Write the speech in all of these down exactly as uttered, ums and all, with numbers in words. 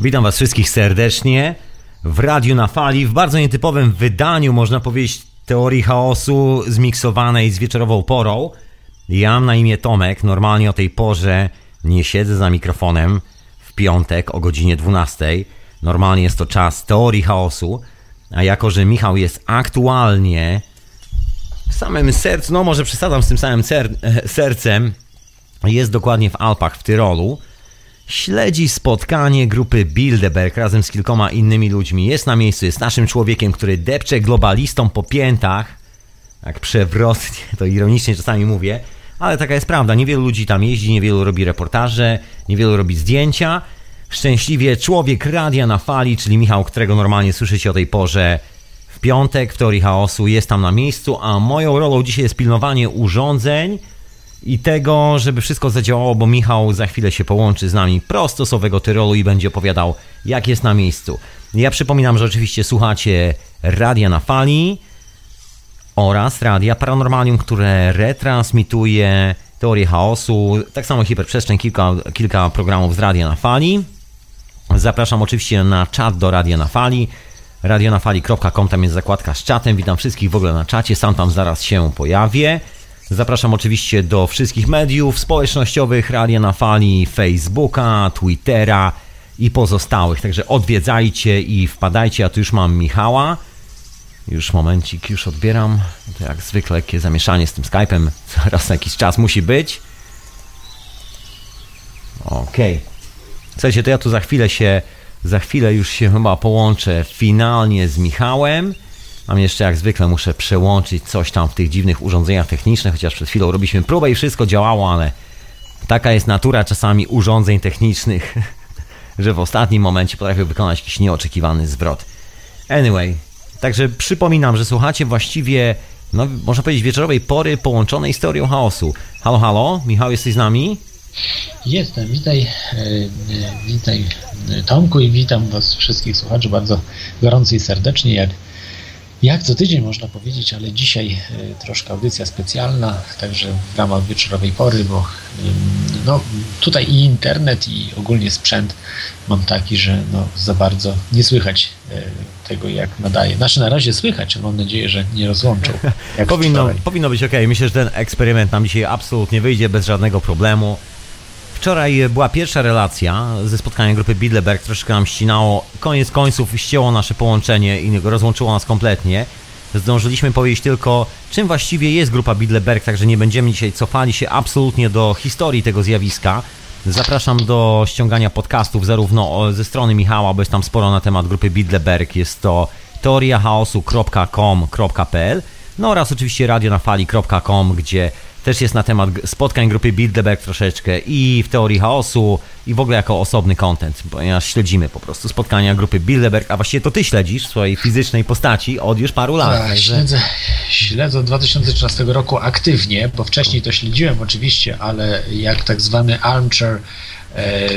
Witam Was wszystkich serdecznie w Radiu na Fali, w bardzo nietypowym wydaniu, można powiedzieć, teorii chaosu zmiksowanej z wieczorową porą. Ja mam na imię Tomek, normalnie o tej porze nie siedzę za mikrofonem w piątek o godzinie dwunastej. Normalnie jest to czas teorii chaosu, a jako, że Michał jest aktualnie w samym sercu, no może przesadzam z tym samym ser- sercem, jest dokładnie w Alpach w Tyrolu, śledzi spotkanie grupy Bilderberg razem z kilkoma innymi ludźmi. Jest na miejscu, jest naszym człowiekiem, który depcze globalistom po piętach. Tak przewrotnie, to ironicznie czasami mówię, ale taka jest prawda. Niewielu ludzi tam jeździ, niewielu robi reportaże, niewielu robi zdjęcia. Szczęśliwie człowiek Radia na Fali, czyli Michał, którego normalnie słyszycie o tej porze w piątek w teorii chaosu, jest tam na miejscu, a moją rolą dzisiaj jest pilnowanie urządzeń i tego, żeby wszystko zadziałało, bo Michał za chwilę się połączy z nami prosto z owego Tyrolu i będzie opowiadał, jak jest na miejscu. Ja przypominam, że oczywiście słuchacie Radia na Fali oraz Radia Paranormalium, które retransmituje teorię chaosu, tak samo Hiperprzestrzeń, kilka, kilka programów z Radia na Fali. Zapraszam oczywiście na czat do Radia na Fali, radionafali kropka com, tam jest zakładka z czatem. Witam wszystkich w ogóle na czacie, sam tam zaraz się pojawię. Zapraszam oczywiście do wszystkich mediów społecznościowych Radia na Fali, Facebooka, Twittera i pozostałych. Także odwiedzajcie i wpadajcie. Ja tu już mam Michała. Już momencik, już odbieram. To jak zwykle lekkie zamieszanie z tym Skype'em. Raz na jakiś czas musi być. Okej. Okay. Słuchajcie, to ja tu za chwilę się, za chwilę już się chyba połączę finalnie z Michałem. Mam jeszcze jak zwykle muszę przełączyć coś tam w tych dziwnych urządzeniach technicznych, chociaż przed chwilą robiliśmy próbę i wszystko działało, ale taka jest natura czasami urządzeń technicznych, że w ostatnim momencie potrafią wykonać jakiś nieoczekiwany zwrot. Anyway, także przypominam, że słuchacie właściwie, no można powiedzieć, wieczorowej pory połączonej z teorią chaosu. Halo, halo, Michał, jesteś z nami? Jestem, witaj, witaj Tomku i witam Was wszystkich słuchaczy bardzo gorąco i serdecznie, jak Jak co tydzień można powiedzieć, ale dzisiaj troszkę audycja specjalna, także w ramach wieczorowej pory, bo no, tutaj i internet, i ogólnie sprzęt mam taki, że no, za bardzo nie słychać tego, jak nadaje. Znaczy na razie słychać, mam nadzieję, że nie rozłączą. Jak powinno, powinno być ok. Myślę, że ten eksperyment nam dzisiaj absolutnie wyjdzie bez żadnego problemu. Wczoraj była pierwsza relacja ze spotkania grupy Bilderberg, troszkę nam ścinało, koniec końców ścięło nasze połączenie i rozłączyło nas kompletnie. Zdążyliśmy powiedzieć tylko, czym właściwie jest grupa Bilderberg, także nie będziemy dzisiaj cofali się absolutnie do historii tego zjawiska. Zapraszam do ściągania podcastów zarówno ze strony Michała, bo jest tam sporo na temat grupy Bilderberg, jest to teoria chaosu kropka com kropka p l, no oraz oczywiście radionafali kropka com, gdzie też jest na temat spotkań grupy Bilderberg troszeczkę i w teorii chaosu i w ogóle jako osobny content, ponieważ śledzimy po prostu spotkania grupy Bilderberg, a właściwie to ty śledzisz w swojej fizycznej postaci od już paru lat. Tak, także... śledzę, śledzę od dwa tysiące trzynastego roku aktywnie, bo wcześniej to śledziłem oczywiście, ale jak tak zwany armchair e, e,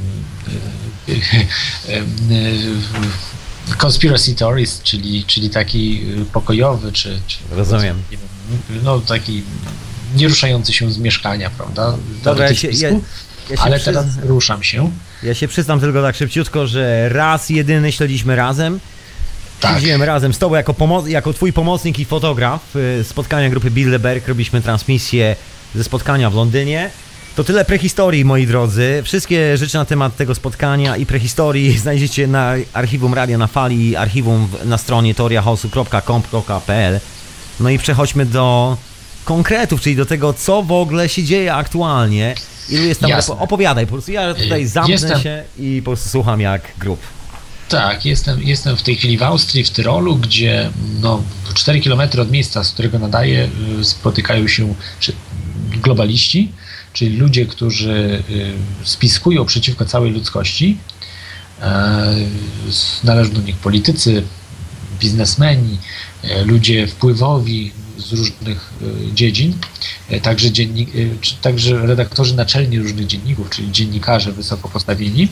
e, e, conspiracy theorist, czyli, czyli taki pokojowy, czy... czy Rozumiem. No taki... nie ruszający się z mieszkania, prawda? Dobra, ja się, ja, ja się ale przyzna... teraz ruszam się. Ja się przyznam tylko tak szybciutko, że raz jedyny śledziliśmy razem. Tak. Śledziłem razem z tobą jako, pomo- jako twój pomocnik i fotograf spotkania grupy Bilderberg. Robiliśmy transmisję ze spotkania w Londynie. To tyle prehistorii, moi drodzy. Wszystkie rzeczy na temat tego spotkania i prehistorii znajdziecie na archiwum Radia na Fali i archiwum na stronie teoria chaosu kropka com kropka p l. No i przechodźmy do konkretów, czyli do tego, co w ogóle się dzieje aktualnie. Ilu jest tam... Jasne. Opowiadaj, po prostu ja tutaj zamknę jestem... się i po prostu słucham jak grup. Tak, jestem, jestem w tej chwili w Austrii, w Tyrolu, gdzie no, cztery kilometry od miejsca, z którego nadaję, spotykają się globaliści, czyli ludzie, którzy spiskują przeciwko całej ludzkości. Należą do nich politycy, biznesmeni, ludzie wpływowi z różnych dziedzin, także, dziennik, także redaktorzy naczelni różnych dzienników, czyli dziennikarze wysoko postawieni,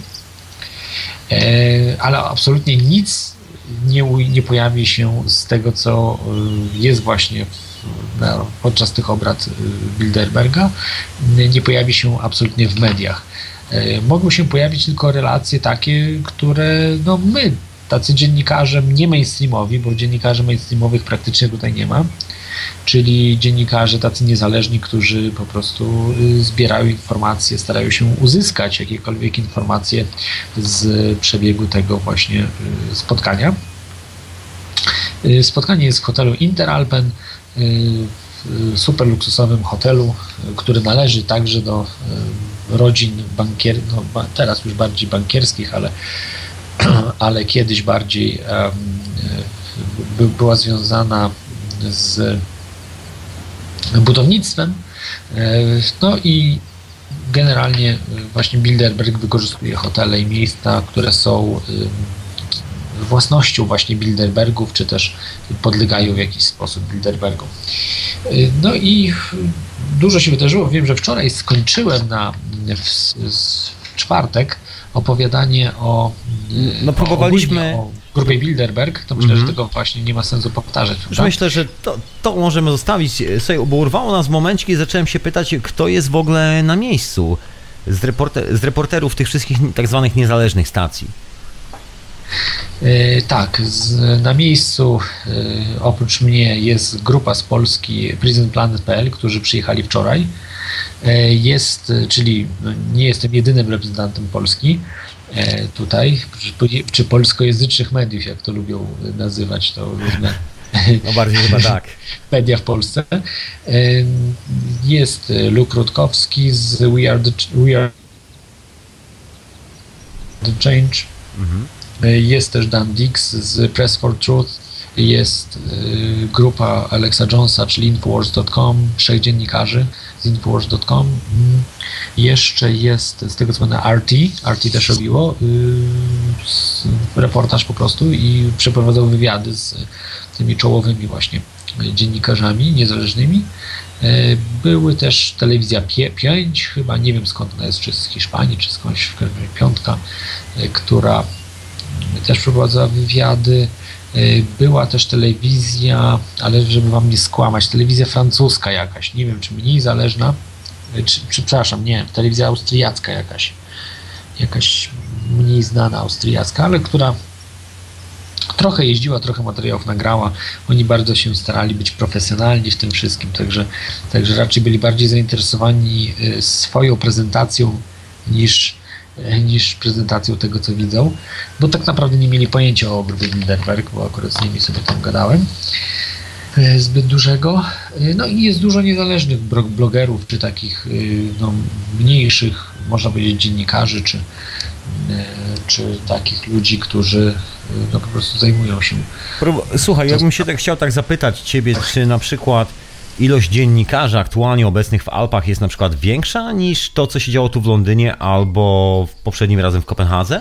ale absolutnie nic nie, nie pojawi się z tego, co jest właśnie podczas tych obrad Bilderberga, nie pojawi się absolutnie w mediach. Mogą się pojawić tylko relacje takie, które no my, tacy dziennikarze nie mainstreamowi, bo dziennikarzy mainstreamowych praktycznie tutaj nie ma, czyli dziennikarze tacy niezależni, którzy po prostu zbierają informacje, starają się uzyskać jakiekolwiek informacje z przebiegu tego właśnie spotkania. Spotkanie jest w hotelu Interalpen, w super luksusowym hotelu, który należy także do rodzin bankier, no teraz już bardziej bankierskich, ale, ale kiedyś bardziej um, była związana z budownictwem. No i generalnie właśnie Bilderberg wykorzystuje hotele i miejsca, które są własnością właśnie Bilderbergów, czy też podlegają w jakiś sposób Bilderbergom. No i dużo się wydarzyło. Wiem, że wczoraj skończyłem na, w, w czwartek opowiadanie o, no, próbowaliśmy... o, o grupie Bilderberg, to myślę, mm-hmm. że tego właśnie nie ma sensu powtarzać. Już myślę, że to, to możemy zostawić sobie, bo urwało nas w momencie, kiedy zacząłem się pytać, kto jest w ogóle na miejscu z, reporter, z reporterów tych wszystkich tak zwanych niezależnych stacji. Yy, tak, z, na miejscu yy, oprócz mnie jest grupa z Polski Prison Planet kropka p l, którzy przyjechali wczoraj. Yy, jest, czyli nie jestem jedynym reprezentantem Polski yy, tutaj, czy, czy polskojęzycznych mediów, jak to lubią nazywać, to różne no bardziej chyba tak. media w Polsce. Yy, jest Luke Rutkowski z We Are the, We Are the Change. Mhm. Jest też Dan Dix z Press for Truth, jest y, grupa Alexa Jonesa, czyli Infowars kropka com, trzech dziennikarzy z Infowars kropka com. Y, jeszcze jest z tego co pamiętam R T, R T też robiło y, reportaż po prostu i przeprowadzał wywiady z tymi czołowymi właśnie dziennikarzami niezależnymi. Y, były też telewizja pięć, chyba nie wiem skąd ona jest, czy z Hiszpanii, czy skądś, w każdym razie piątka, y, która też przeprowadzała wywiady. Była też telewizja, ale żeby wam nie skłamać, telewizja francuska jakaś, nie wiem, czy mniej zależna, czy, czy przepraszam, nie, telewizja austriacka jakaś, jakaś mniej znana austriacka, ale która trochę jeździła, trochę materiałów nagrała. Oni bardzo się starali być profesjonalni w tym wszystkim, także, także raczej byli bardziej zainteresowani swoją prezentacją niż niż prezentacją tego, co widzą, bo tak naprawdę nie mieli pojęcia o grupie Bilderberg, bo akurat z nimi sobie tam gadałem zbyt dużego. No i jest dużo niezależnych blogerów, czy takich no, mniejszych, można powiedzieć, dziennikarzy, czy, czy takich ludzi, którzy no, po prostu zajmują się. Słuchaj, jakbym się tak chciał tak zapytać ciebie, czy na przykład ilość dziennikarzy aktualnie obecnych w Alpach jest na przykład większa niż to, co się działo tu w Londynie albo w poprzednim razem w Kopenhadze?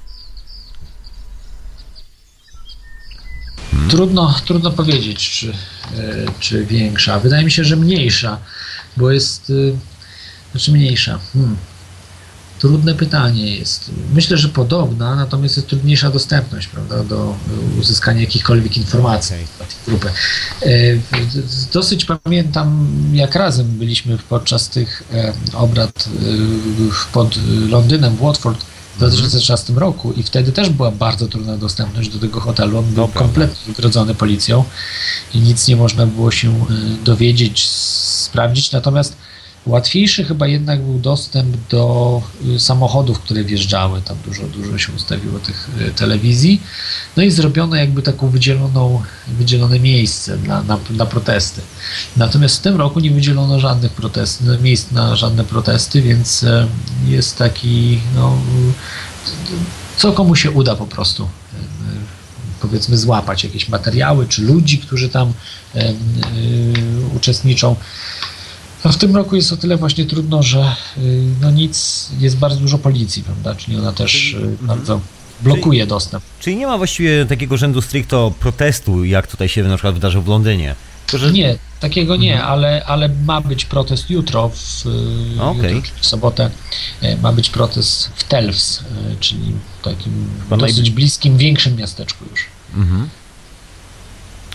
Hmm. Trudno, trudno powiedzieć, czy, czy większa. Wydaje mi się, że mniejsza, bo jest... Znaczy mniejsza. Hmm. Trudne pytanie jest. Myślę, że podobna, natomiast jest trudniejsza dostępność, prawda, do uzyskania jakichkolwiek informacji na tej grupy. Dosyć pamiętam, jak razem byliśmy podczas tych obrad pod Londynem w Watford w dwa tysiące trzynastym roku i wtedy też była bardzo trudna dostępność do tego hotelu. On był Dobra. kompletnie wygrodzony policją i nic nie można było się dowiedzieć, sprawdzić, natomiast łatwiejszy chyba jednak był dostęp do samochodów, które wjeżdżały. Tam dużo, dużo się ustawiło tych telewizji. No i zrobiono jakby taką wydzieloną, wydzielone miejsce dla, na, na protesty. Natomiast w tym roku nie wydzielono żadnych protest, miejsc na żadne protesty, więc jest taki, no, co komu się uda po prostu. Powiedzmy złapać jakieś materiały, czy ludzi, którzy tam y, y, uczestniczą. No w tym roku jest o tyle właśnie trudno, że no nic, jest bardzo dużo policji, prawda, czyli ona też czyli, bardzo blokuje czyli, dostęp. Czyli nie ma właściwie takiego rzędu stricto protestu, jak tutaj się na przykład wydarzył w Londynie? To, że... Nie, takiego nie, mhm. ale, ale ma być protest jutro, w, okay. jutro, w sobotę ma być protest w Telfs, czyli takim Chyba dosyć najby... bliskim, większym miasteczku już. Mhm.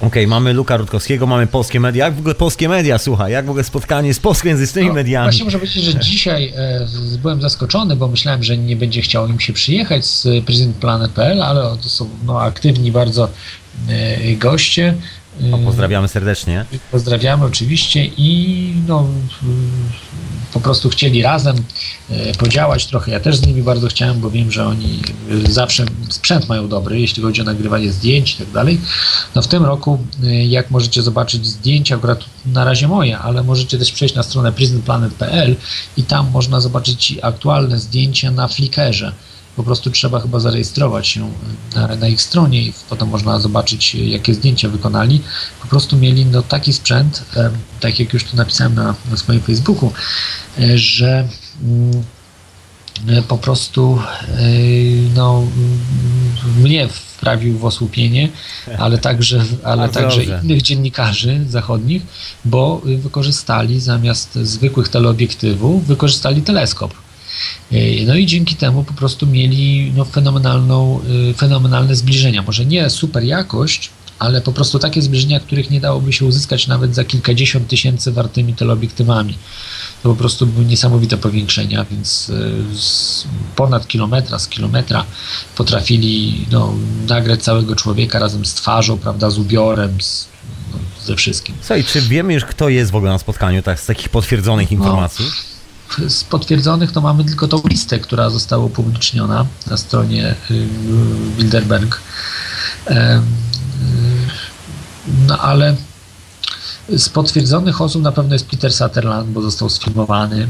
Okej, okay, mamy Luka Rutkowskiego, mamy polskie media. Jak w ogóle polskie media, słuchaj, jak w ogóle spotkanie z polskojęzycznymi no, mediami? Właśnie muszę powiedzieć, że dzisiaj e, byłem zaskoczony, bo myślałem, że nie będzie chciało im się przyjechać z President Planet kropka p l, ale to są no, aktywni bardzo e, goście. No, pozdrawiamy serdecznie. Pozdrawiamy oczywiście i no, po prostu chcieli razem podziałać trochę. Ja też z nimi bardzo chciałem, bo wiem, że oni zawsze sprzęt mają dobry, jeśli chodzi o nagrywanie zdjęć i tak dalej. No w tym roku, jak możecie zobaczyć zdjęcia, akurat na razie moje, ale możecie też przejść na stronę president planet kropka p l i tam można zobaczyć aktualne zdjęcia na Flickrze. Po prostu trzeba chyba zarejestrować się na, na ich stronie i potem można zobaczyć, jakie zdjęcia wykonali. Po prostu mieli no, taki sprzęt, e, tak jak już tu napisałem na, na swoim Facebooku, e, że e, po prostu e, no, mnie wprawił w osłupienie, ale także, ale także innych dziennikarzy zachodnich, bo wykorzystali zamiast zwykłych teleobiektywów, wykorzystali teleskop. No i dzięki temu po prostu mieli no, fenomenalną, fenomenalne zbliżenia. Może nie super jakość, ale po prostu takie zbliżenia, których nie dałoby się uzyskać nawet za kilkadziesiąt tysięcy wartymi teleobiektywami. To po prostu były niesamowite powiększenia, więc z ponad kilometra, z kilometra potrafili no, nagrać całego człowieka razem z twarzą, prawda, z ubiorem, z, no, ze wszystkim. Słuchaj, czy wiemy już, kto jest w ogóle na spotkaniu, tak, z takich potwierdzonych informacji? No. Z potwierdzonych to mamy tylko tą listę, która została upubliczniona na stronie Bilderberg. No ale z potwierdzonych osób na pewno jest Peter Sutherland, bo został sfilmowany.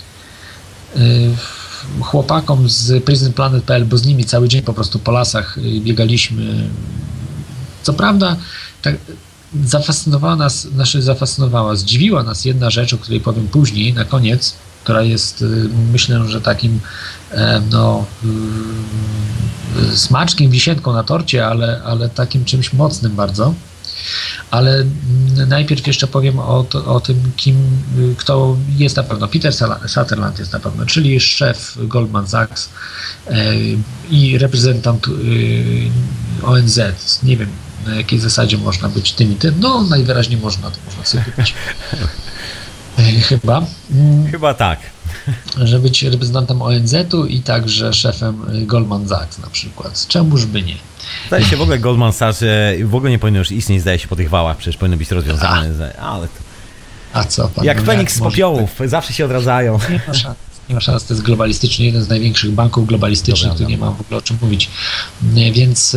Chłopakom z president planet kropka p l, bo z nimi cały dzień po prostu po lasach biegaliśmy. Co prawda tak zafascynowała nas, znaczy zafascynowała, zdziwiła nas jedna rzecz, o której powiem później, na koniec, która jest, myślę, że takim no, smaczkiem, wisienką na torcie, ale, ale takim czymś mocnym bardzo. Ale najpierw jeszcze powiem o, to, o tym, kim, kto jest na pewno. Peter Sutherland jest na pewno, czyli szef Goldman Sachs i reprezentant O N Z. Nie wiem, na jakiej zasadzie można być tym i tym. No, najwyraźniej można, to można sobie kupić. Chyba. Chyba tak. Żeby być reprezentantem O N Z-u i także szefem Goldman Sachs na przykład. Czemuż by nie? Zdaje się w ogóle Goldman Sachs w ogóle nie powinno już istnieć, zdaje się po tych wałach, przecież powinno być rozwiązane. A, ale to... A co pan? Jak Feniks z popiołów, tak... zawsze się odradzają. Nie ma szans. Nie ma szans, to jest globalistyczny, jeden z największych banków globalistycznych, tu nie ma w ogóle o czym mówić. Więc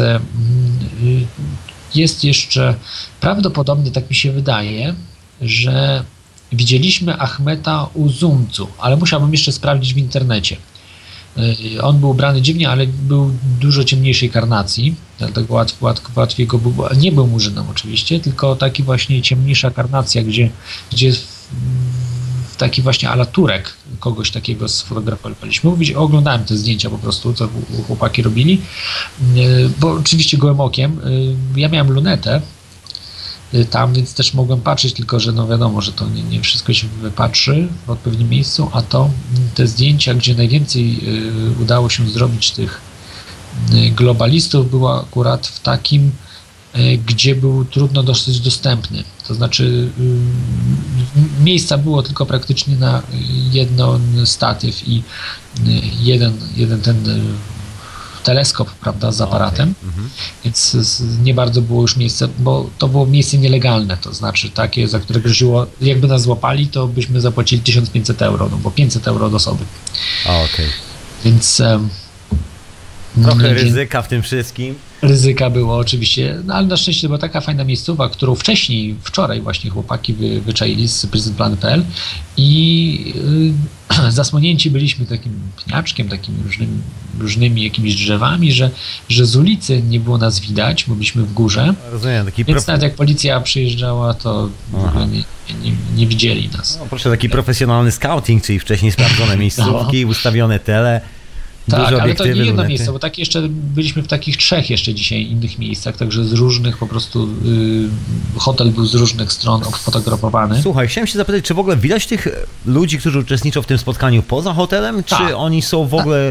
jest jeszcze, prawdopodobnie tak mi się wydaje, że widzieliśmy Ahmeta Uzumcu, ale musiałbym jeszcze sprawdzić w internecie. On był ubrany dziwnie, ale był dużo ciemniejszej karnacji, dlatego łatw, łatw, łatwiej go było. Nie był murzynem oczywiście, tylko taki właśnie ciemniejsza karnacja, gdzie, gdzie taki właśnie ala Turek kogoś takiego sfotografowaliśmy. Mówić, oglądałem te zdjęcia po prostu, co chłopaki robili, bo oczywiście gołym okiem. Ja miałem lunetę tam, więc też mogłem patrzeć, tylko że no wiadomo, że to nie, nie wszystko się wypatrzy w odpowiednim miejscu, a to te zdjęcia, gdzie najwięcej y, udało się zrobić tych y, globalistów, było akurat w takim, y, gdzie był trudno dosyć dostępny. To znaczy y, miejsca było tylko praktycznie na jeden statyw i y, jeden, jeden ten y, teleskop, prawda, z aparatem, okay. mhm. Więc nie bardzo było już miejsce, bo to było miejsce nielegalne, to znaczy takie, za które groziło, jakby nas złapali, to byśmy zapłacili tysiąc pięćset euro, no bo pięćset euro od osoby. Okej. Okay. Więc um, trochę nie, ryzyka w tym wszystkim. Ryzyka było oczywiście, no ale na szczęście była taka fajna miejscowa, którą wcześniej, wczoraj właśnie chłopaki wy, wyczaili z president planet kropka p l i y, zasłonięci byliśmy takim pniaczkiem, takimi różnymi, różnymi jakimiś drzewami, że, że z ulicy nie było nas widać, bo byliśmy w górze. Rozumiem, taki więc prof... nawet jak policja przyjeżdżała, to nie, nie, nie widzieli nas. No, proszę, taki profesjonalny scouting, czyli wcześniej sprawdzone miejscówki, no. Ustawione tele. Tak, ale to nie jedno lunety. Miejsce, bo tak jeszcze byliśmy w takich trzech jeszcze dzisiaj innych miejscach, także z różnych po prostu y, hotel był z różnych stron fotografowany. Słuchaj, chciałem się zapytać, czy w ogóle widać tych ludzi, którzy uczestniczą w tym spotkaniu poza hotelem, tak. Czy oni są w ogóle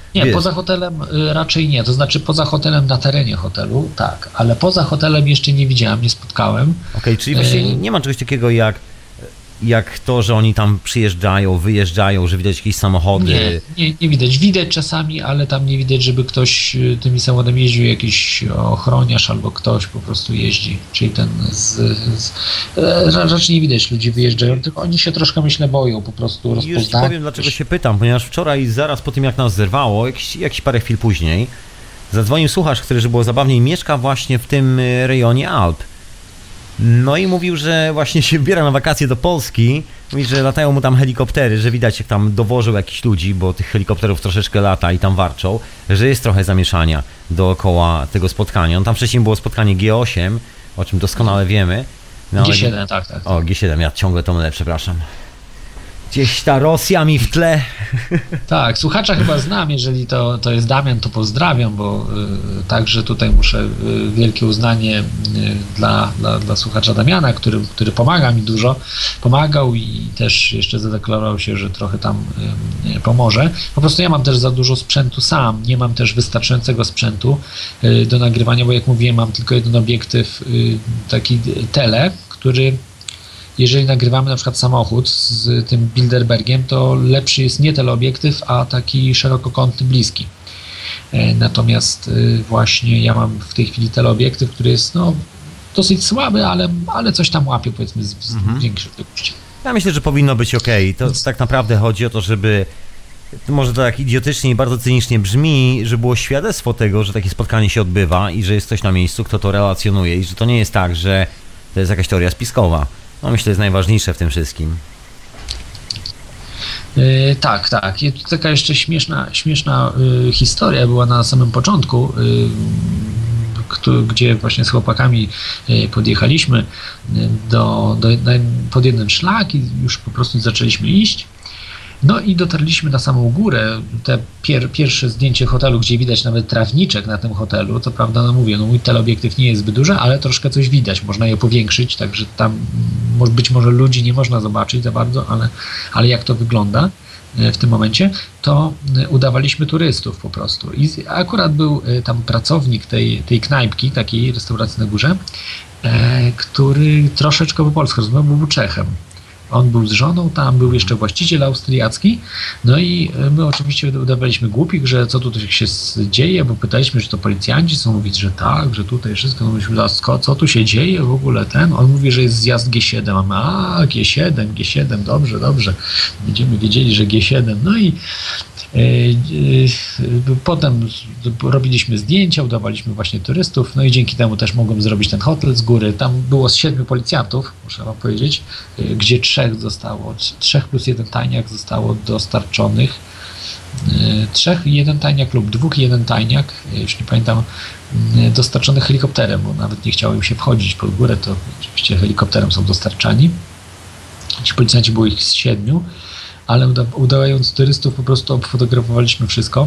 Nie, wiesz. poza hotelem raczej nie, to znaczy poza hotelem na terenie hotelu, tak, ale poza hotelem jeszcze nie widziałem, nie spotkałem. Okej, okay, czyli właśnie nie ma czegoś takiego jak jak to, że oni tam przyjeżdżają, wyjeżdżają, że widać jakieś samochody. Nie, nie, nie widać. Widać czasami, ale tam nie widać, żeby ktoś tymi samochodami jeździł, jakiś ochroniarz albo ktoś po prostu jeździ. Czyli ten z, z, raczej nie widać ludzi wyjeżdżają, tylko oni się troszkę, myślę, boją po prostu rozpoznania. Już ci powiem, dlaczego się pytam, ponieważ wczoraj, zaraz po tym jak nas zerwało, jakieś, jakieś parę chwil później, zadzwonił słuchacz, który, żeby było zabawniej, mieszka właśnie w tym rejonie Alp. No i mówił, że właśnie się wybiera na wakacje do Polski. Mówi, że latają mu tam helikoptery, że widać jak tam dowożył jakichś ludzi, bo tych helikopterów troszeczkę lata i tam warczą, że jest trochę zamieszania dookoła tego spotkania. No tam wcześniej było spotkanie G osiem, o czym doskonale wiemy. No, G siedem, ale... tak, tak. O, G siedem, ja ciągle to mylę, przepraszam. Gdzieś ta Rosja mi w tle. Tak, słuchacza chyba znam, jeżeli to, to jest Damian, to pozdrawiam, bo y, także tutaj muszę y, wielkie uznanie y, dla, dla, dla słuchacza Damiana, który, który pomaga mi dużo, pomagał i też jeszcze zadeklarował się, że trochę tam y, pomoże. Po prostu ja mam też za dużo sprzętu sam, nie mam też wystarczającego sprzętu y, do nagrywania, bo jak mówiłem, mam tylko jeden obiektyw, y, taki tele, który... Jeżeli nagrywamy na przykład samochód z tym Bilderbergiem, to lepszy jest nie teleobiektyw, a taki szerokokątny, bliski. Natomiast właśnie ja mam w tej chwili teleobiektyw, który jest no, dosyć słaby, ale, ale coś tam łapie, powiedzmy, z, z mhm. większej długości. Ja myślę, że powinno być ok. To Więc... tak naprawdę chodzi o to, żeby, może to tak idiotycznie i bardzo cynicznie brzmi, że było świadectwo tego, że takie spotkanie się odbywa i że jest ktoś na miejscu, kto to relacjonuje i że to nie jest tak, że to jest jakaś teoria spiskowa. No myślę, że jest najważniejsze w tym wszystkim. Yy, tak, tak. I taka jeszcze śmieszna, śmieszna yy, historia była na samym początku, yy, kto, gdzie właśnie z chłopakami yy, podjechaliśmy do, do, do, pod jeden szlak i już po prostu zaczęliśmy iść. No i dotarliśmy na samą górę, te pier, pierwsze zdjęcie hotelu, gdzie widać nawet trawniczek na tym hotelu, co prawda, no mówię, no mój teleobiektyw nie jest zbyt duży, ale troszkę coś widać, można je powiększyć, także tam być może ludzi nie można zobaczyć za bardzo, ale, ale jak to wygląda w tym momencie, to udawaliśmy turystów po prostu. I akurat był tam pracownik tej, tej knajpki, takiej restauracji na górze, który troszeczkę po polsku rozmawiał, był Czechem. On był z żoną, tam był jeszcze właściciel austriacki, no i my oczywiście udawaliśmy głupich, że co tu się dzieje, bo pytaliśmy, czy to policjanci są, mówić, że tak, że tutaj wszystko, no myśmy, co tu się dzieje w ogóle ten, on mówi, że jest zjazd G siedem, a my, a G siedem, G siedem, dobrze, dobrze, będziemy wiedzieli, że G siedem, no i potem robiliśmy zdjęcia, udawaliśmy właśnie turystów, no i dzięki temu też mogłem zrobić ten hotel z góry. Tam było z siedmiu policjantów, muszę wam powiedzieć, gdzie trzech zostało, trzech plus jeden tajniak zostało dostarczonych, trzech i jeden tajniak lub dwóch i jeden tajniak, już nie pamiętam, dostarczonych helikopterem, bo nawet nie chciało im się wchodzić pod górę, to oczywiście helikopterem są dostarczani. Ci policjanci było ich z siedmiu, ale uda, udając turystów po prostu obfotografowaliśmy wszystko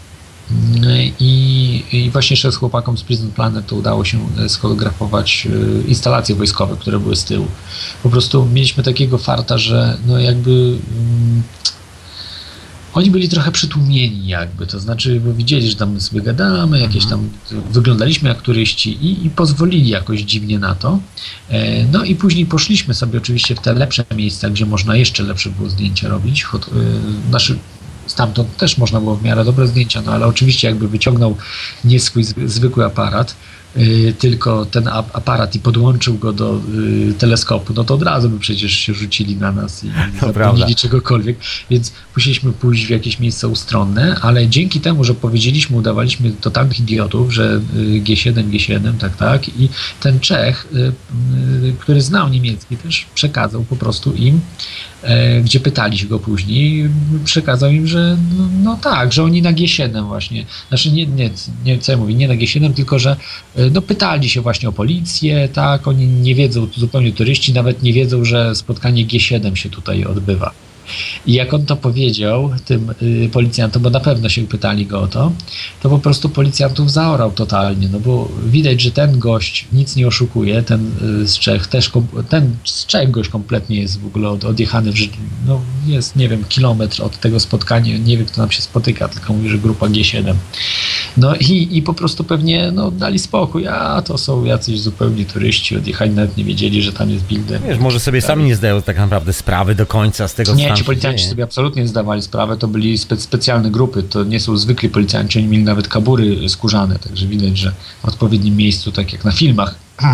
i, i właśnie jeszcze z chłopakom z Prison Planet to udało się sfotografować instalacje wojskowe, które były z tyłu. Po prostu mieliśmy takiego farta, że no jakby um, oni byli trochę przytłumieni jakby, to znaczy, bo widzieli, że tam sobie gadamy, jakieś tam wyglądaliśmy jak turyści i, i pozwolili jakoś dziwnie na to. No i później poszliśmy sobie oczywiście w te lepsze miejsca, gdzie można jeszcze lepsze było zdjęcia robić. Naszy, stamtąd też można było w miarę dobre zdjęcia, no ale oczywiście jakby wyciągnął nie swój zwykły aparat, tylko ten aparat i podłączył go do y, teleskopu, no to od razu by przecież się rzucili na nas i nie zapomnieli czegokolwiek, więc musieliśmy pójść w jakieś miejsce ustronne, ale dzięki temu, że powiedzieliśmy, udawaliśmy totalnych idiotów, że y, G siedem, G siedem, tak, tak, i ten Czech, y, y, który znał niemiecki, też przekazał po prostu im, y, gdzie pytali się go później, przekazał im, że no, no tak, że oni na G siedem właśnie, znaczy nie, nie, nie co ja mówię, nie na G siedem, tylko że y, no pytali się właśnie o policję, tak, oni nie wiedzą, zupełnie turyści nawet nie wiedzą, że spotkanie G siedem się tutaj odbywa. I jak on to powiedział tym y, policjantom, bo na pewno się pytali go o to, to po prostu policjantów zaorał totalnie, no bo widać, że ten gość nic nie oszukuje, ten y, z Czech też, ten z Czech gość kompletnie jest w ogóle od, odjechany, w, no jest, nie wiem, kilometr od tego spotkania, nie wie, kto nam się spotyka, tylko mówi, że grupa G siedem. No i, i po prostu pewnie no, dali spokój, a to są jacyś zupełnie turyści, odjechali, nawet nie wiedzieli, że tam jest Bilder. Wiesz, może sobie sami nie zdają tak naprawdę sprawy do końca z tego, co Nie, tam ci się policjanci dzieje. sobie absolutnie nie zdawali sprawy, to byli spe- specjalne grupy, to nie są zwykli policjanci, oni mieli nawet kabury skórzane, także widać, że w odpowiednim miejscu, tak jak na filmach,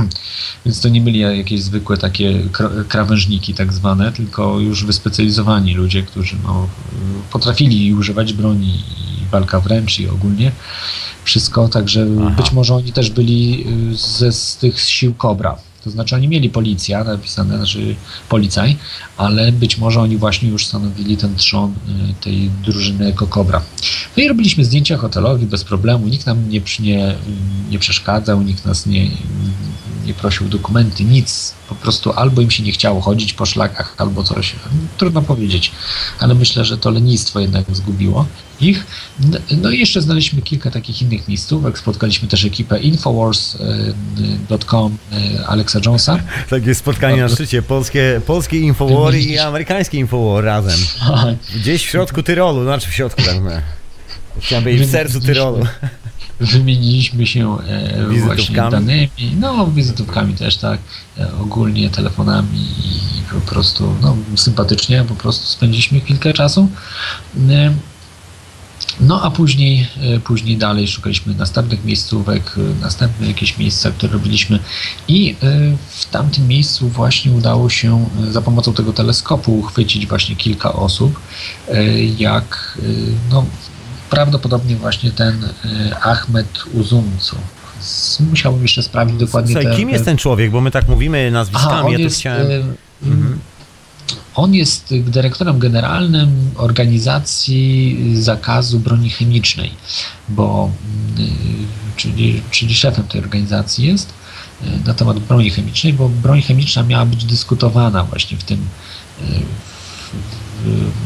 więc to nie byli jakieś zwykłe takie kra- krawężniki tak zwane, tylko już wyspecjalizowani ludzie, którzy no, potrafili używać broni i walka wręcz i ogólnie wszystko, także Aha. być może oni też byli ze z tych sił Kobra. To znaczy oni mieli policja, napisane, znaczy policaj, ale być może oni właśnie już stanowili ten trzon y, tej drużyny Eko Kobra. No i robiliśmy zdjęcia hotelowi bez problemu, nikt nam nie, nie, nie przeszkadzał, nikt nas nie, nie prosił dokumenty, nic. Po prostu albo im się nie chciało chodzić po szlakach, albo coś. Trudno powiedzieć, ale myślę, że to lenistwo jednak zgubiło ich. No i jeszcze znaleźliśmy kilka takich innych miejscówek. Spotkaliśmy też ekipę infowars kropka com Alexa Jonesa. Takie spotkanie na szczycie, polskie, polskie Infowory i amerykańskie Infowory razem. Gdzieś w środku Tyrolu, znaczy w środku tak my. Chciałem być w sercu Tyrolu. Wymieniliśmy się e, właśnie danymi, no wizytówkami też, tak, e, ogólnie telefonami i po prostu, no sympatycznie, po prostu spędziliśmy chwilkę czasu. E, no a później, e, później dalej szukaliśmy następnych miejscówek, e, następne jakieś miejsca, które robiliśmy i e, w tamtym miejscu właśnie udało się e, za pomocą tego teleskopu uchwycić właśnie kilka osób, e, jak e, no prawdopodobnie właśnie ten y, Ahmed Uzumcu. Musiałbym jeszcze sprawdzić dokładnie. Słuchaj, te, kim te... jest ten człowiek, bo my tak mówimy nazwiskami, Aha, on ja to jest, chciałem... y, mhm. On jest dyrektorem generalnym organizacji zakazu broni chemicznej, bo y, czyli, czyli szefem tej organizacji jest y, na temat broni chemicznej, bo broń chemiczna miała być dyskutowana właśnie w tym y, w,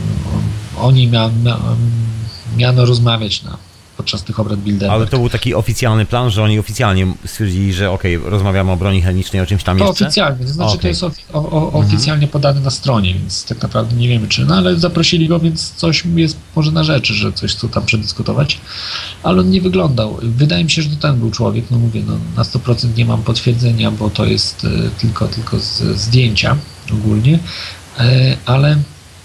w, o niej miała, miała miano rozmawiać na, podczas tych obrad Bilderberg. Ale to był taki oficjalny plan, że oni oficjalnie stwierdzili, że okej, okay, rozmawiamy o broni chemicznej, o czymś tam to jeszcze? oficjalnie, to znaczy okay. to jest o, o, oficjalnie mhm. podane na stronie, więc tak naprawdę nie wiemy czy, no ale zaprosili go, więc coś jest może na rzeczy, że coś chcą tam przedyskutować, ale on nie wyglądał. Wydaje mi się, że to ten był człowiek, no mówię, no na sto procent nie mam potwierdzenia, bo to jest y, tylko, tylko z zdjęcia ogólnie, y, ale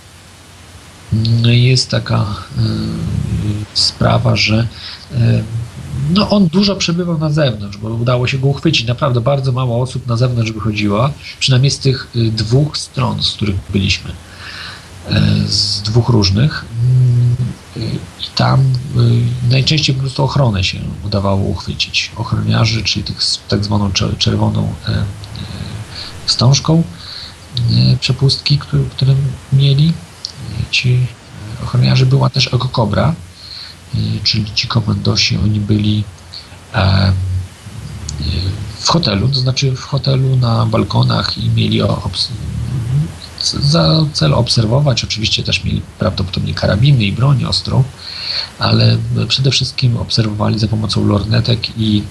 jest taka y, sprawa, że y, no on dużo przebywał na zewnątrz, bo udało się go uchwycić. Naprawdę bardzo mało osób na zewnątrz wychodziło, przynajmniej z tych y, dwóch stron, z których byliśmy, y, z dwóch różnych. I y, tam y, najczęściej po prostu ochronę się udawało uchwycić. Ochroniarzy, czyli tych, tak zwaną czerwoną y, y, wstążką y, przepustki, które, które mieli. Ci ochroniarze. Była też Eko Kobra, czyli ci komandosi, oni byli w hotelu, to znaczy w hotelu na balkonach i mieli obs- za cel obserwować, oczywiście też mieli prawdopodobnie karabiny i broń ostrą, ale przede wszystkim obserwowali za pomocą lornetek i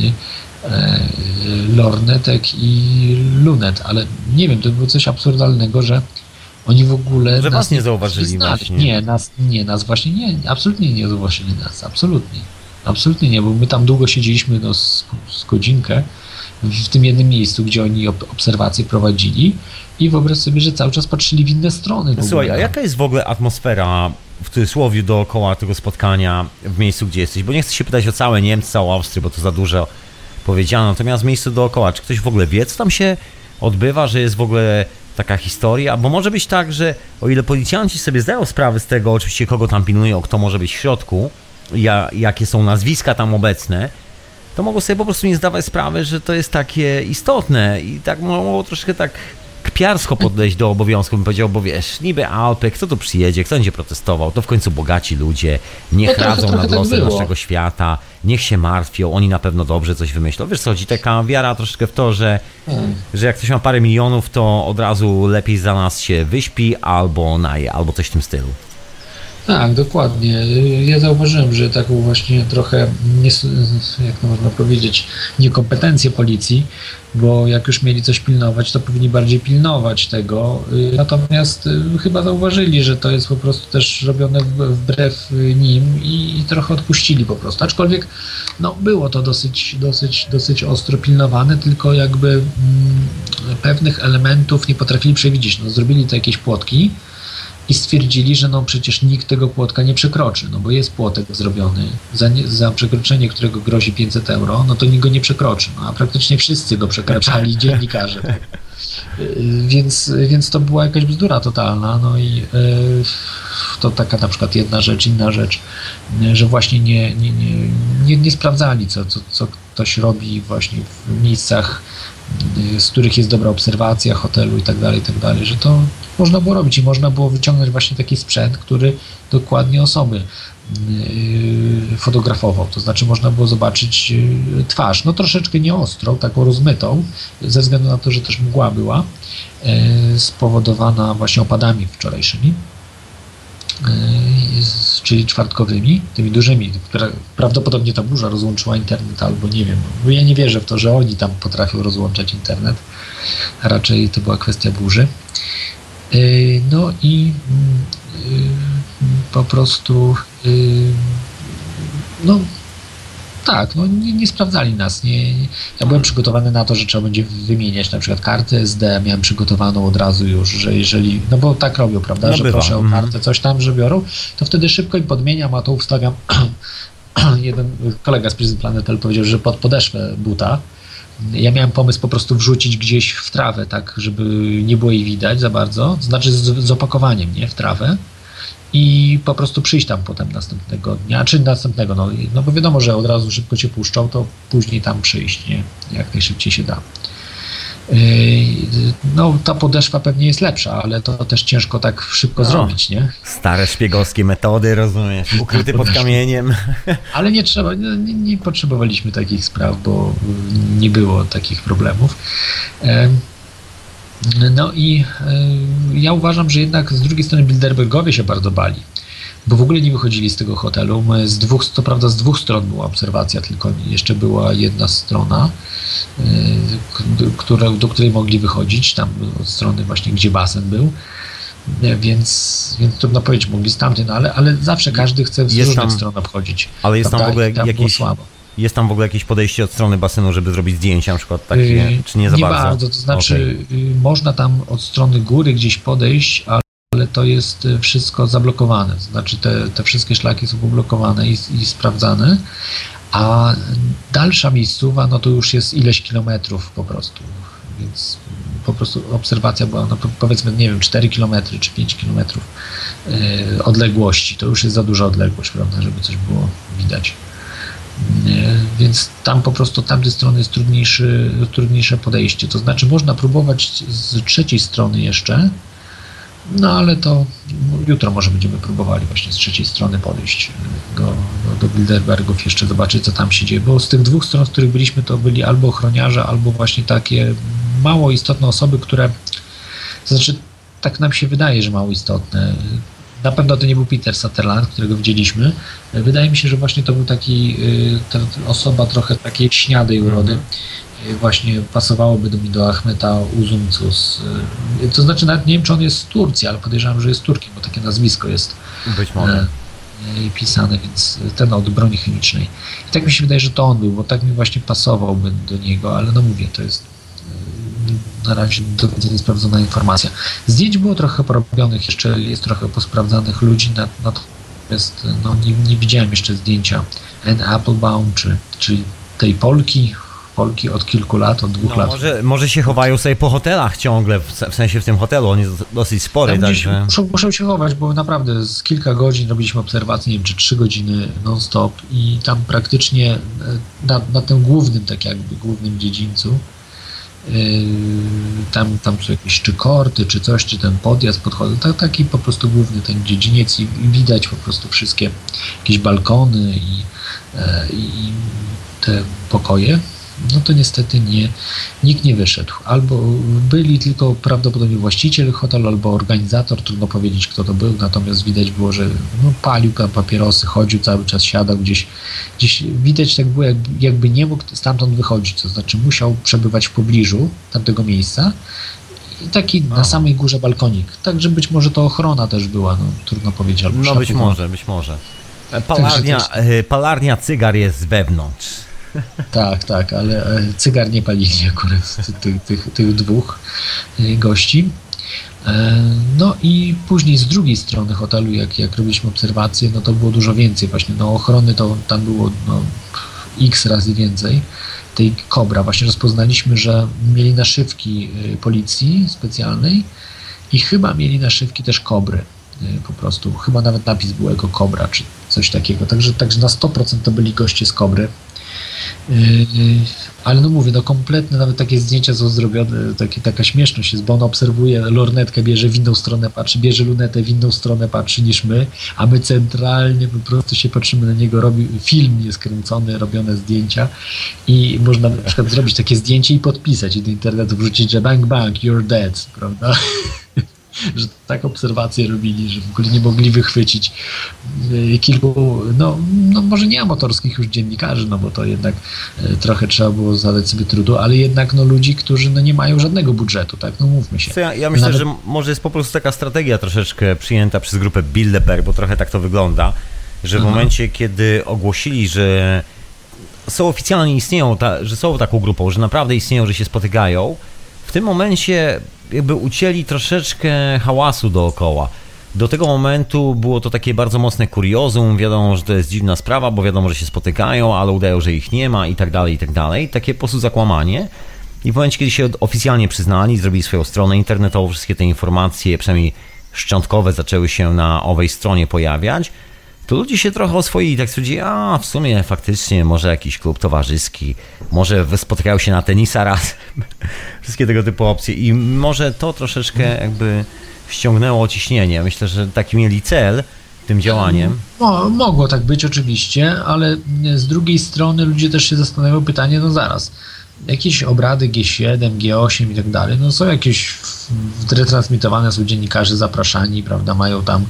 lornetek i lunet, ale nie wiem, to było coś absurdalnego, że oni w ogóle że nas was nie zauważyli nie właśnie. Nie, nas, nie, nas właśnie nie, absolutnie nie zauważyli nas, absolutnie. Absolutnie nie, bo my tam długo siedzieliśmy no, z, z godzinkę w tym jednym miejscu, gdzie oni ob- obserwacje prowadzili i wyobraź sobie, że cały czas patrzyli w inne strony. W Słuchaj, ogóle. a jaka jest w ogóle atmosfera w cudzysłowie dookoła tego spotkania w miejscu, gdzie jesteś? Bo nie chcę się pytać o całe Niemcy, całą Austrię, bo to za dużo powiedziano, natomiast w miejscu dookoła, czy ktoś w ogóle wie, co tam się odbywa, że jest w ogóle taka historia, bo może być tak, że o ile policjanci sobie zdają sprawę z tego, oczywiście kogo tam pilnują, kto może być w środku, ja, jakie są nazwiska tam obecne, to mogą sobie po prostu nie zdawać sprawy, że to jest takie istotne i tak mogą troszkę tak wyspiarsko podejść do obowiązku, bym powiedział, bo wiesz, niby Alpy, kto tu przyjedzie, kto będzie protestował, to w końcu bogaci ludzie, niech no radzą trochę, nad trochę losem tak naszego świata, niech się martwią, oni na pewno dobrze coś wymyślą. Wiesz co chodzi, taka wiara troszeczkę w to, że, hmm. że jak ktoś ma parę milionów, to od razu lepiej za nas się wyśpi albo naje, albo coś w tym stylu. Tak, dokładnie. Ja zauważyłem, że taką właśnie trochę, nie, jak to można powiedzieć, niekompetencję policji, bo jak już mieli coś pilnować, to powinni bardziej pilnować tego. Natomiast chyba zauważyli, że to jest po prostu też robione wbrew nim i, i trochę odpuścili po prostu. Aczkolwiek no, było to dosyć, dosyć, dosyć ostro pilnowane, tylko jakby mm, pewnych elementów nie potrafili przewidzieć. No, zrobili to jakieś płotki i stwierdzili, że no przecież nikt tego płotka nie przekroczy, no bo jest płotek zrobiony, za, nie, za przekroczenie którego grozi pięćset euro, no to nikt go nie przekroczy, no a praktycznie wszyscy go przekraczali, dziennikarze. Tak. Więc, więc to była jakaś bzdura totalna, no i yy, to taka na przykład jedna rzecz, inna rzecz, że właśnie nie, nie, nie, nie, nie sprawdzali, co, co, co ktoś robi właśnie w miejscach, z których jest dobra obserwacja hotelu i tak dalej, i tak dalej, że to można było robić i można było wyciągnąć właśnie taki sprzęt, który dokładnie osoby fotografował, to znaczy można było zobaczyć twarz, no troszeczkę nieostrą, taką rozmytą, ze względu na to, że też mgła była spowodowana właśnie opadami wczorajszymi, czyli czwartkowymi, tymi dużymi, które prawdopodobnie ta burza rozłączyła internet, albo nie wiem, bo ja nie wierzę w to, że oni tam potrafią rozłączać internet, raczej to była kwestia burzy. No i po prostu no tak, no nie, nie sprawdzali nas. Nie, ja byłem przygotowany na to, że trzeba będzie wymieniać na przykład kartę S D, miałem przygotowaną od razu już, że jeżeli, no bo tak robią, prawda, no że bywa. proszę o kartę, coś tam, że biorą, to wtedy szybko im podmieniam, a to ustawiam. Jeden kolega z Prison Planet powiedział, że pod podeszwę buta. Ja miałem pomysł po prostu wrzucić gdzieś w trawę, tak, żeby nie było jej widać za bardzo, to znaczy z, z opakowaniem, nie, w trawę i po prostu przyjść tam potem następnego dnia, czy następnego, no, no bo wiadomo, że od razu szybko cię puszczą, to później tam przyjść, nie, jak najszybciej się da. No, ta podeszwa pewnie jest lepsza, ale to też ciężko tak szybko no, zrobić, nie? Stare szpiegowskie metody, rozumiesz, ukryty pod kamieniem. Ale nie trzeba, nie, nie potrzebowaliśmy takich spraw, bo nie było takich problemów. No i ja uważam, że jednak z drugiej strony Bilderbergowie się bardzo bali, bo w ogóle nie wychodzili z tego hotelu. My z dwóch, to prawda, z dwóch stron była obserwacja, tylko jeszcze była jedna strona, które, do której mogli wychodzić, tam od strony właśnie, gdzie basen był, więc, więc trudno powiedzieć, mogli stamtąd, no ale, ale zawsze każdy chce z jest różnych tam, stron obchodzić. Ale jest tam w ogóle tam jakieś... Jest tam w ogóle jakieś podejście od strony basenu, żeby zrobić zdjęcia na przykład takie, yy, czy nie za nie bardzo? Nie bardzo, to znaczy okay. yy, można tam od strony góry gdzieś podejść, ale to jest wszystko zablokowane, to znaczy te, te wszystkie szlaki są poblokowane i, i sprawdzane, a dalsza miejscowa, no to już jest ileś kilometrów po prostu, więc po prostu obserwacja była, no powiedzmy, nie wiem, cztery kilometry czy pięć kilometrów yy, odległości, to już jest za duża odległość, prawda, żeby coś było widać. Więc tam po prostu tamtej strony jest trudniejszy, trudniejsze podejście. To znaczy można próbować z trzeciej strony jeszcze, no ale to jutro może będziemy próbowali właśnie z trzeciej strony podejść do, do, do Bilderbergów, jeszcze zobaczyć, co tam się dzieje, bo z tych dwóch stron, z których byliśmy, to byli albo ochroniarze, albo właśnie takie mało istotne osoby, które, to znaczy tak nam się wydaje, że mało istotne. Na pewno to nie był Peter Sutherland, którego widzieliśmy. Wydaje mi się, że właśnie to był taki ta osoba trochę takiej śniadej urody. Właśnie pasowałoby do mi do Ahmeta Uzumcus. To znaczy nawet nie wiem, czy on jest z Turcji, ale podejrzewam, że jest Turkiem, bo takie nazwisko jest być może pisane, więc ten od broni chemicznej. I tak mi się wydaje, że to on był, bo tak mi właśnie pasowałby do niego, ale no mówię, to jest na razie do końca niesprawdzona informacja. Zdjęć było trochę porobionych, jeszcze jest trochę posprawdzanych ludzi, natomiast no, nie, nie widziałem jeszcze zdjęcia Anne Applebaum, czy, czy tej Polki, Polki od kilku lat, od dwóch no, lat. Może, może się chowają sobie po hotelach ciągle, w, w sensie w tym hotelu, on jest dosyć spory. Także... Muszą, muszą się chować, bo naprawdę z kilka godzin robiliśmy obserwacje, nie wiem, czy trzy godziny non-stop i tam praktycznie na, na tym głównym, tak jakby, głównym dziedzińcu Tam, tam są jakieś czy korty, czy coś, czy ten podjazd podchodzą, tak, taki po prostu główny ten dziedziniec i, i widać po prostu wszystkie jakieś balkony i, i te pokoje. No to niestety nie, nikt nie wyszedł. Albo byli tylko prawdopodobnie właściciel hotelu, albo organizator, trudno powiedzieć, kto to był, natomiast widać było, że no, palił tam papierosy, chodził cały czas, siadał gdzieś, gdzieś widać tak było, jakby, jakby nie mógł stamtąd wychodzić, to znaczy musiał przebywać w pobliżu tamtego miejsca i taki na samej górze balkonik. Także być może to ochrona też była, no trudno powiedzieć. Albo no być może, być może. Palarnia, też... palarnia cygar jest wewnątrz. Tak, tak, ale cygar nie palili akurat tych, tych, tych dwóch gości. No i później z drugiej strony hotelu, jak, jak robiliśmy obserwacje, no to było dużo więcej właśnie. No ochrony to tam było no, x razy więcej. Tej Kobra właśnie rozpoznaliśmy, że mieli naszywki policji specjalnej i chyba mieli naszywki też Kobry. Po prostu, chyba nawet napis był jako Kobra, czy coś takiego. Także, także na sto procent to byli goście z Kobry. Yy, ale no mówię, no kompletne, nawet takie zdjęcia są zrobione, takie, taka śmieszność jest, bo on obserwuje, lornetkę bierze w inną stronę, patrzy, bierze lunetę w inną stronę, patrzy niż my, a my centralnie po prostu się patrzymy na niego, robi, film jest kręcony, robione zdjęcia i można na przykład zrobić takie zdjęcie i podpisać i do internetu wrzucić, że bang bang, you're dead, prawda? Że tak obserwacje robili, że w ogóle nie mogli wychwycić kilku, no, no może nie amatorskich już dziennikarzy, no bo to jednak trochę trzeba było zadać sobie trudu, ale jednak no ludzi, którzy no nie mają żadnego budżetu, tak, no mówmy się. Ja, ja myślę, Nawet... że może jest po prostu taka strategia troszeczkę przyjęta przez grupę Bilderberg, bo trochę tak to wygląda, że w Aha. momencie, kiedy ogłosili, że są oficjalnie istnieją, ta, że są taką grupą, że naprawdę istnieją, że się spotykają, w tym momencie jakby ucięli troszeczkę hałasu dookoła. Do tego momentu było to takie bardzo mocne kuriozum, wiadomo, że to jest dziwna sprawa, bo wiadomo, że się spotykają, ale udają, że ich nie ma i tak dalej, i tak dalej. Takie po prostu zakłamanie. I w momencie, kiedy się oficjalnie przyznali, zrobili swoją stronę internetową, wszystkie te informacje, przynajmniej szczątkowe, zaczęły się na owej stronie pojawiać, to ludzie się trochę oswoili i tak stwierdzili, a w sumie faktycznie może jakiś klub towarzyski, może spotykają się na tenisa razem, wszystkie tego typu opcje i może to troszeczkę jakby ściągnęło ciśnienie. Myślę, że taki mieli cel tym działaniem. No, mogło tak być oczywiście, ale z drugiej strony ludzie też się zastanawiają pytanie, no zaraz, jakieś obrady G siedem, G osiem i tak dalej, no są jakieś retransmitowane, są dziennikarze zapraszani, prawda, mają tam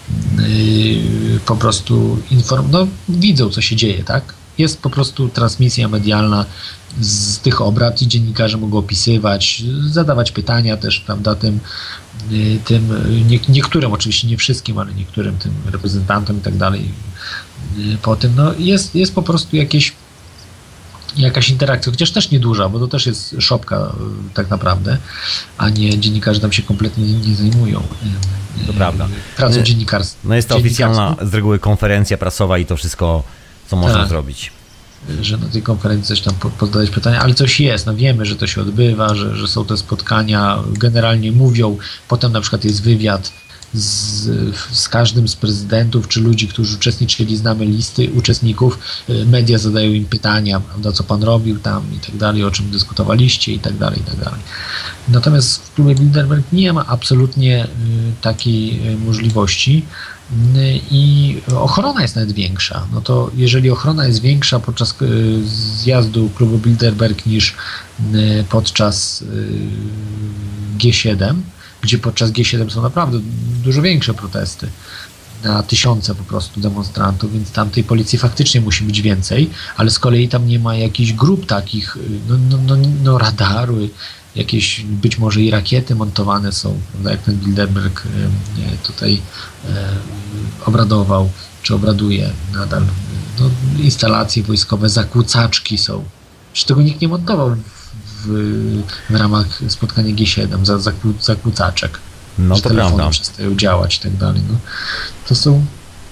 yy, po prostu inform... no widzą, co się dzieje, tak? Jest po prostu transmisja medialna z tych obrad i dziennikarze mogą opisywać, zadawać pytania też, prawda, tym, yy, tym nie, niektórym, oczywiście nie wszystkim, ale niektórym tym reprezentantom i tak dalej. Yy, po tym, no jest, jest po prostu jakieś jakaś interakcja, chociaż też nieduża, bo to też jest szopka tak naprawdę, a nie dziennikarze tam się kompletnie nie, nie zajmują to prawda. pracą dziennikarską. No jest to oficjalna z reguły konferencja prasowa i to wszystko, co można tak. zrobić. Że na tej konferencji coś tam podać pytania, ale coś jest, no wiemy, że to się odbywa, że, że są te spotkania, generalnie mówią, potem na przykład jest wywiad Z, z każdym z prezydentów czy ludzi, którzy uczestniczyli, znamy listy uczestników, media zadają im pytania, prawda, co pan robił tam i tak dalej, o czym dyskutowaliście i tak dalej, i tak dalej. Natomiast w klubie Bilderberg nie ma absolutnie takiej możliwości i ochrona jest nawet większa. No to jeżeli ochrona jest większa podczas zjazdu klubu Bilderberg niż podczas G siedem, gdzie podczas G siedem są naprawdę dużo większe protesty, na tysiące po prostu demonstrantów, więc tam tej policji faktycznie musi być więcej, ale z kolei tam nie ma jakichś grup takich, no, no, no, no radaru, jakieś być może i rakiety montowane są, jak ten Bilderberg tutaj obradował, czy obraduje nadal. No, instalacje wojskowe, zakłócaczki są. Czy tego nikt nie montował w, w ramach spotkania G siedem, za, za, zakłócaczek. No że to telefony prawda. przestają działać i tak dalej. No, to są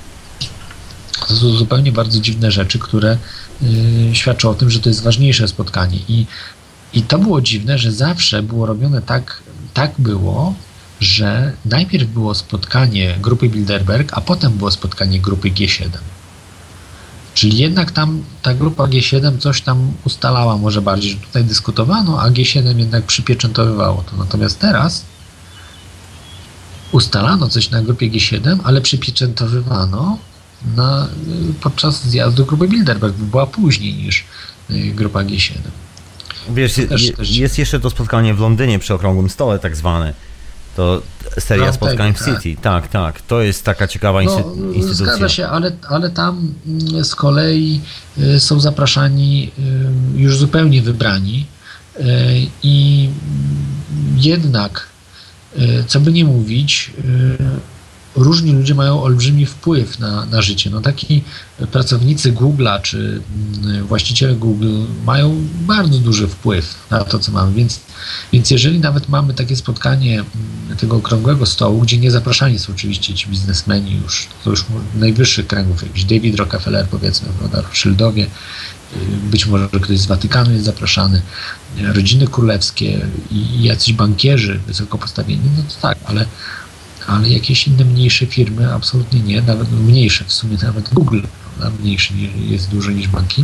to są zupełnie bardzo dziwne rzeczy, które yy, świadczą o tym, że to jest ważniejsze spotkanie. I, i to było dziwne, że zawsze było robione tak, tak było, że najpierw było spotkanie grupy Bilderberg, a potem było spotkanie grupy G siedem. Czyli jednak tam ta grupa G siedem coś tam ustalała może bardziej, że tutaj dyskutowano, a G siedem jednak przypieczętowywało to. Natomiast teraz ustalano coś na grupie G siedem, ale przypieczętowywano na, podczas zjazdu grupy Bilderberg, była później niż grupa G siedem. Wiesz, też, je, też... jest jeszcze to spotkanie w Londynie przy Okrągłym Stole tak zwane. To seria no, spotkań tego, w City. Tak. tak, tak. To jest taka ciekawa no, instytucja. Zgadza się, ale, ale tam z kolei są zapraszani już zupełnie wybrani i jednak, co by nie mówić, różni ludzie mają olbrzymi wpływ na, na życie. No taki pracownicy Google'a czy właściciele Google mają bardzo duży wpływ na to, co mamy, więc, więc jeżeli nawet mamy takie spotkanie tego okrągłego stołu, gdzie nie zapraszani są oczywiście ci biznesmeni już, to już najwyższych kręgów, jakiś David Rockefeller powiedzmy, prawda, Rothschildowie, być może ktoś z Watykanu jest zapraszany, rodziny królewskie i jacyś bankierzy wysoko postawieni, no to tak, ale ale jakieś inne mniejsze firmy absolutnie nie, nawet mniejsze, w sumie nawet Google, prawda, mniejszy jest dużo niż banki,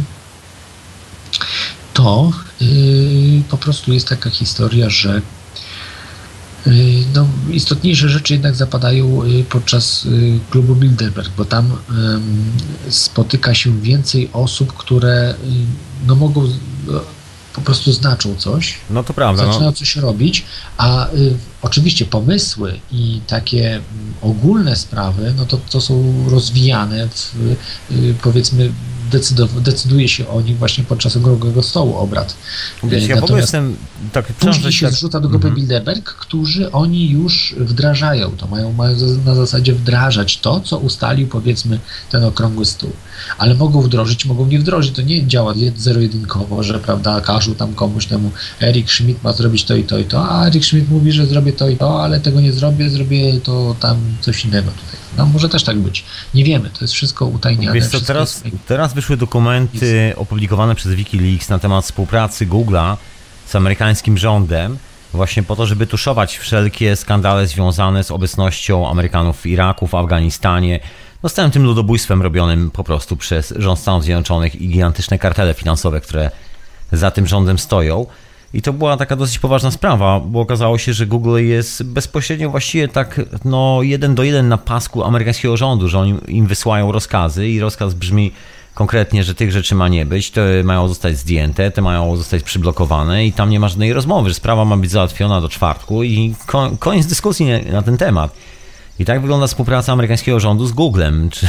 to yy, po prostu jest taka historia, że yy, no, istotniejsze rzeczy jednak zapadają yy, podczas yy, klubu Bilderberg, bo tam yy, spotyka się więcej osób, które yy, no, mogą yy, po prostu znaczą coś, no to prawda, zaczynają no. coś robić, a y, oczywiście pomysły i takie y, ogólne sprawy, no to, to są rozwijane, w, y, powiedzmy, decydow- decyduje się o nich właśnie podczas okrągłego stołu obrad. Wiesz, ja w ogóle jestem tak... Później się tak... zrzuca do grupy mm-hmm. Bilderberg, którzy oni już wdrażają to, mają, mają na zasadzie wdrażać to, co ustalił, powiedzmy, ten okrągły stół. Ale mogą wdrożyć, mogą nie wdrożyć, to nie działa zero-jedynkowo, że prawda, każą tam komuś temu, Eric Schmidt ma zrobić to i to i to, a Eric Schmidt mówi, że zrobię to i to, ale tego nie zrobię, zrobię to tam coś innego tutaj. No może też tak być. Nie wiemy, to jest wszystko utajniane. Wiesz co, teraz, teraz wyszły dokumenty opublikowane przez Wikileaks na temat współpracy Google'a z amerykańskim rządem, właśnie po to, żeby tuszować wszelkie skandale związane z obecnością Amerykanów w Iraku, w Afganistanie, no z całym tym ludobójstwem robionym po prostu przez rząd Stanów Zjednoczonych i gigantyczne kartele finansowe, które za tym rządem stoją. I to była taka dosyć poważna sprawa, bo okazało się, że Google jest bezpośrednio właściwie tak no jeden do jeden na pasku amerykańskiego rządu, że oni im wysyłają rozkazy i rozkaz brzmi konkretnie, że tych rzeczy ma nie być, te mają zostać zdjęte, te mają zostać przyblokowane i tam nie ma żadnej rozmowy, że sprawa ma być załatwiona do czwartku i koniec dyskusji na ten temat. I tak wygląda współpraca amerykańskiego rządu z Googlem, czyli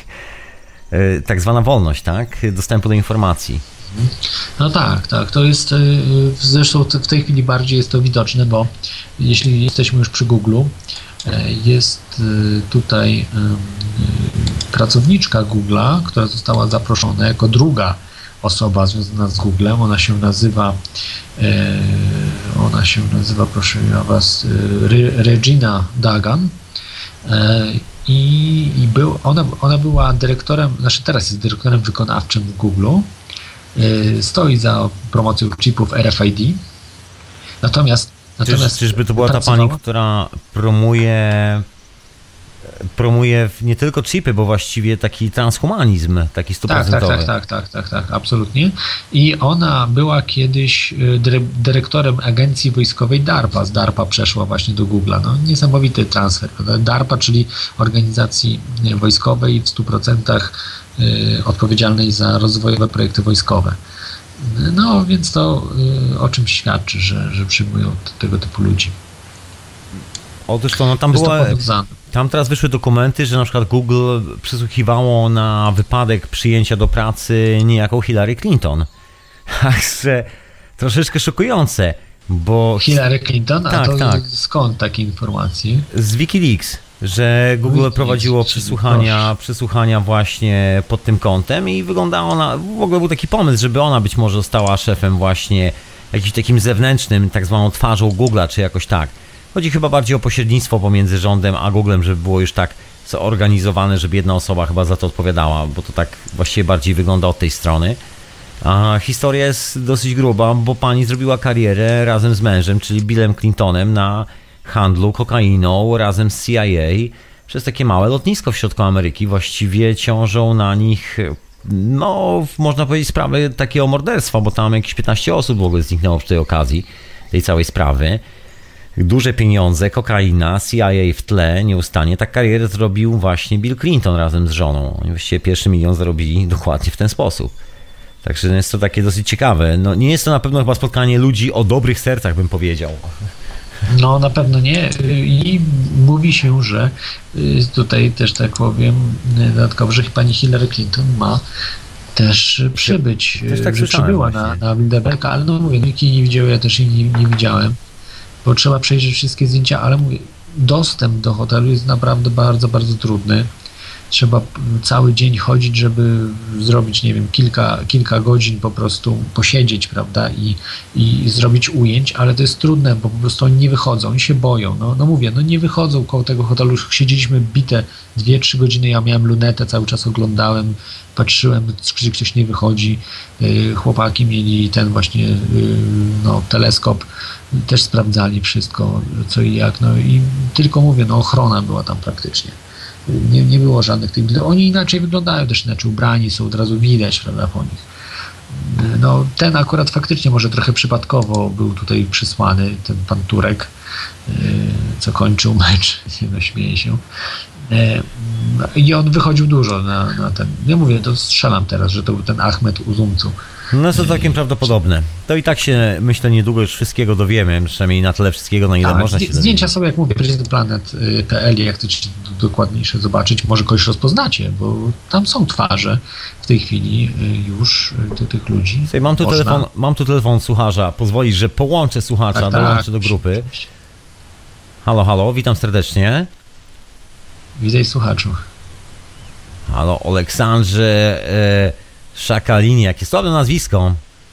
tak zwana wolność, tak? Dostępu do informacji. No tak, tak, to jest, zresztą w tej chwili bardziej jest to widoczne, bo jeśli jesteśmy już przy Google'u, jest tutaj pracowniczka Google'a, która została zaproszona jako druga osoba związana z Googlem, ona się nazywa, ona się nazywa, proszę ja was, Regina Dagan. I, i był, ona, ona była dyrektorem, znaczy teraz jest dyrektorem wykonawczym w Google'u, stoi za promocją chipów R F I D. Natomiast, natomiast Czyż, czyżby to była ta pani, która promuje promuje nie tylko chipy, bo właściwie taki transhumanizm, taki stuprocentowy. Tak, tak, tak, tak, tak, tak, absolutnie. I ona była kiedyś dyrektorem agencji wojskowej DARPA. Z DARPA przeszła właśnie do Google'a. No, niesamowity transfer. DARPA, czyli organizacji wojskowej w stu procentach odpowiedzialnej za rozwojowe projekty wojskowe. No, więc to o czymś świadczy, że, że przyjmują tego typu ludzi. Otóż to, no tam była, tam teraz wyszły dokumenty, że na przykład Google przysłuchiwało na wypadek przyjęcia do pracy niejaką Hillary Clinton. Także troszeczkę szokujące, bo... Hillary Clinton? A tak, to tak. Skąd takie informacje? Z Wikileaks, że Google Wikileaks, prowadziło przesłuchania, przesłuchania właśnie pod tym kątem i wyglądała ona, w ogóle był taki pomysł, żeby ona być może została szefem właśnie jakimś takim zewnętrznym, tak zwaną twarzą Google'a, czy jakoś tak. Chodzi chyba bardziej o pośrednictwo pomiędzy rządem a Googlem, żeby było już tak zorganizowane, żeby jedna osoba chyba za to odpowiadała, bo to tak właściwie bardziej wygląda od tej strony. A historia jest dosyć gruba, bo pani zrobiła karierę razem z mężem, czyli Billem Clintonem, na handlu kokainą razem z C I A przez takie małe lotnisko w środku Ameryki. Właściwie ciążą na nich no można powiedzieć sprawę takiego morderstwa, bo tam jakieś piętnaście osób w ogóle zniknęło przy tej okazji, tej całej sprawy. Duże pieniądze, kokaina, C I A w tle, nieustannie. Tak karierę zrobił właśnie Bill Clinton razem z żoną. Oni właściwie pierwszy milion zarobili dokładnie w ten sposób. Także jest to takie dosyć ciekawe. No, nie jest to na pewno chyba spotkanie ludzi o dobrych sercach, bym powiedział. No na pewno nie. I mówi się, że tutaj też tak powiem dodatkowo, że pani Hillary Clinton ma też przybyć, też tak że przybyła na, na Bilderberga, ale no mówię, nikt jej nie widział, ja też jej nie, nie widziałem, bo trzeba przejrzeć wszystkie zdjęcia, ale mówię, dostęp do hotelu jest naprawdę bardzo, bardzo trudny. Trzeba cały dzień chodzić, żeby zrobić, nie wiem, kilka, kilka godzin po prostu posiedzieć, prawda, i, i zrobić ujęć, ale to jest trudne, bo po prostu oni nie wychodzą, oni się boją. No, no mówię, no nie wychodzą koło tego hotelu, już siedzieliśmy bite dwie trzy godziny, ja miałem lunetę, cały czas oglądałem, patrzyłem, czy ktoś nie wychodzi. Chłopaki mieli ten właśnie no, teleskop, też sprawdzali wszystko, co i jak, no i tylko mówię, no ochrona była tam praktycznie. Nie, nie było żadnych tych... Oni inaczej wyglądają, też inaczej ubrani są, od razu widać, prawda, po nich. No, ten akurat faktycznie może trochę przypadkowo był tutaj przysłany, ten pan Turek, co kończył mecz, no śmieje się. I on wychodził dużo na, na ten... Ja mówię, to strzelam teraz, że to był ten Ahmed Uzumcu. No jest to całkiem prawdopodobne. To i tak się, myślę, niedługo już wszystkiego dowiemy, przynajmniej na tyle wszystkiego, na ile tak, można się dowiedzieć. Zdjęcia są, jak mówię, president planet kropka p l, jak chcecie dokładniejsze zobaczyć, może kogoś rozpoznacie, bo tam są twarze w tej chwili już tych, tych ludzi. Słuchaj, mam tu można... telefon, mam tu telefon słuchacza, pozwolisz, że połączę słuchacza, tak, dołączę tak. do grupy. Halo, halo, witam serdecznie. Witaj słuchaczu. Halo, Aleksandrze e, Szakalini, jakie słabe nazwisko.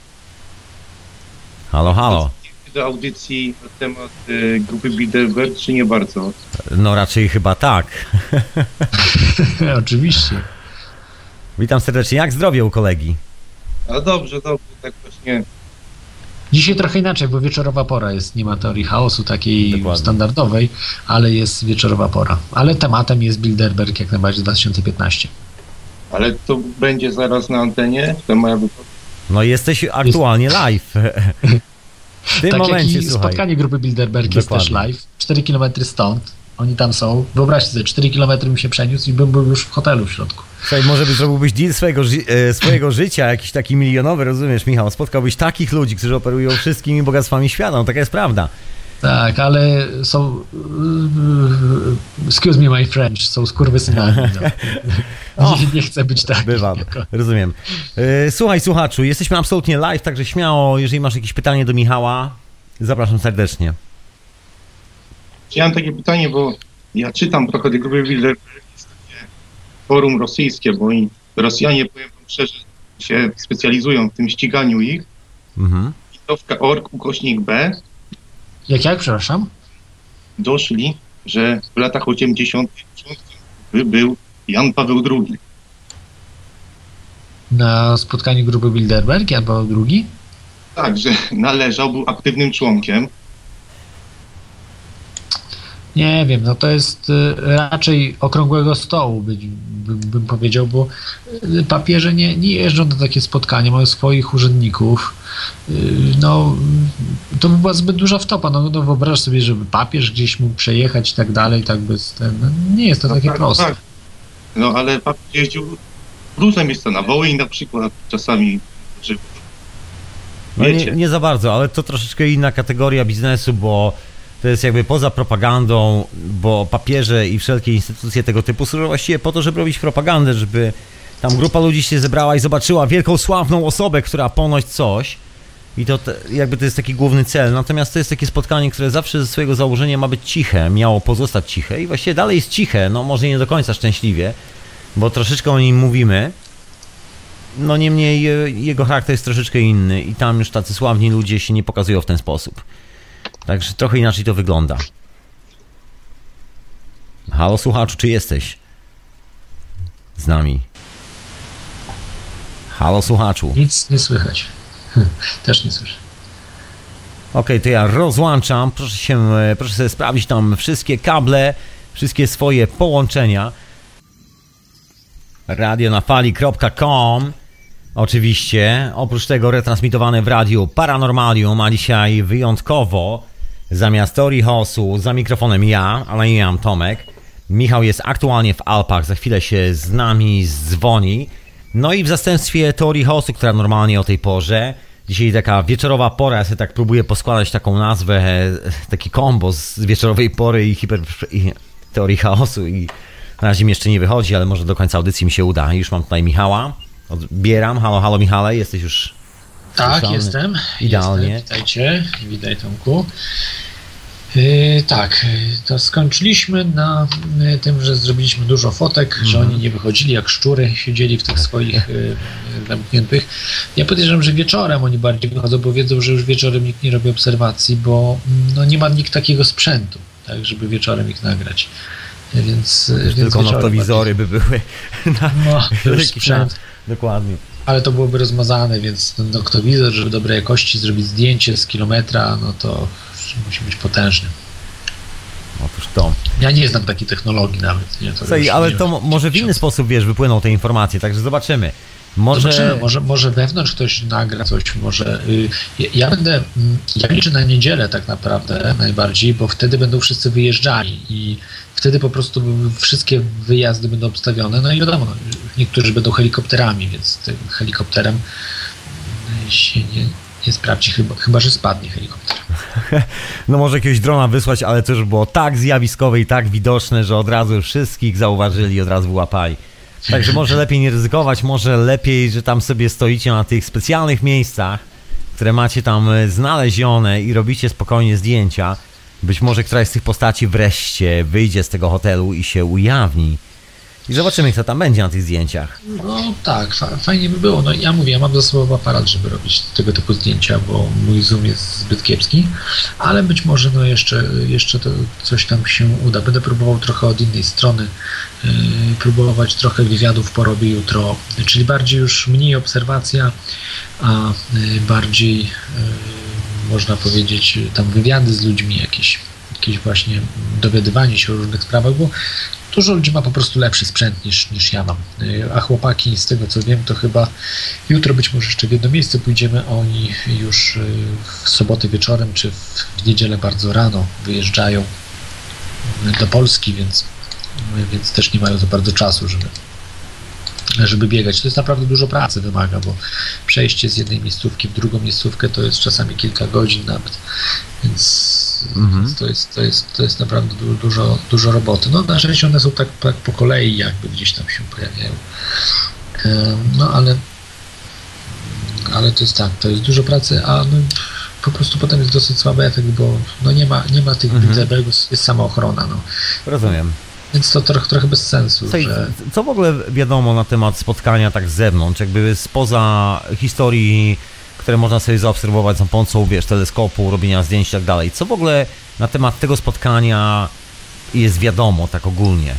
Halo, halo. Do audycji na temat y, grupy Bilderberg, czy nie bardzo? No raczej chyba tak. Oczywiście. Witam serdecznie. Jak zdrowie u kolegi? A dobrze, dobrze, tak właśnie. Dzisiaj trochę inaczej, bo wieczorowa pora jest, nie ma teorii chaosu takiej Dokładnie. standardowej, ale jest wieczorowa pora. Ale tematem jest Bilderberg jak najbardziej dwa tysiące piętnasty. Ale to będzie zaraz na antenie? To moja wypowiedź. No jesteś aktualnie live. W tym tak momencie, jak i słuchaj. spotkanie grupy Bilderberg jest też live. cztery kilometry stąd. Oni tam są. Wyobraźcie sobie, cztery kilometry bym się przeniósł i bym był już w hotelu w środku. Słuchaj, może byś zrobiłbyś deal swojego, ży- e, swojego życia, jakiś taki milionowy, rozumiesz, Michał? Spotkałbyś takich ludzi, którzy operują wszystkimi bogactwami świata. No taka jest prawda. Tak, ale są... Excuse me my French, są skurwysynami. No. Nie, nie chcę być taki. Bywam, rozumiem. E, Słuchaj, słuchaczu, jesteśmy absolutnie live, także śmiało, jeżeli masz jakieś pytanie do Michała, zapraszam serdecznie. Ja mam takie pytanie, bo ja czytam trochę tej grupy Bilderberg, jest takie forum rosyjskie, bo i Rosjanie, powiem wam szczerze, się specjalizują w tym ściganiu ich. Mhm. Litowka kropka org ukośnik B Jak, jak, przepraszam? doszli, że w latach osiemdziesiątych członkiem był Jan Paweł drugi. Na spotkaniu grupy Bilderberg, Jan Paweł drugi? Tak, że należał, był aktywnym członkiem. Nie wiem, no to jest y, raczej okrągłego stołu, być, bym, bym powiedział, bo y, papieże nie, nie jeżdżą na takie spotkania, mają swoich urzędników. Y, no, to by była zbyt duża wtopa. No, no wyobraź sobie, żeby papież gdzieś mógł przejechać i tak dalej, tak bez ten, no, nie jest to No takie tak, proste. tak. No ale papież jeździł w różne miejsca, na Wołyń na przykład, czasami, że No nie, wiecie. nie za bardzo, ale to troszeczkę inna kategoria biznesu, bo to jest jakby poza propagandą, bo papieże i wszelkie instytucje tego typu służą właściwie po to, żeby robić propagandę, żeby tam grupa ludzi się zebrała i zobaczyła wielką, sławną osobę, która ponoć coś i to te, jakby to jest taki główny cel. Natomiast to jest takie spotkanie, które zawsze ze swojego założenia ma być ciche, miało pozostać ciche i właściwie dalej jest ciche, no może nie do końca szczęśliwie, bo troszeczkę o nim mówimy. No niemniej jego charakter jest troszeczkę inny i tam już tacy sławni ludzie się nie pokazują w ten sposób. Także trochę inaczej to wygląda. Halo słuchaczu, czy jesteś z nami? Halo słuchaczu. Nic nie słychać. Też nie słyszę. Okej, to ja rozłączam. Proszę się, proszę sobie sprawdzić tam wszystkie kable, wszystkie swoje połączenia. radio na fali kropka com. Oczywiście, oprócz tego retransmitowane w radiu Paranormalium, a dzisiaj wyjątkowo zamiast teorii chaosu za mikrofonem ja, ale nie mam Tomek. Michał jest aktualnie w Alpach, za chwilę się z nami dzwoni. No i w zastępstwie teorii chaosu, która normalnie o tej porze, dzisiaj taka wieczorowa pora, ja sobie tak próbuję poskładać taką nazwę, taki kombo z wieczorowej pory i, hiper, i teorii chaosu i na razie mi jeszcze nie wychodzi, ale może do końca audycji mi się uda. Już mam tutaj Michała, odbieram. Halo, halo Michale, jesteś już Tak, słyszalny? Jestem. Idealnie. Jestem. Witajcie, witaj Tomku. Yy, tak, to skończyliśmy na yy, tym, że zrobiliśmy dużo fotek, mm. że oni nie wychodzili jak szczury, siedzieli w tych swoich yy, zamkniętych. Ja podejrzewam, że wieczorem oni bardziej wychodzą, bo wiedzą, że już wieczorem nikt nie robi obserwacji, bo no, nie ma nikt takiego sprzętu, tak, żeby wieczorem ich nagrać. Więc, więc tylko noktowizory by były na no, sprzęt. Dokładnie. Ale to byłoby rozmazane, więc ten noktowizor, żeby dobrej jakości zrobić zdjęcie z kilometra, no to musi być potężny. Otóż to. Ja nie znam takiej technologii nawet. Nie, to Słuchaj, ale to mo- może w inny sposób, wiesz, wypłyną te informacje, także zobaczymy. Może... Zobaczymy, może, może wewnątrz ktoś nagra coś, może... Yy, ja, ja będę... Ja liczę na niedzielę tak naprawdę najbardziej, bo wtedy będą wszyscy wyjeżdżali i wtedy po prostu wszystkie wyjazdy będą obstawione, no i wiadomo, niektórzy będą helikopterami, więc tym helikopterem się nie, nie sprawdzi, chyba, chyba że spadnie helikopter. No może jakiegoś drona wysłać, ale to już było tak zjawiskowe i tak widoczne, że od razu wszystkich zauważyli, od razu wyłapali. Także może lepiej nie ryzykować, może lepiej, że tam sobie stoicie na tych specjalnych miejscach, które macie tam znalezione i robicie spokojnie zdjęcia. Być może któraś z tych postaci wreszcie wyjdzie z tego hotelu i się ujawni. I zobaczymy, kto tam będzie na tych zdjęciach. No tak, fa- fajnie by było. No ja mówię, ja mam za sobą aparat, żeby robić tego typu zdjęcia, bo mój zoom jest zbyt kiepski, ale być może no jeszcze, jeszcze to coś tam się uda. Będę próbował trochę od innej strony, yy, próbować trochę wywiadów porobię jutro, czyli bardziej już mniej obserwacja, a yy, bardziej yy, można powiedzieć tam wywiady z ludźmi, jakieś, jakieś właśnie dowiadywanie się o różnych sprawach, bo dużo ludzi ma po prostu lepszy sprzęt niż, niż ja mam. A chłopaki, z tego co wiem, to chyba jutro być może jeszcze w jedno miejsce pójdziemy. Oni już w sobotę wieczorem czy w niedzielę bardzo rano wyjeżdżają do Polski, więc, więc też nie mają za bardzo czasu, żeby, żeby biegać. To jest naprawdę dużo pracy wymaga, bo przejście z jednej miejscówki w drugą miejscówkę to jest czasami kilka godzin nawet, więc Mhm. Więc to jest, to jest, to jest naprawdę du- dużo, dużo roboty. No na szczęście one są tak, tak po kolei jakby gdzieś tam się pojawiają. No ale ale to jest tak, to jest dużo pracy, a no, po prostu potem jest dosyć słaby efekt, bo no nie ma, nie ma tych mhm. big jest sama ochrona. No. Rozumiem. Więc to trochę, trochę bez sensu. Słuchaj, że... Co w ogóle wiadomo na temat spotkania tak z zewnątrz, jakby spoza historii, które można sobie zaobserwować za pomocą, wiesz, teleskopu, robienia zdjęć i tak dalej. Co w ogóle na temat tego spotkania jest wiadomo tak ogólnie?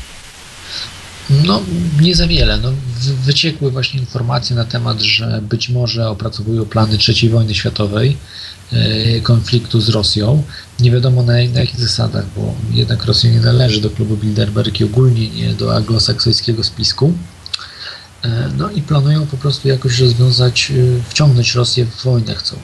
No, nie za wiele. No, wyciekły właśnie informacje na temat, że być może opracowują plany trzeciej wojny światowej, yy, konfliktu z Rosją. Nie wiadomo na, na jakich zasadach, bo jednak Rosja nie należy do klubu Bilderberg i ogólnie nie do anglosaksońskiego spisku. No i planują po prostu jakoś rozwiązać, wciągnąć Rosję w wojnę chcą.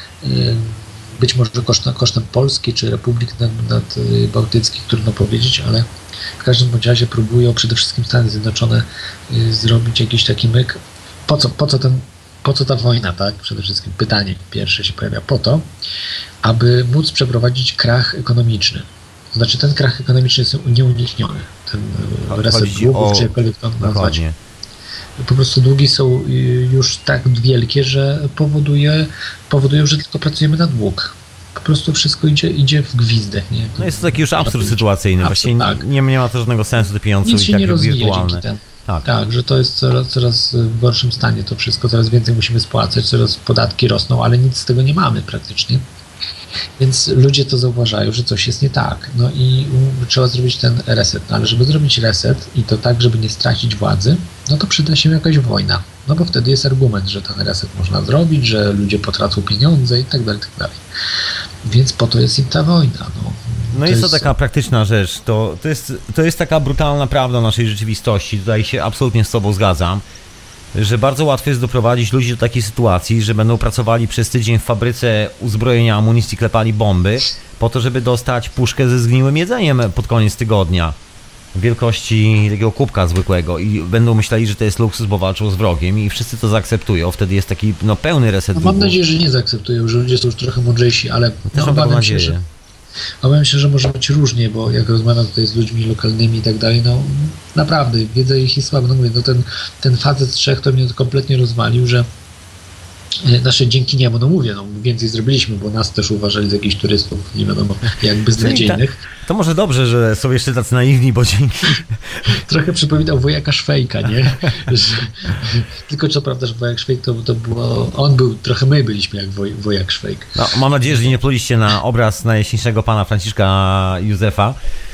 Być może kosztem, kosztem Polski czy Republik Nadbałtyckich, trudno powiedzieć, ale w każdym bądź razie próbują przede wszystkim Stany Zjednoczone zrobić jakiś taki myk. Po co, po co, ten, po co ta wojna, tak? Przede wszystkim pytanie pierwsze się pojawia po to, aby móc przeprowadzić krach ekonomiczny. Znaczy ten krach ekonomiczny jest nieunikniony. Ten reset długów, czy jakkolwiek to nazwać. Po prostu długi są już tak wielkie, że powoduje, powodują, że tylko pracujemy na dług. Po prostu wszystko idzie, idzie w gwizdek. Nie? No jest to taki już absurd sytuacyjny. Absurd, Właśnie tak. nie, nie ma to żadnego sensu, te pieniądze Nic są się i tak nie rozwija wirtualne. dzięki temu. Tak. tak, że to jest coraz, coraz w gorszym stanie to wszystko, coraz więcej musimy spłacać, coraz podatki rosną, ale nic z tego nie mamy praktycznie. Więc ludzie to zauważają, że coś jest nie tak. No i trzeba zrobić ten reset. No ale żeby zrobić reset i to tak, żeby nie stracić władzy, no to przyda się jakaś wojna. No bo wtedy jest argument, że ten reset można zrobić, że ludzie potracą pieniądze i tak dalej, i tak dalej. Więc po to jest im ta wojna. No. No jest to taka praktyczna rzecz, to, to, jest, to jest taka brutalna prawda naszej rzeczywistości, tutaj się absolutnie z tobą zgadzam, że bardzo łatwo jest doprowadzić ludzi do takiej sytuacji, że będą pracowali przez tydzień w fabryce uzbrojenia amunicji, klepali bomby, po to, żeby dostać puszkę ze zgniłym jedzeniem pod koniec tygodnia, wielkości takiego kubka zwykłego, i będą myśleli, że to jest luksus, bo walczą z wrogiem, i wszyscy to zaakceptują. Wtedy jest taki no, pełny reset. No, mam nadzieję, że nie zaakceptują, że ludzie są już trochę mądrzejsi, ale no, no, obawiam się, że obawiam się, że może być różnie, bo jak rozmawiam tutaj z ludźmi lokalnymi i tak dalej, no naprawdę, wiedza ich jest słaba. No mówię, no ten, ten facet z Czech to mnie kompletnie rozwalił, że nasze dzięki niemu, no mówię, no więcej zrobiliśmy, bo nas też uważali za jakichś turystów, nie wiadomo, jak beznadziejnych. To może dobrze, że są jeszcze tacy naiwni, bo dzięki... Trochę przypominał wojaka Szwejka, nie? Że, tylko co prawda, że wojak Szwejk to, to było... On był, trochę my byliśmy jak woj, wojak Szwejk. No, mam nadzieję, że nie pluliście na obraz najjaśniejszego pana Franciszka Józefa.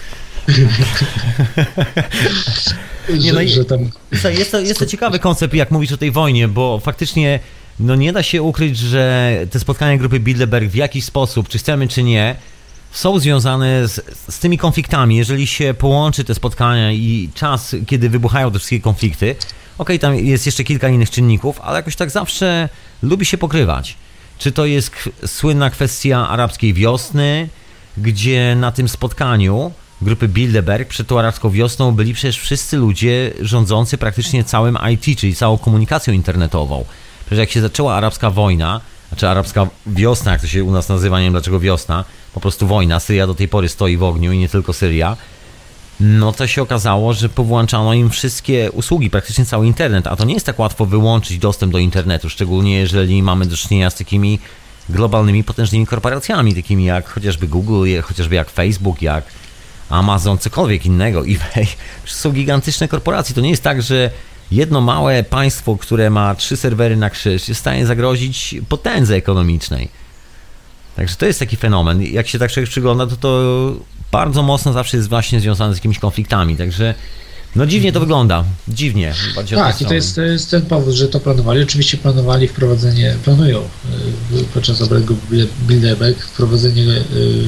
Nie, no, że, że tam... jest, to, jest to ciekawy koncept, jak mówisz o tej wojnie, bo faktycznie no nie da się ukryć, że te spotkania grupy Bilderberg w jakiś sposób, czy chcemy, czy nie, są związane z, z tymi konfliktami. Jeżeli się połączy te spotkania i czas, kiedy wybuchają te wszystkie konflikty, okej, okay, tam jest jeszcze kilka innych czynników, ale jakoś tak zawsze lubi się pokrywać. Czy to jest k- słynna kwestia arabskiej wiosny, gdzie na tym spotkaniu grupy Bilderberg przed tą arabską wiosną byli przecież wszyscy ludzie rządzący praktycznie całym I T, czyli całą komunikacją internetową. Przecież jak się zaczęła arabska wojna, znaczy arabska wiosna, jak to się u nas nazywa, nie wiem dlaczego wiosna, po prostu wojna, Syria do tej pory stoi w ogniu i nie tylko Syria, no to się okazało, że powłączano im wszystkie usługi, praktycznie cały internet, a to nie jest tak łatwo wyłączyć dostęp do internetu, szczególnie jeżeli mamy do czynienia z takimi globalnymi, potężnymi korporacjami, takimi jak chociażby Google, chociażby jak Facebook, jak Amazon, cokolwiek innego, eBay. Są gigantyczne korporacje. To nie jest tak, że jedno małe państwo, które ma trzy serwery na krzyż, jest w stanie zagrozić potędze ekonomicznej. Także to jest taki fenomen. Jak się tak człowiek przygląda, to to bardzo mocno zawsze jest właśnie związane z jakimiś konfliktami. Także no dziwnie to wygląda. Dziwnie. Tak, i to jest, to jest ten powód, że to planowali. Oczywiście planowali wprowadzenie, planują podczas obręgu Bilderberg wprowadzenie y,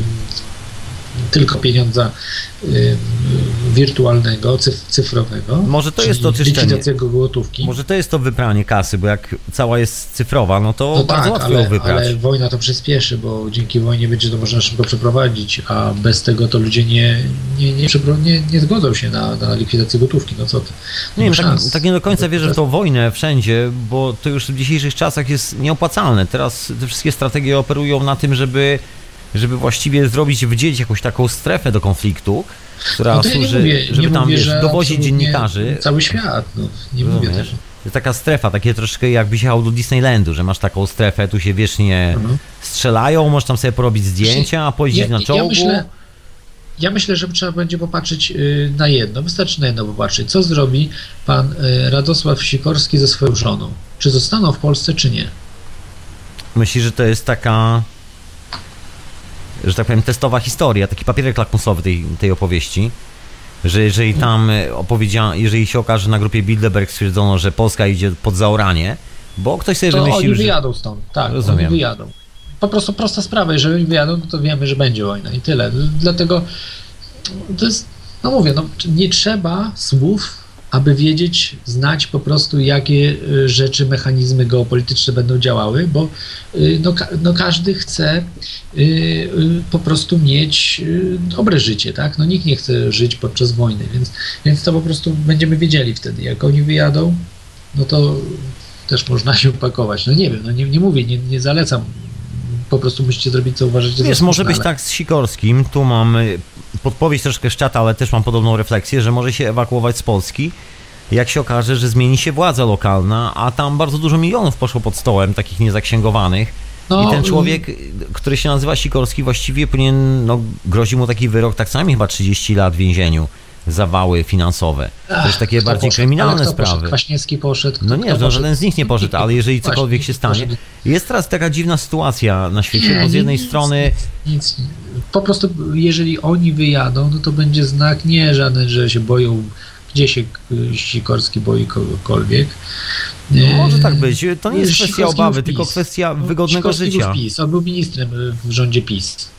tylko pieniądza y, wirtualnego, cyf, cyfrowego. Może to jest to czyszczenie. Gotówki. Może to jest to wypranie kasy, bo jak cała jest cyfrowa, no to no bardzo tak, łatwo ale, ją wyprać. ale wojna to przyspieszy, bo dzięki wojnie będzie to można szybko przeprowadzić, a bez tego to ludzie nie, nie, nie, nie, nie zgodzą się na, na likwidację gotówki. No co ty? Nie wiem, tak, tak nie do końca wierzę w tą wojnę wszędzie, bo to już w dzisiejszych czasach jest nieopłacalne. Teraz te wszystkie strategie operują na tym, żeby żeby właściwie zrobić, wydzielić jakąś taką strefę do konfliktu, która no to ja służy, mówię, żeby tam mówię, wiesz, dowozić dziennikarzy. Cały świat, no, nie mówię też. To jest taka strefa, takie troszkę jakbyś jechał do Disneylandu, że masz taką strefę, tu się wiecznie mhm. strzelają, możesz tam sobie porobić zdjęcia, a pojeździć ja, na czołgu. Ja myślę, ja myślę, że trzeba będzie popatrzeć na jedno, wystarczy na jedno popatrzeć, co zrobi pan Radosław Sikorski ze swoją żoną. Czy zostaną w Polsce, czy nie? Myślisz, że to jest taka, że tak powiem, testowa historia, taki papierek lakmusowy tej, tej opowieści, że jeżeli tam opowiedziano, jeżeli się okaże na grupie Bilderberg stwierdzono, że Polska idzie pod zaoranie, bo ktoś sobie to wymyślił, oni wyjadą że... stąd, tak, Rozumiem. oni wyjadą. Po prostu prosta sprawa, jeżeli oni wyjadą, no to wiemy, że będzie wojna i tyle. Dlatego to jest, no mówię, no nie trzeba słów, aby wiedzieć, znać po prostu, jakie rzeczy, mechanizmy geopolityczne będą działały, bo no, no każdy chce y, po prostu mieć dobre życie, tak? No nikt nie chce żyć podczas wojny, więc, więc to po prostu będziemy wiedzieli wtedy. Jak oni wyjadą, no to też można się upakować. No nie wiem, no nie, nie mówię, nie, nie zalecam. Po prostu musicie zrobić, co uważacie za Wiesz, słuszne, może być ale... tak z Sikorskim, tu mam podpowiedź troszkę z czata, ale też mam podobną refleksję, że może się ewakuować z Polski, jak się okaże, że zmieni się władza lokalna, a tam bardzo dużo milionów poszło pod stołem, takich niezaksięgowanych. No, i ten człowiek, który się nazywa Sikorski, właściwie powinien, no grozi mu taki wyrok, tak samo chyba trzydzieści lat w więzieniu. Zawały finansowe. Ach, to jest takie bardziej poszedł? kryminalne kto sprawy. Poszedł? Kwaśniewski poszedł. Kto, no nie, kto żaden z nich nie poszedł, ale jeżeli cokolwiek się stanie. Jest teraz taka dziwna sytuacja na świecie, nie, bo z jednej nic, strony... Nic, nic. Po prostu jeżeli oni wyjadą, no to będzie znak nie żaden, że się boją, gdzie się Sikorski boi kogokolwiek. No, może tak być. To nie jest kwestia obawy, tylko kwestia wygodnego Sikorski życia. Był PiS. On był ministrem w rządzie PiS.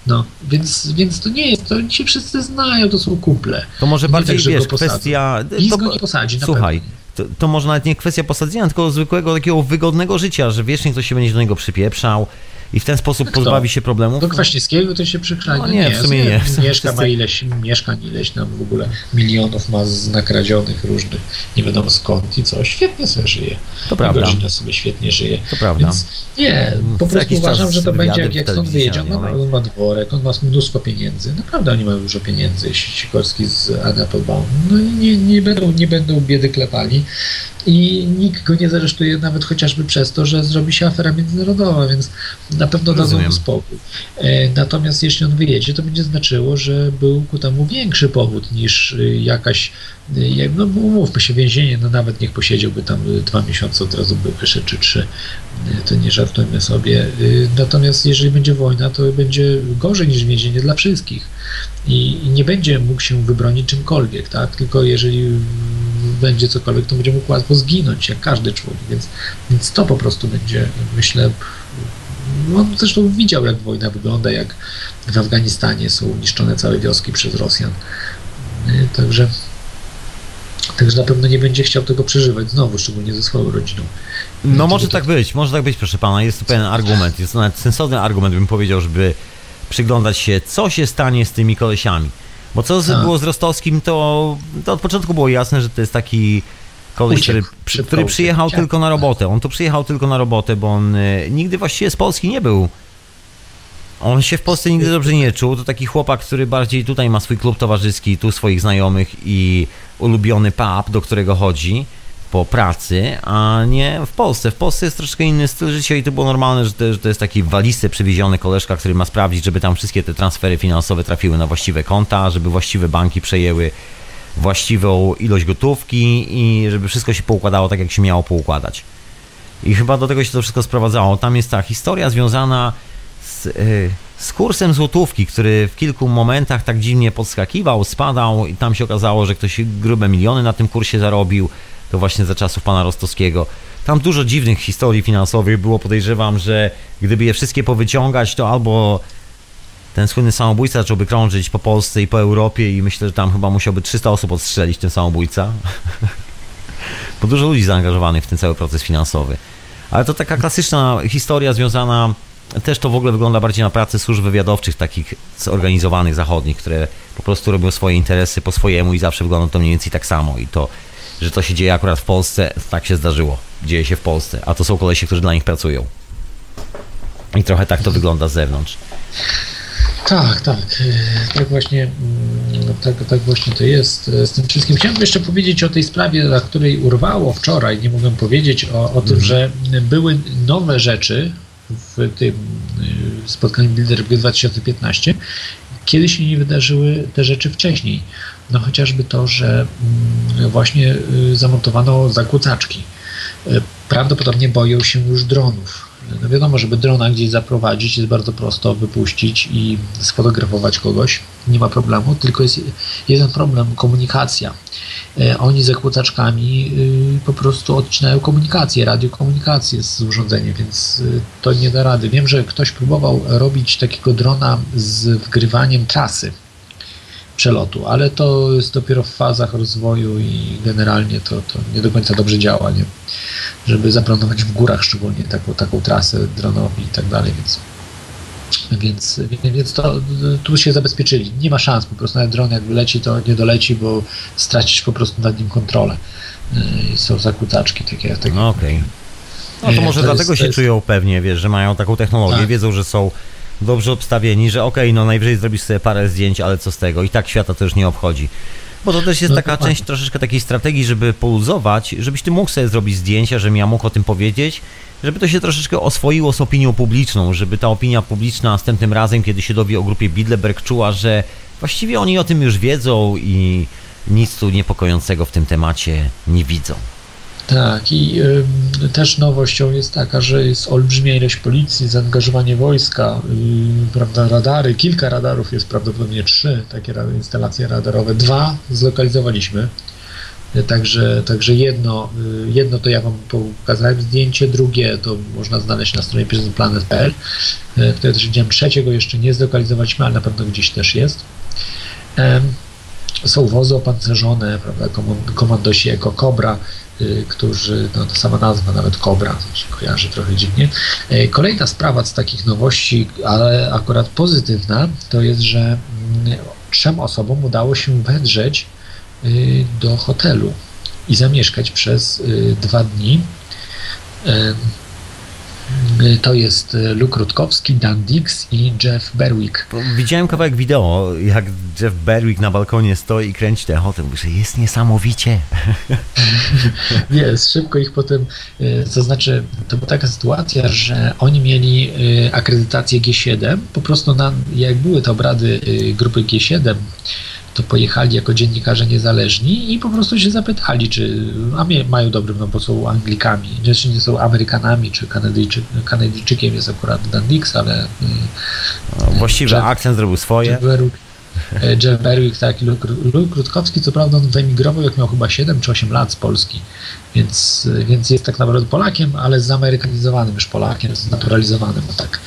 No, więc, więc to nie jest, to oni się wszyscy znają, to są kumple. To może Nie bardziej, tak, że wiesz, go kwestia... Nic to, go nie posadzi, na słuchaj, pewno. to, to może nawet nie kwestia posadzenia, tylko zwykłego takiego wygodnego życia, że wiecznie ktoś się będzie do niego przypieprzał i w ten sposób Kto? pozbawi się problemów. Do Kwaśniewskiego to się przykradnie. No nie, w sumie nie. Mieszka ma ileś, mieszkań ileś tam w ogóle milionów ma z nakradzionych różnych, nie wiadomo skąd i co. Świetnie sobie żyje. To prawda. Godzina sobie świetnie żyje. To prawda. Więc nie, po Co prostu jakiś uważam, czas że to będzie wywiady jak, w jak stąd telewizji wyjedzie. On ma, radiowej. on ma dworek, on ma mnóstwo pieniędzy. Naprawdę oni mają dużo pieniędzy, Sikorski z Applebaum. No i nie, nie, będą, nie będą biedy klepali. I nikt go nie zaresztuje nawet chociażby przez to, że zrobi się afera międzynarodowa, więc na pewno dadzą mu spokój. E, natomiast jeśli on wyjedzie, to będzie znaczyło, że był ku temu większy powód niż y, jakaś, y, jak, no umówmy się, więzienie, no nawet niech posiedziałby tam y, dwa miesiące, od razu by wyszedł, czy trzy, y, to nie żartujmy sobie. Y, natomiast jeżeli będzie wojna, to będzie gorzej niż więzienie dla wszystkich. I, i nie będzie mógł się wybronić czymkolwiek, tak? Tylko jeżeli będzie cokolwiek, to będzie mógł łatwo zginąć, jak każdy człowiek, więc, więc to po prostu będzie, myślę, no, on zresztą widział, jak wojna wygląda, jak w Afganistanie są niszczone całe wioski przez Rosjan, także także na pewno nie będzie chciał tego przeżywać znowu, szczególnie ze swoją rodziną. No może tak być, może tak być, proszę pana, jest to pewien argument, jest to nawet sensowny argument, bym powiedział, żeby przyglądać się, co się stanie z tymi kolesiami. Bo co z, było z Rostowskim, to, to od początku było jasne, że to jest taki koleś, który, przy, który przyjechał Uciekł. tylko na robotę. On tu przyjechał tylko na robotę, bo on y, nigdy właściwie z Polski nie był. On się w Polsce nigdy dobrze nie czuł. To taki chłopak, który bardziej tutaj ma swój klub towarzyski, tu swoich znajomych i ulubiony pub, do którego chodzi po pracy, a nie w Polsce. W Polsce jest troszkę inny styl życia i to było normalne, że to, że to jest taki w walizce przywieziony koleżka, który ma sprawdzić, żeby tam wszystkie te transfery finansowe trafiły na właściwe konta, żeby właściwe banki przejęły właściwą ilość gotówki i żeby wszystko się poukładało tak, jak się miało poukładać. I chyba do tego się to wszystko sprowadzało. Tam jest ta historia związana z, yy, z kursem złotówki, który w kilku momentach tak dziwnie podskakiwał, spadał i tam się okazało, że ktoś grube miliony na tym kursie zarobił. To właśnie za czasów pana Rostowskiego. Tam dużo dziwnych historii finansowych było. Podejrzewam, że gdyby je wszystkie powyciągać, to albo ten słynny samobójca zacząłby krążyć po Polsce i po Europie i myślę, że tam chyba musiałby trzysta osób odstrzelić, ten samobójca. Bo dużo ludzi zaangażowanych w ten cały proces finansowy. Ale to taka klasyczna historia związana, też to w ogóle wygląda bardziej na pracę służb wywiadowczych, takich zorganizowanych zachodnich, które po prostu robią swoje interesy po swojemu i zawsze wygląda to mniej więcej tak samo. I to, że to się dzieje akurat w Polsce, tak się zdarzyło. Dzieje się w Polsce, a to są kolesie, którzy dla nich pracują. I trochę tak to wygląda z zewnątrz. Tak, tak. Tak właśnie, tak, tak właśnie to jest z tym wszystkim. Chciałem jeszcze powiedzieć o tej sprawie, na której urwało wczoraj, nie mogłem powiedzieć o, o tym, mm. że były nowe rzeczy w tym spotkaniu Bilderberg dwa tysiące piętnaście, kiedy się nie wydarzyły te rzeczy wcześniej. No chociażby to, że właśnie zamontowano zakłócaczki. Prawdopodobnie boją się już dronów. No wiadomo, żeby drona gdzieś zaprowadzić jest bardzo prosto, wypuścić i sfotografować kogoś. Nie ma problemu, tylko jest jeden problem, komunikacja. Oni zakłócaczkami po prostu odcinają komunikację, radiokomunikację z urządzeniem, więc to nie da rady. Wiem, że ktoś próbował robić takiego drona z wgrywaniem trasy przelotu, ale to jest dopiero w fazach rozwoju i generalnie to, to nie do końca dobrze działa, nie? Żeby zaplanować w górach szczególnie taką, taką trasę dronowi i tak dalej, więc więc, więc to tu się zabezpieczyli. Nie ma szans, po prostu nawet dron jak wyleci, to nie doleci, bo stracisz po prostu nad nim kontrolę. I są zakłócaczki takie. takie no okej. Okay. No to może to dlatego jest, się jest... czują pewnie, wiesz, że mają taką technologię, tak. Wiedzą, że są dobrze obstawieni, że okej, okay, no najwyżej zrobisz sobie parę zdjęć, ale co z tego? I tak świata to już nie obchodzi. Bo to też jest no taka część troszeczkę takiej strategii, żeby poluzować, żebyś ty mógł sobie zrobić zdjęcia, żebym ja mógł o tym powiedzieć, żeby to się troszeczkę oswoiło z opinią publiczną, żeby ta opinia publiczna następnym razem, kiedy się dowie o grupie Bilderberg, czuła, że właściwie oni o tym już wiedzą i nic tu niepokojącego w tym temacie nie widzą. Tak, i y, też nowością jest taka, że jest olbrzymia ilość policji, zaangażowanie wojska, y, prawda, radary, kilka radarów jest, prawdopodobnie trzy takie instalacje radarowe, dwa zlokalizowaliśmy, Także, także jedno, jedno to ja wam pokazałem zdjęcie, drugie to można znaleźć na stronie prison-planet kropka p l, które też widziałem, trzeciego jeszcze nie zlokalizowaliśmy, ale na pewno gdzieś też jest. Są wozy opancerzone, prawda, komandosi jako Cobra, którzy, no to sama nazwa, nawet Cobra, to się kojarzy trochę dziwnie. Kolejna sprawa z takich nowości, ale akurat pozytywna, to jest, że trzem osobom udało się wedrzeć do hotelu i zamieszkać przez dwa dni. To jest Luke Rutkowski, Dan Dix i Jeff Berwick. Widziałem kawałek wideo, jak Jeff Berwick na balkonie stoi i kręci ten hotel. Mówię, że jest niesamowicie. Jest, szybko ich potem, to znaczy, to była taka sytuacja, że oni mieli akredytację G siedem, po prostu na, jak były te obrady grupy G siedem, to pojechali jako dziennikarze niezależni i po prostu się zapytali, czy a mają dobry, no bo są Anglikami, czy nie są Amerykanami, czy Kanadyjczyk, Kanadyjczykiem jest akurat Dan Dix, ale... No, właściwie Jeff, akcent zrobił swoje. Jeff Berwick, Jeff Berwick tak, Luke, Luke Rutkowski, co prawda on wyemigrował, jak miał chyba siedem czy osiem lat z Polski, więc, więc jest tak naprawdę Polakiem, ale zamerykanizowanym już Polakiem, znaturalizowanym, bo tak.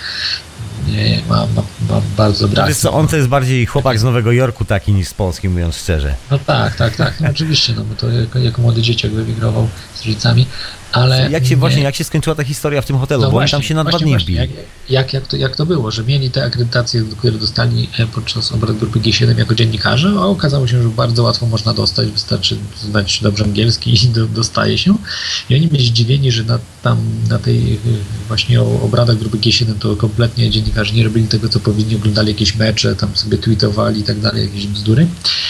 Nie, ma, ma, ma bardzo brak. Wiesz co, on to jest bardziej chłopak z Nowego Jorku taki niż z Polski, mówiąc szczerze. No tak, tak, tak, no oczywiście, no bo to jako, jako młody dzieciak wyemigrował z rodzicami, ale... Jak się, nie... właśnie, jak się skończyła ta historia w tym hotelu, no bo właśnie, oni tam się na dwa dni wbili. Jak, jak, jak, to, jak to było, że mieli te akredytacje, które dostali podczas obrad grupy G siedem jako dziennikarze, a okazało się, że bardzo łatwo można dostać, wystarczy znać dobrze angielski i do, dostaje się. I oni byli zdziwieni, że na, tam na tej właśnie obradach grupy G siedem to kompletnie dziennikarze nie robili tego, co powinni, oglądali jakieś mecze, tam sobie tweetowali i tak dalej, jakieś bzdury.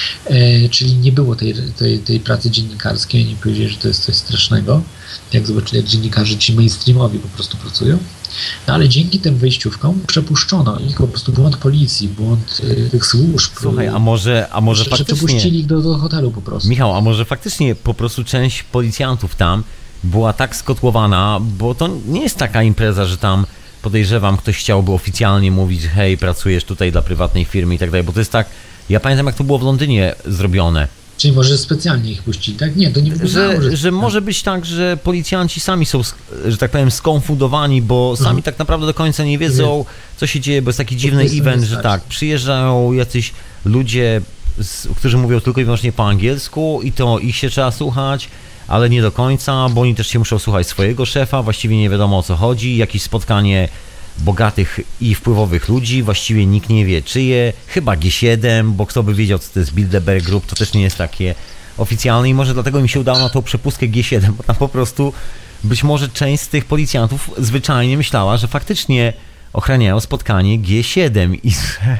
E, czyli nie było tej, tej, tej pracy dziennikarskiej, oni powiedzieli, że to jest coś strasznego, jak zobaczyli, jak dziennikarze ci mainstreamowi po prostu pracują. No ale dzięki tym wyjściówkom przepuszczono ich, po prostu błąd policji, błąd y, tych służb. Słuchaj, a może, a może że, faktycznie... Że przepuścili ich do, do hotelu po prostu. Michał, a może faktycznie po prostu część policjantów tam była tak skotłowana, bo to nie jest taka impreza, że tam podejrzewam, ktoś chciałby oficjalnie mówić, hej, pracujesz tutaj dla prywatnej firmy i tak dalej, bo to jest tak, ja pamiętam, jak to było w Londynie zrobione. Czyli może specjalnie ich puścili, tak? Nie, to nie wyglądało, że, że... że może być tak, że policjanci sami są, że tak powiem, skonfundowani, bo sami mhm. tak naprawdę do końca nie wiedzą, co się dzieje, bo jest taki dziwny event, że tak, przyjeżdżają jacyś ludzie, z, którzy mówią tylko i wyłącznie po angielsku i to ich się trzeba słuchać, ale nie do końca, bo oni też się muszą słuchać swojego szefa, właściwie nie wiadomo, o co chodzi, jakieś spotkanie bogatych i wpływowych ludzi, właściwie nikt nie wie czyje, chyba G siedem, bo kto by wiedział, co to jest Bilderberg Group, to też nie jest takie oficjalne i może dlatego mi się udało na tą przepustkę G siedem, bo tam po prostu być może część z tych policjantów zwyczajnie myślała, że faktycznie ochraniają spotkanie G siedem i że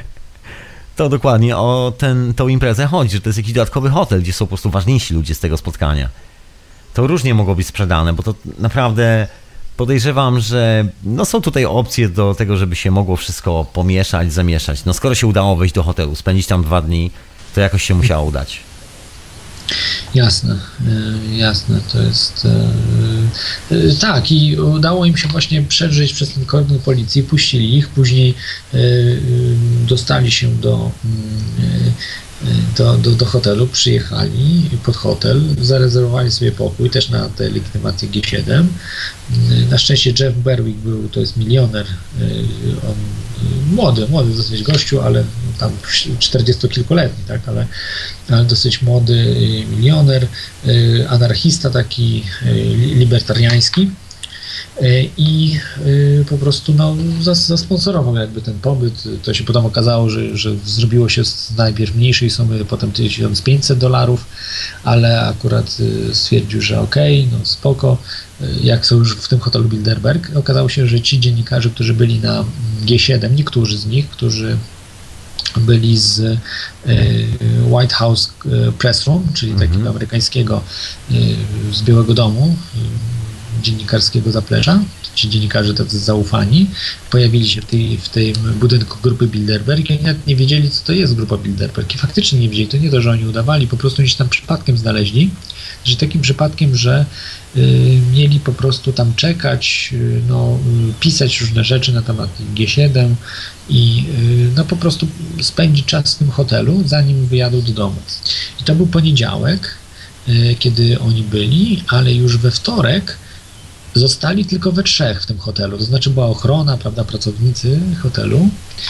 to dokładnie o ten, tą imprezę chodzi, że to jest jakiś dodatkowy hotel, gdzie są po prostu ważniejsi ludzie z tego spotkania. To różnie mogło być sprzedane, bo to naprawdę... Podejrzewam, że no są tutaj opcje do tego, żeby się mogło wszystko pomieszać, zamieszać. No skoro się udało wejść do hotelu, spędzić tam dwa dni, to jakoś się musiało udać. Jasne, jasne, to jest... Tak, i udało im się właśnie przedrzeć przez ten kordon policji, puścili ich, później dostali się do... Do, do, do hotelu, przyjechali pod hotel, zarezerwowali sobie pokój też na tę legitymację G siedem. Na szczęście Jeff Berwick był, to jest milioner, on młody, młody dosyć gościu, ale tam czterdziestokilkuletni, tak, ale, ale dosyć młody milioner, anarchista taki libertariański. I po prostu no, zasponsorował jakby ten pobyt. To się potem okazało, że, że zrobiło się z najpierw mniejszej sumy, potem tysiąc pięćset dolarów, ale akurat stwierdził, że okej, okay, no spoko. Jak są już w tym hotelu Bilderberg, okazało się, że ci dziennikarze, którzy byli na G siedem, niektórzy z nich, którzy byli z White House Press Room, czyli takiego mhm. amerykańskiego, z Białego Domu, dziennikarskiego zaplecza, ci dziennikarze tacy zaufani, pojawili się w, tej, w tym budynku grupy Bilderberg i nawet nie wiedzieli, co to jest grupa Bilderberg i faktycznie nie wiedzieli, to nie to, że oni udawali, po prostu oni się tam przypadkiem znaleźli, że takim przypadkiem, że y, mieli po prostu tam czekać, y, no, y, pisać różne rzeczy na temat G siedem i y, no po prostu spędzić czas w tym hotelu, zanim wyjadą do domu. I to był poniedziałek. kiedy oni byli, ale już we wtorek zostali tylko we trzech w tym hotelu, to znaczy była ochrona, prawda, pracownicy hotelu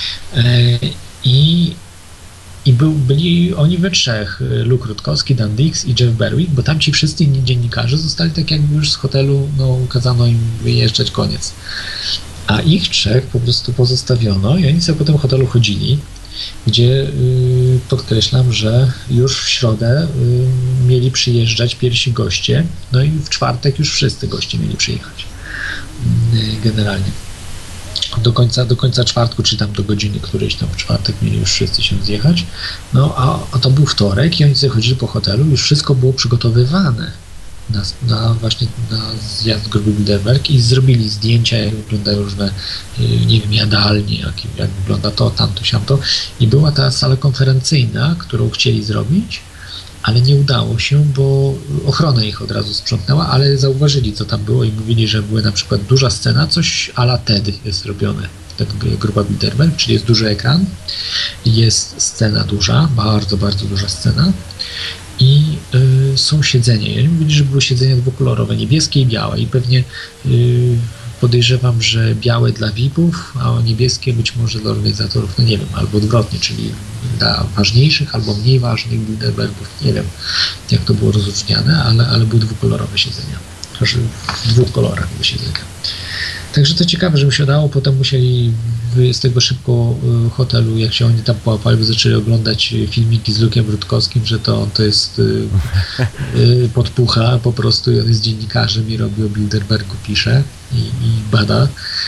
i, i był, byli oni we trzech, Luke Rutkowski, Dan Dix i Jeff Berwick, bo tam ci wszyscy inni dziennikarze zostali tak jakby już z hotelu, no kazano im wyjeżdżać, koniec. A ich trzech po prostu pozostawiono i oni sobie po tym hotelu chodzili, gdzie yy, podkreślam, że już w środę yy, mieli przyjeżdżać pierwsi goście, no i w czwartek już wszyscy goście mieli przyjechać yy, generalnie. Do końca, do końca czwartku, czy tam do godziny którejś tam w czwartek mieli już wszyscy się zjechać, no a, a to był wtorek i oni sobie chodzili po hotelu, już wszystko było przygotowywane na, na właśnie na zjazd grupy Bilderberg i zrobili zdjęcia, jak wyglądają różne, nie wiem, jadalnie, jak, jak wygląda to, tamto, siamto i była ta sala konferencyjna, którą chcieli zrobić, ale nie udało się, bo ochrona ich od razu sprzątnęła, ale zauważyli, co tam było i mówili, że była na przykład duża scena, coś a la T E D jest robione, tak grupa Bilderberg, czyli jest duży ekran, jest scena duża, bardzo, bardzo duża scena i y, są siedzenia. Ja mówili, że były siedzenia dwukolorowe, niebieskie i białe i pewnie y, podejrzewam, że białe dla V I P-ów, a niebieskie być może dla organizatorów, no nie wiem, albo odwrotnie, czyli dla ważniejszych albo mniej ważnych Bilderbergów, nie wiem jak to było rozróżniane, ale, ale były dwukolorowe siedzenia, w dwóch kolorach były siedzenia. Także to ciekawe, że mi się udało, potem musieli wyjść z tego szybko hotelu, jak się oni tam połapali, bo zaczęli oglądać filmiki z Lukiem Rutkowskim, że to, to jest y, y, podpucha po prostu i on jest dziennikarzem i robi o Bilderbergu, pisze i, i bada, y,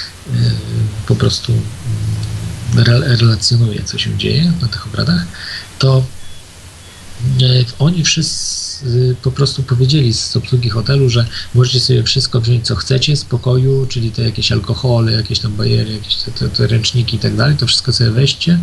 po prostu re, relacjonuje, co się dzieje na tych obradach, to y, oni wszyscy po prostu powiedzieli z obsługi hotelu, że możecie sobie wszystko wziąć, co chcecie z pokoju, czyli te jakieś alkohole, jakieś tam bajery, jakieś te, te, te ręczniki i tak dalej, to wszystko sobie weźcie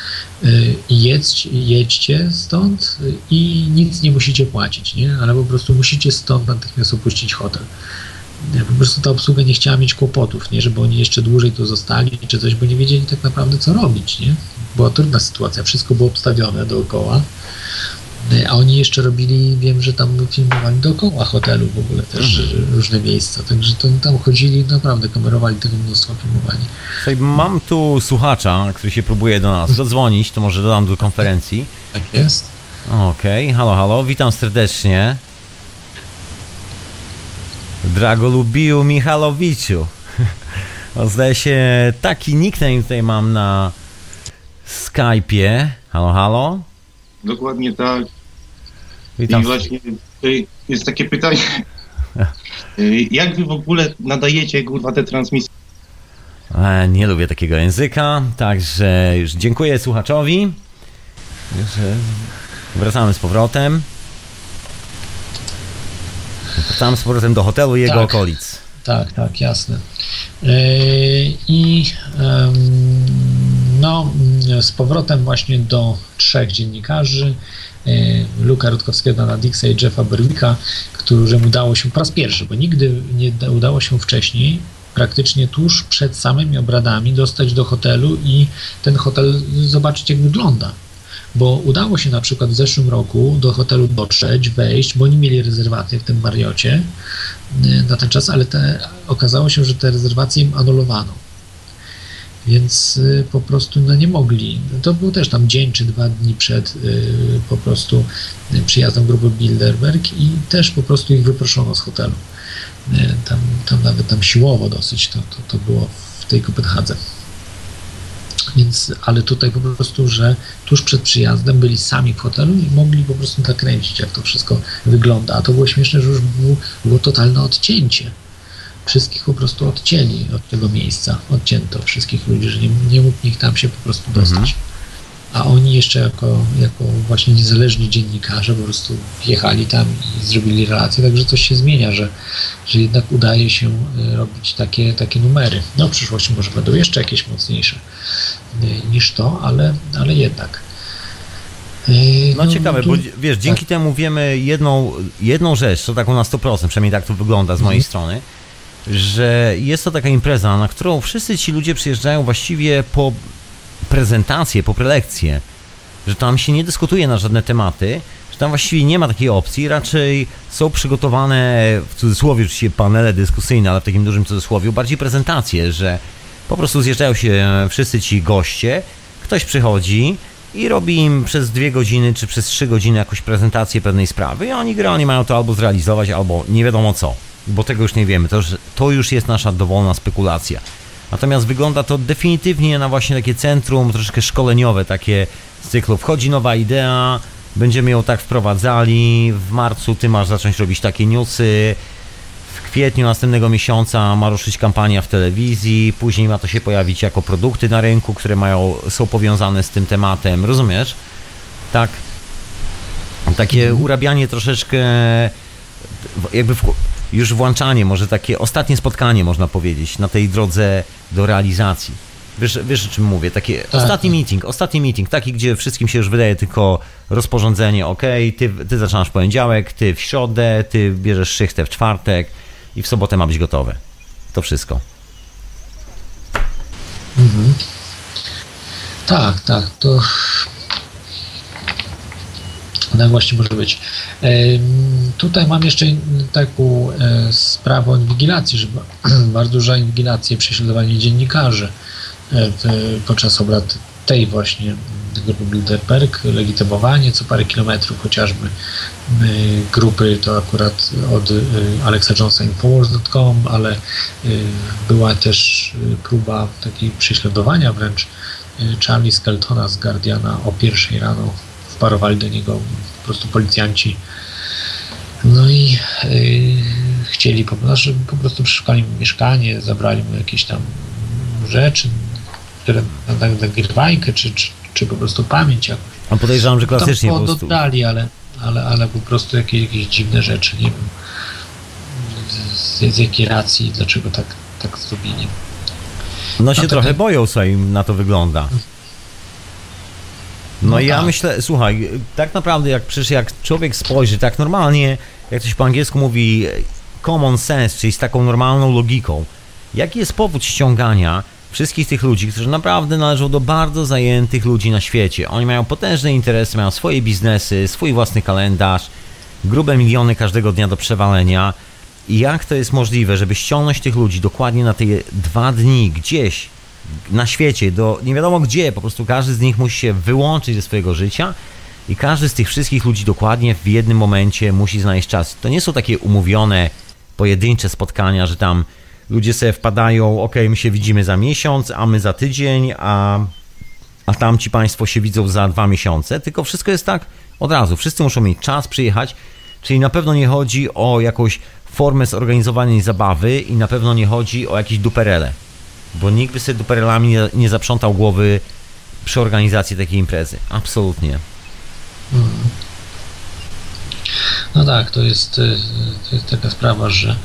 i jedź, jedźcie stąd i nic nie musicie płacić, nie? Ale po prostu musicie stąd natychmiast opuścić hotel. Po prostu ta obsługa nie chciała mieć kłopotów, nie? Żeby oni jeszcze dłużej tu zostali czy coś, bo nie wiedzieli tak naprawdę, co robić, nie? Była trudna sytuacja, wszystko było obstawione dookoła. A oni jeszcze robili, wiem, że tam filmowali dookoła hotelu w ogóle też mhm. różne miejsca, także to tam chodzili, naprawdę kamerowali tego mnóstwo, filmowali. Słuchaj, mam tu słuchacza, który się próbuje do nas zadzwonić, to może dodam do konferencji. Tak jest. Okej, okay. Halo, halo, witam serdecznie. Dragolubiu Michalowiciu. Zdaje się, taki nickname tutaj mam na Skype'ie. Halo, halo. Dokładnie tak. Witam. I właśnie jest takie pytanie, jak wy w ogóle nadajecie, kurwa, te transmisje? E, nie lubię takiego języka, także już dziękuję słuchaczowi. Już wracamy z powrotem. Wracamy z powrotem do hotelu i jego tak, okolic. Tak, tak, jasne. I no, z powrotem właśnie do trzech dziennikarzy, Luka Rutkowskiego, Dana Dixa i Jeffa Berwicka, którym udało się po raz pierwszy, bo nigdy nie udało się wcześniej, praktycznie tuż przed samymi obradami dostać do hotelu i ten hotel zobaczyć, jak wygląda. Bo udało się na przykład w zeszłym roku do hotelu dotrzeć, wejść, bo oni mieli rezerwację w tym Marriocie na ten czas, ale te, okazało się, że te rezerwacje im anulowano. Więc po prostu no, nie mogli. To był też tam dzień czy dwa dni przed y, po prostu przyjazdem grupy Bilderberg i też po prostu ich wyproszono z hotelu. Y, tam, tam nawet tam siłowo dosyć to, to, to było w tej Kopenhadze. Więc, ale tutaj po prostu, że tuż przed przyjazdem byli sami w hotelu i mogli po prostu nakręcić, jak to wszystko wygląda. A to było śmieszne, że już było, było totalne odcięcie. Wszystkich po prostu odcięli od tego miejsca, odcięto wszystkich ludzi, że nie, nie mógł nikt tam się po prostu dostać. Mhm. A oni jeszcze jako, jako właśnie niezależni dziennikarze po prostu jechali tam i zrobili relacje, także coś się zmienia, że, że jednak udaje się robić takie, takie numery. No w przyszłości może będą jeszcze jakieś mocniejsze niż to, ale, ale jednak. No, no ciekawe, tu, bo wiesz, dzięki tak. temu wiemy jedną, jedną rzecz, to taką na sto procent, przynajmniej tak to wygląda z mojej mhm. strony, że jest to taka impreza, na którą wszyscy ci ludzie przyjeżdżają właściwie po prezentację, po prelekcję, że tam się nie dyskutuje na żadne tematy, że tam właściwie nie ma takiej opcji, raczej są przygotowane, w cudzysłowie oczywiście panele dyskusyjne, ale w takim dużym cudzysłowie, bardziej prezentacje, że po prostu zjeżdżają się wszyscy ci goście, ktoś przychodzi i robi im przez dwie godziny czy przez trzy godziny jakąś prezentację pewnej sprawy i oni generalnie mają to albo zrealizować, albo nie wiadomo co, bo tego już nie wiemy, to już, to już jest nasza dowolna spekulacja. Natomiast wygląda to definitywnie na właśnie takie centrum troszeczkę szkoleniowe, takie z cyklu wchodzi nowa idea, będziemy ją tak wprowadzali, w marcu ty masz zacząć robić takie newsy, w kwietniu następnego miesiąca ma ruszyć kampania w telewizji, później ma to się pojawić jako produkty na rynku, które mają, są powiązane z tym tematem, rozumiesz? Tak, takie urabianie troszeczkę, jakby w, już włączanie, może takie ostatnie spotkanie można powiedzieć na tej drodze do realizacji. Wiesz, wiesz o czym mówię, takie tak, ostatni tak. meeting, ostatni meeting, taki, gdzie wszystkim się już wydaje tylko rozporządzenie, ok, ty, ty zaczynasz w poniedziałek, ty w środę, ty bierzesz szychtę w czwartek i w sobotę ma być gotowe. To wszystko. Mhm. Tak, tak, to tak właśnie może być. E, tutaj mam jeszcze taką e, sprawę inwigilacji, że bardzo duża inwigilacja i prześladowanie dziennikarzy e, w, podczas obrad tej właśnie grupy Bilderberg, legitymowanie co parę kilometrów chociażby e, grupy, to akurat od e, Alexa Jonesa Infowars kropka com, ale e, była też próba takiej prześladowania wręcz e, Charlie Skeltona z Guardiana o pierwszej rano. Wparowali do niego po prostu policjanci. No i yy, chcieli po, znaczy, po prostu przeszukali mu mieszkanie, zabrali mu jakieś tam rzeczy, które na nagrywajkę, czy, czy, czy po prostu pamięć jakoś. A podejrzewam, że klasycznie po prostu. Dodali, ale, ale, ale po prostu jakieś, jakieś dziwne rzeczy, nie wiem z, z jakiej racji, dlaczego tak, tak zrobili. No się no, trochę tak, boją, sobie na to wygląda. No, no ja tak. myślę, słuchaj, tak naprawdę jak przecież jak człowiek spojrzy tak normalnie, jak ktoś po angielsku mówi common sense, czyli z taką normalną logiką, jaki jest powód ściągania wszystkich tych ludzi, którzy naprawdę należą do bardzo zajętych ludzi na świecie. Oni mają potężne interesy, mają swoje biznesy, swój własny kalendarz, grube miliony każdego dnia do przewalenia. I jak to jest możliwe, żeby ściągnąć tych ludzi dokładnie na te dwa dni gdzieś na świecie, do nie wiadomo gdzie, po prostu każdy z nich musi się wyłączyć ze swojego życia i każdy z tych wszystkich ludzi dokładnie w jednym momencie musi znaleźć czas. To nie są takie umówione, pojedyncze spotkania, że tam ludzie sobie wpadają, ok, my się widzimy za miesiąc, a my za tydzień, a, a tamci państwo się widzą za dwa miesiące, tylko wszystko jest tak od razu. Wszyscy muszą mieć czas przyjechać, czyli na pewno nie chodzi o jakąś formę zorganizowanej zabawy i na pewno nie chodzi o jakieś duperele. Bo nikt by sobie duperelami nie, nie zaprzątał głowy przy organizacji takiej imprezy. Absolutnie. Hmm. No tak, to jest, to jest taka sprawa, że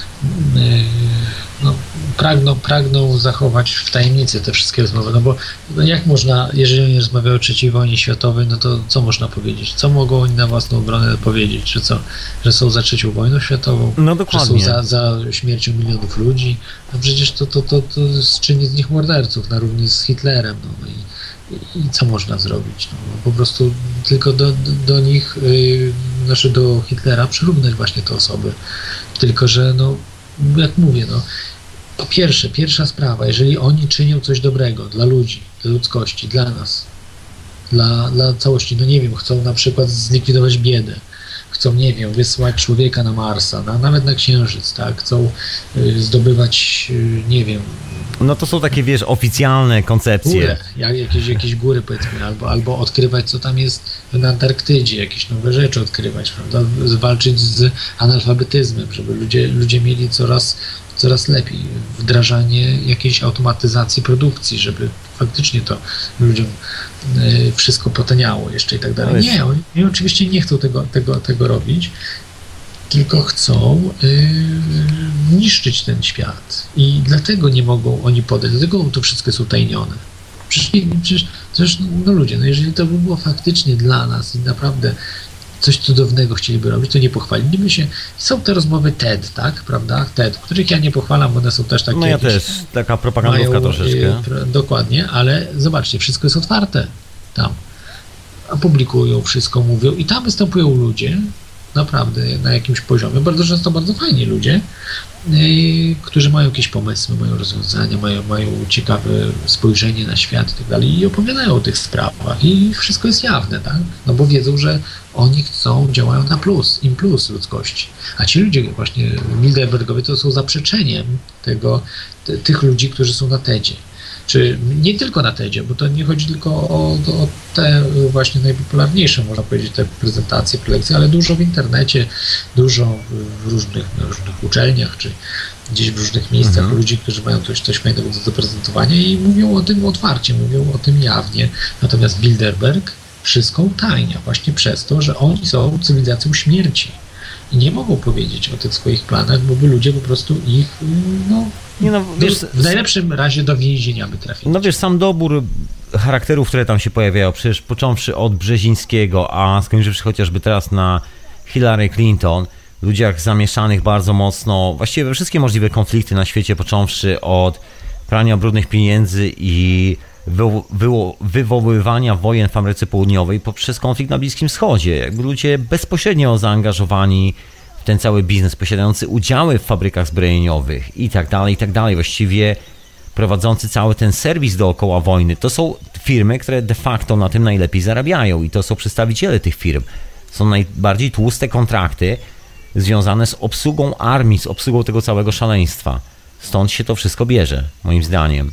no, pragną, pragną zachować w tajemnicy te wszystkie rozmowy, no bo no jak można, jeżeli oni rozmawiają o trzeciej wojnie światowej, no to co można powiedzieć? Co mogą oni na własną obronę powiedzieć? Że co? Że są za trzecią wojną światową? No dokładnie. Że są za, za śmiercią milionów ludzi? No przecież to, to, to, to czyni z nich morderców na równi z Hitlerem, no i I co można zrobić? No, po prostu tylko do, do, do nich, yy, znaczy do Hitlera przyrównać właśnie te osoby. Tylko że, no, jak mówię, no, po pierwsze, pierwsza sprawa, jeżeli oni czynią coś dobrego dla ludzi, dla ludzkości, dla nas, dla, dla całości, no nie wiem, chcą na przykład zlikwidować biedę, chcą, nie wiem, wysłać człowieka na Marsa, na, nawet na Księżyc, tak, chcą y, zdobywać, y, nie wiem, no to są takie, wiesz, oficjalne koncepcje. Górę, jak, jakieś, jakieś góry, powiedzmy, albo, albo odkrywać, co tam jest na Antarktydzie, jakieś nowe rzeczy odkrywać, prawda? Zwalczyć z analfabetyzmem, żeby ludzie, ludzie mieli coraz, coraz lepiej. Wdrażanie jakiejś automatyzacji produkcji, żeby faktycznie to ludziom y, wszystko potaniało jeszcze i tak dalej. Nie, oni, oni oczywiście nie chcą tego, tego, tego robić, tylko chcą yy, niszczyć ten świat i dlatego nie mogą oni podać, dlatego to wszystko jest utajnione. Przecież, przecież, przecież no ludzie, no jeżeli to by było faktycznie dla nas i naprawdę coś cudownego chcieliby robić, to nie pochwaliliby się. Są te rozmowy T E D, tak, prawda? T E D, których ja nie pochwalam, bo one są też takie... No ja jakieś, też, taka propagandówka mają, troszeczkę. Yy, dokładnie, ale zobaczcie, wszystko jest otwarte tam. a publikują, wszystko mówią i tam występują ludzie, naprawdę na jakimś poziomie, bardzo często bardzo fajni ludzie, yy, którzy mają jakieś pomysły, mają rozwiązania, mają, mają ciekawe spojrzenie na świat i tak dalej i opowiadają o tych sprawach i wszystko jest jawne, tak? No bo wiedzą, że oni chcą, działają na plus, im plus ludzkości. A ci ludzie właśnie, Bilderbergowie, to są zaprzeczeniem tego, t- tych ludzi, którzy są na TEDzie. Czy nie tylko na TEDzie, bo to nie chodzi tylko o, o te właśnie najpopularniejsze, można powiedzieć, te prezentacje, prelekcje, ale dużo w internecie, dużo w różnych, na różnych uczelniach, czy gdzieś w różnych miejscach mhm. ludzi, którzy mają coś, coś fajnego do zaprezentowania i mówią o tym otwarcie, mówią o tym jawnie. Natomiast Bilderberg wszystko utajnia właśnie przez to, że oni są cywilizacją śmierci. I nie mogą powiedzieć o tych swoich planach, bo by ludzie po prostu ich, no, nie no wiesz, w najlepszym razie do więzienia by trafili. No wiesz, sam dobór charakterów, które tam się pojawiają, przecież począwszy od Brzezińskiego, a skończywszy chociażby teraz na Hillary Clinton, ludziach zamieszanych bardzo mocno, właściwie we wszystkie możliwe konflikty na świecie, począwszy od prania brudnych pieniędzy i wy, wy, wywoływania wojen w Ameryce Południowej poprzez konflikt na Bliskim Wschodzie. Jakby ludzie bezpośrednio zaangażowani w ten cały biznes, posiadający udziały w fabrykach zbrojeniowych i tak dalej, i tak dalej. Właściwie prowadzący cały ten serwis dookoła wojny. To są firmy, które de facto na tym najlepiej zarabiają i to są przedstawiciele tych firm. Są najbardziej tłuste kontrakty związane z obsługą armii, z obsługą tego całego szaleństwa. Stąd się to wszystko bierze, moim zdaniem.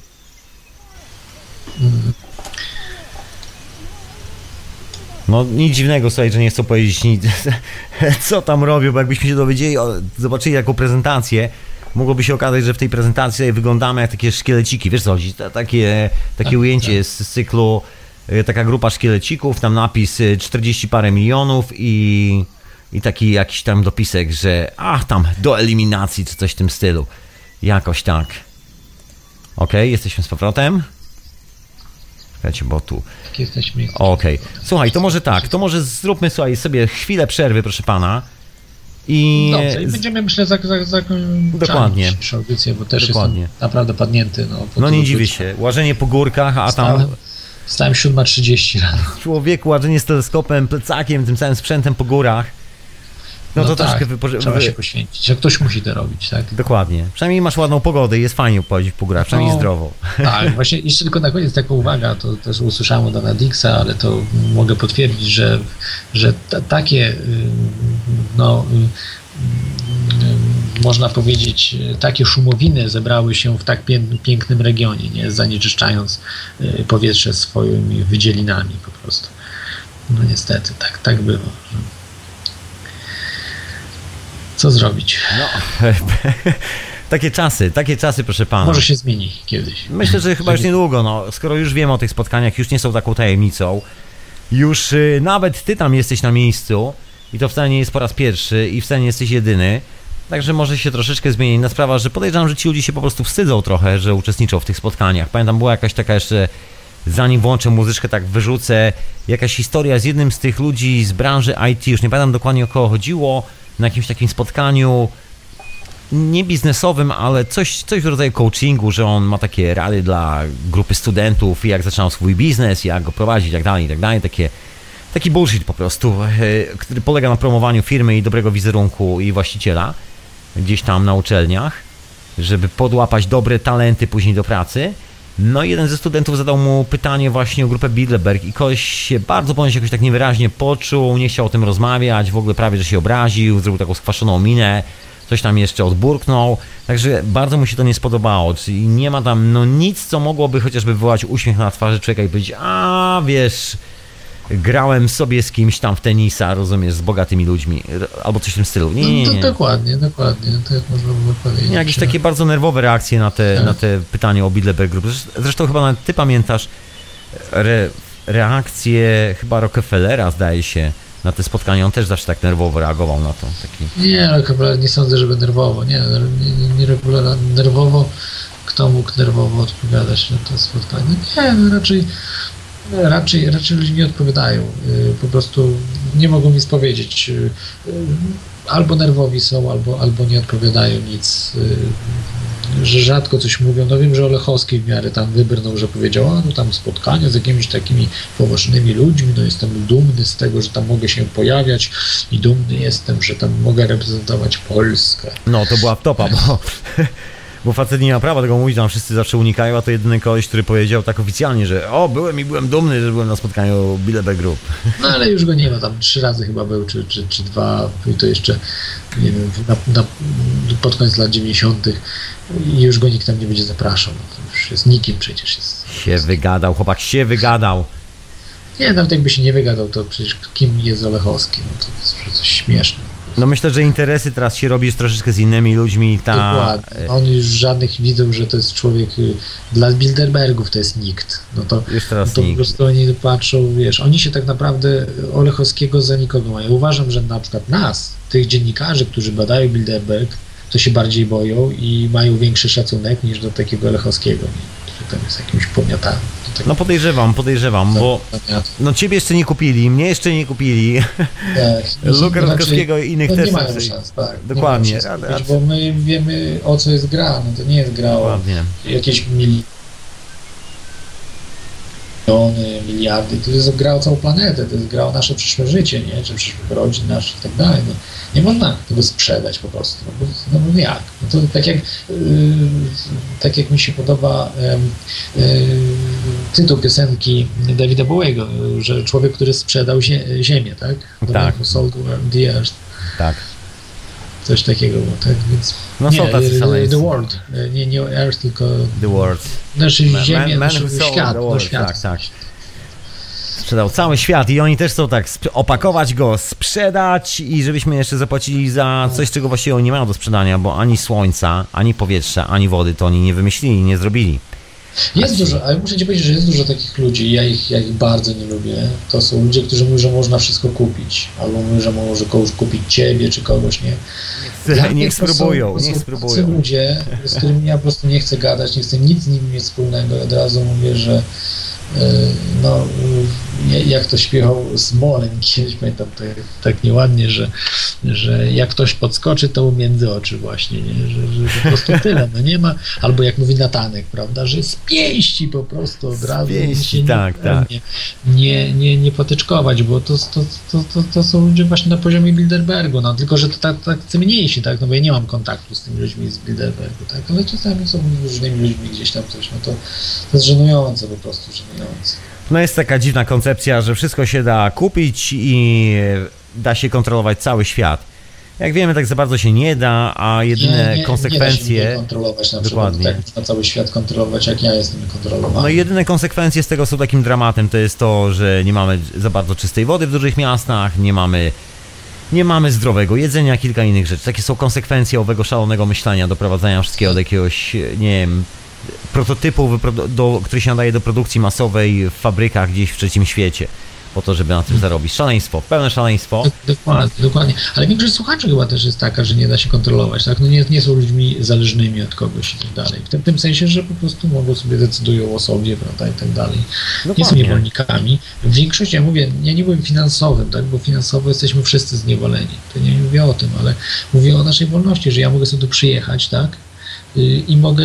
No nic dziwnego, słuchaj, że nie chcę powiedzieć nic, co tam robią, bo jakbyśmy się dowiedzieli, zobaczyli taką prezentację, mogłoby się okazać, że w tej prezentacji wyglądamy jak takie szkieleciki, wiesz co chodzi, takie, takie tak, ujęcie jest z cyklu, taka grupa szkielecików, tam napis czterdzieści parę milionów i, i taki jakiś tam dopisek, że ach tam do eliminacji, czy coś w tym stylu, jakoś tak. Okej, okay, jesteśmy z powrotem. Czekajcie, bo tu... Tak jesteśmy. Okej. Okay. Słuchaj, to może tak, to może zróbmy słuchaj, sobie chwilę przerwy, proszę pana. I... Dobrze, i będziemy, myślę, zakończyć Dokładnie. audycję, bo też Dokładnie. jestem naprawdę padnięty. No, no nie dziwię się, łażenie po górkach, a Stałem, tam... Wstałem siódma trzydzieści rano. Człowieku, łażenie z teleskopem, plecakiem, tym całym sprzętem po górach. No, no to tak, troszkę wypoży... trzeba się poświęcić, że ktoś musi to robić, tak? Dokładnie. Przynajmniej masz ładną pogodę i jest fajnie pochodzić po górach, przynajmniej no, zdrowo. Tak, właśnie jeszcze tylko na koniec taka uwaga, to też usłyszałem od Dana Dixa, ale to mogę potwierdzić, że, że t- takie no można powiedzieć, takie szumowiny zebrały się w tak pie- pięknym regionie, nie zanieczyszczając powietrze swoimi wydzielinami po prostu. No niestety, tak, tak było. Co zrobić? No, takie czasy, takie czasy, proszę pana. Może się zmieni kiedyś. Myślę, że chyba już niedługo, no, skoro już wiemy o tych spotkaniach, już nie są taką tajemnicą, już y, nawet ty tam jesteś na miejscu i to wcale nie jest po raz pierwszy i wcale nie jesteś jedyny, także może się troszeczkę zmieni inna sprawa, że podejrzewam, że ci ludzie się po prostu wstydzą trochę, że uczestniczą w tych spotkaniach. Pamiętam, była jakaś taka jeszcze, zanim włączę muzyczkę, tak wyrzucę, jakaś historia z jednym z tych ludzi z branży I T, już nie pamiętam dokładnie o kogo chodziło, na jakimś takim spotkaniu nie biznesowym, ale coś, coś w rodzaju coachingu, że on ma takie rady dla grupy studentów i jak zaczynał swój biznes, jak go prowadzić i tak dalej, i tak dalej, takie, taki bullshit po prostu, który polega na promowaniu firmy i dobrego wizerunku i właściciela gdzieś tam na uczelniach, żeby podłapać dobre talenty później do pracy. No i jeden ze studentów zadał mu pytanie właśnie o grupę Bilderberg i ktoś się bardzo ponoć jakoś tak niewyraźnie poczuł, nie chciał o tym rozmawiać, w ogóle prawie, że się obraził, zrobił taką skwaszoną minę, coś tam jeszcze odburknął, także bardzo mu się to nie spodobało, czyli nie ma tam no nic, co mogłoby chociażby wywołać uśmiech na twarzy człowieka i powiedzieć, a wiesz, grałem sobie z kimś tam w tenisa, rozumiesz, z bogatymi ludźmi, albo coś w tym stylu. Nie, nie, nie. No, to dokładnie, dokładnie, tak można by powiedzieć. Jakieś że... takie bardzo nerwowe reakcje na te, tak. na te pytanie o Bilderberg Group. Zresztą chyba nawet ty pamiętasz re, reakcję chyba Rockefellera, zdaje się, na te spotkania. On też zawsze tak nerwowo reagował na to. Taki... Nie, Rockefeller nie sądzę, żeby nerwowo. Nie, nie, nie regularnie nerwowo. Kto mógł nerwowo odpowiadać na to spotkanie? Nie, no raczej Raczej, raczej ludzie nie odpowiadają, po prostu nie mogą nic powiedzieć. Albo nerwowi są, albo, albo nie odpowiadają nic. że rzadko coś mówią. No wiem, że Olechowski w miarę tam wybrnął, że powiedział, a no tam spotkania z jakimiś takimi poważnymi ludźmi, no jestem dumny z tego, że tam mogę się pojawiać i dumny jestem, że tam mogę reprezentować Polskę. No to była topa, bo... Bo facet nie ma prawa tego mówić, tam wszyscy zawsze unikają, a to jedyny koleś, który powiedział tak oficjalnie, że o, byłem i byłem dumny, że byłem na spotkaniu Bilderberg Group. No ale już go nie ma, tam trzy razy chyba był, czy, czy, czy dwa, i to jeszcze, nie wiem, na, na, pod koniec lat dziewięćdziesiątych i już go nikt tam nie będzie zapraszał, no to już jest nikim przecież jest. Się wygadał, chłopak się wygadał. Nie, nawet jakby się nie wygadał, to przecież kim jest Olechowski, no to jest coś śmieszne. No myślę, że interesy teraz się robisz troszeczkę z innymi ludźmi. Ta... Dokładnie. On już żadnych widzą, że to jest człowiek dla Bilderbergów, to jest nikt. No to, już teraz no to nikt. Po prostu oni patrzą, wiesz, oni się tak naprawdę Olechowskiego za nikogo mają. Uważam, że na przykład nas, tych dziennikarzy, którzy badają Bilderberg, to się bardziej boją i mają większy szacunek niż do takiego Olechowskiego, który tam jest jakimś pomiatanym. No podejrzewam, podejrzewam, bo no ciebie jeszcze nie kupili, mnie jeszcze nie kupili. Tak. Luka Rutkowskiego i innych no, też. Nie mają szans, tak. Dokładnie. Nie mają szans, bo my wiemy, o co jest gra, no to nie jest gra Dokładnie. o jakieś miliony, miliardy, to jest gra o całą planetę, to jest gra o nasze przyszłe życie, nie? Czy przyszłych rodzin naszych i tak dalej. No, nie można tego sprzedać po prostu, no bo, no bo jak? No to tak jak, yy, tak jak mi się podoba yy, yy, tytuł piosenki Davida Bowiego, że człowiek, który sprzedał zie ziemię, tak? The tak. Man who sold the earth. Tak. Coś takiego było, tak? Więc no nie, są tacy the, the world, nie, nie earth, tylko the world. Znaczy man, ziemię, man, znaczy man świat, world, świat. Tak, tak. Sprzedał cały świat i oni też chcą tak opakować go, sprzedać i żebyśmy jeszcze zapłacili za coś, czego właściwie oni nie mają do sprzedania, bo ani słońca, ani powietrza, ani wody to oni nie wymyślili, nie zrobili. Jest dużo, ale muszę ci powiedzieć, że jest dużo takich ludzi, ja ich, ja ich bardzo nie lubię. To są ludzie, którzy mówią, że można wszystko kupić, albo mówią, że może kogoś kupić ciebie, czy kogoś, nie? Niech, niech spróbują, niech spróbują. To są ludzie, z którymi ja po prostu nie chcę gadać, nie chcę nic z nimi mieć wspólnego. Od razu mówię, że no, jak to śpiewał Smoleń kiedyś, pamiętam tak, tak nieładnie, że, że jak ktoś podskoczy, to między oczy właśnie, nie? Że, że, że po prostu tyle, no nie ma, albo jak mówi Natanek, prawda, że z pięści po prostu od razu pięści, się tak, nie, tak. Nie, nie, nie potyczkować, bo to, to, to, to, to są ludzie właśnie na poziomie Bilderbergu, no tylko, że to tak, tak mniejsi, tak, no bo ja nie mam kontaktu z tymi ludźmi z Bilderbergu, tak, ale czasami są różnymi ludźmi gdzieś tam coś, no to, to jest żenujące po prostu, żenujące. No jest taka dziwna koncepcja, że wszystko się da kupić i da się kontrolować cały świat. Jak wiemy, tak za bardzo się nie da, a jedyne nie, nie, konsekwencje... Nie da się kontrolować na Dokładnie. przykład, tak można cały świat kontrolować, jak ja jestem kontrolowany. No i jedyne konsekwencje z tego są takim dramatem, to jest to, że nie mamy za bardzo czystej wody w dużych miastach, nie mamy, nie mamy zdrowego jedzenia, kilka innych rzeczy. Takie są konsekwencje owego szalonego myślenia, doprowadzania wszystkiego do jakiegoś, nie wiem, prototypu, do, który się nadaje do produkcji masowej w fabrykach gdzieś w trzecim świecie, po to, żeby na tym zarobić. Szaleństwo, pełne szaleństwo. Dokładnie, dokładnie. Ale większość słuchaczy chyba też jest taka, że nie da się kontrolować, tak? No nie, nie są ludźmi zależnymi od kogoś i tak dalej. W tym, w tym sensie, że po prostu mogą sobie decydują o sobie, prawda, i tak dalej. Dokładnie. Nie są niewolnikami. W większości, ja mówię, ja nie mówię finansowym, tak? Bo finansowo jesteśmy wszyscy zniewoleni. To nie mówię o tym, ale mówię o naszej wolności, że ja mogę sobie tu przyjechać, tak? I mogę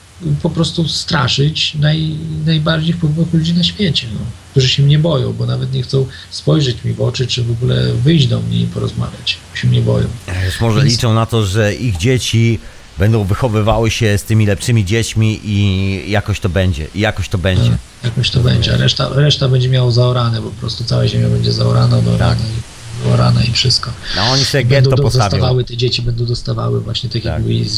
po prostu straszyć naj, najbardziej wpływowych ludzi na świecie, no, którzy się mnie boją, bo nawet nie chcą spojrzeć mi w oczy, czy w ogóle wyjść do mnie i porozmawiać, bo się mnie boją. Już może Więc... liczą na to, że ich dzieci będą wychowywały się z tymi lepszymi dziećmi i jakoś to będzie, i jakoś to będzie. Tak, jakoś to będzie, a reszta, reszta będzie miała zaorane, po prostu cała ziemia będzie zaorana, dorana. Tak. Rana i wszystko. No oni sobie będą getto do, postawią. Dostawały, te dzieci będą dostawały właśnie tak, tak. jak mówię,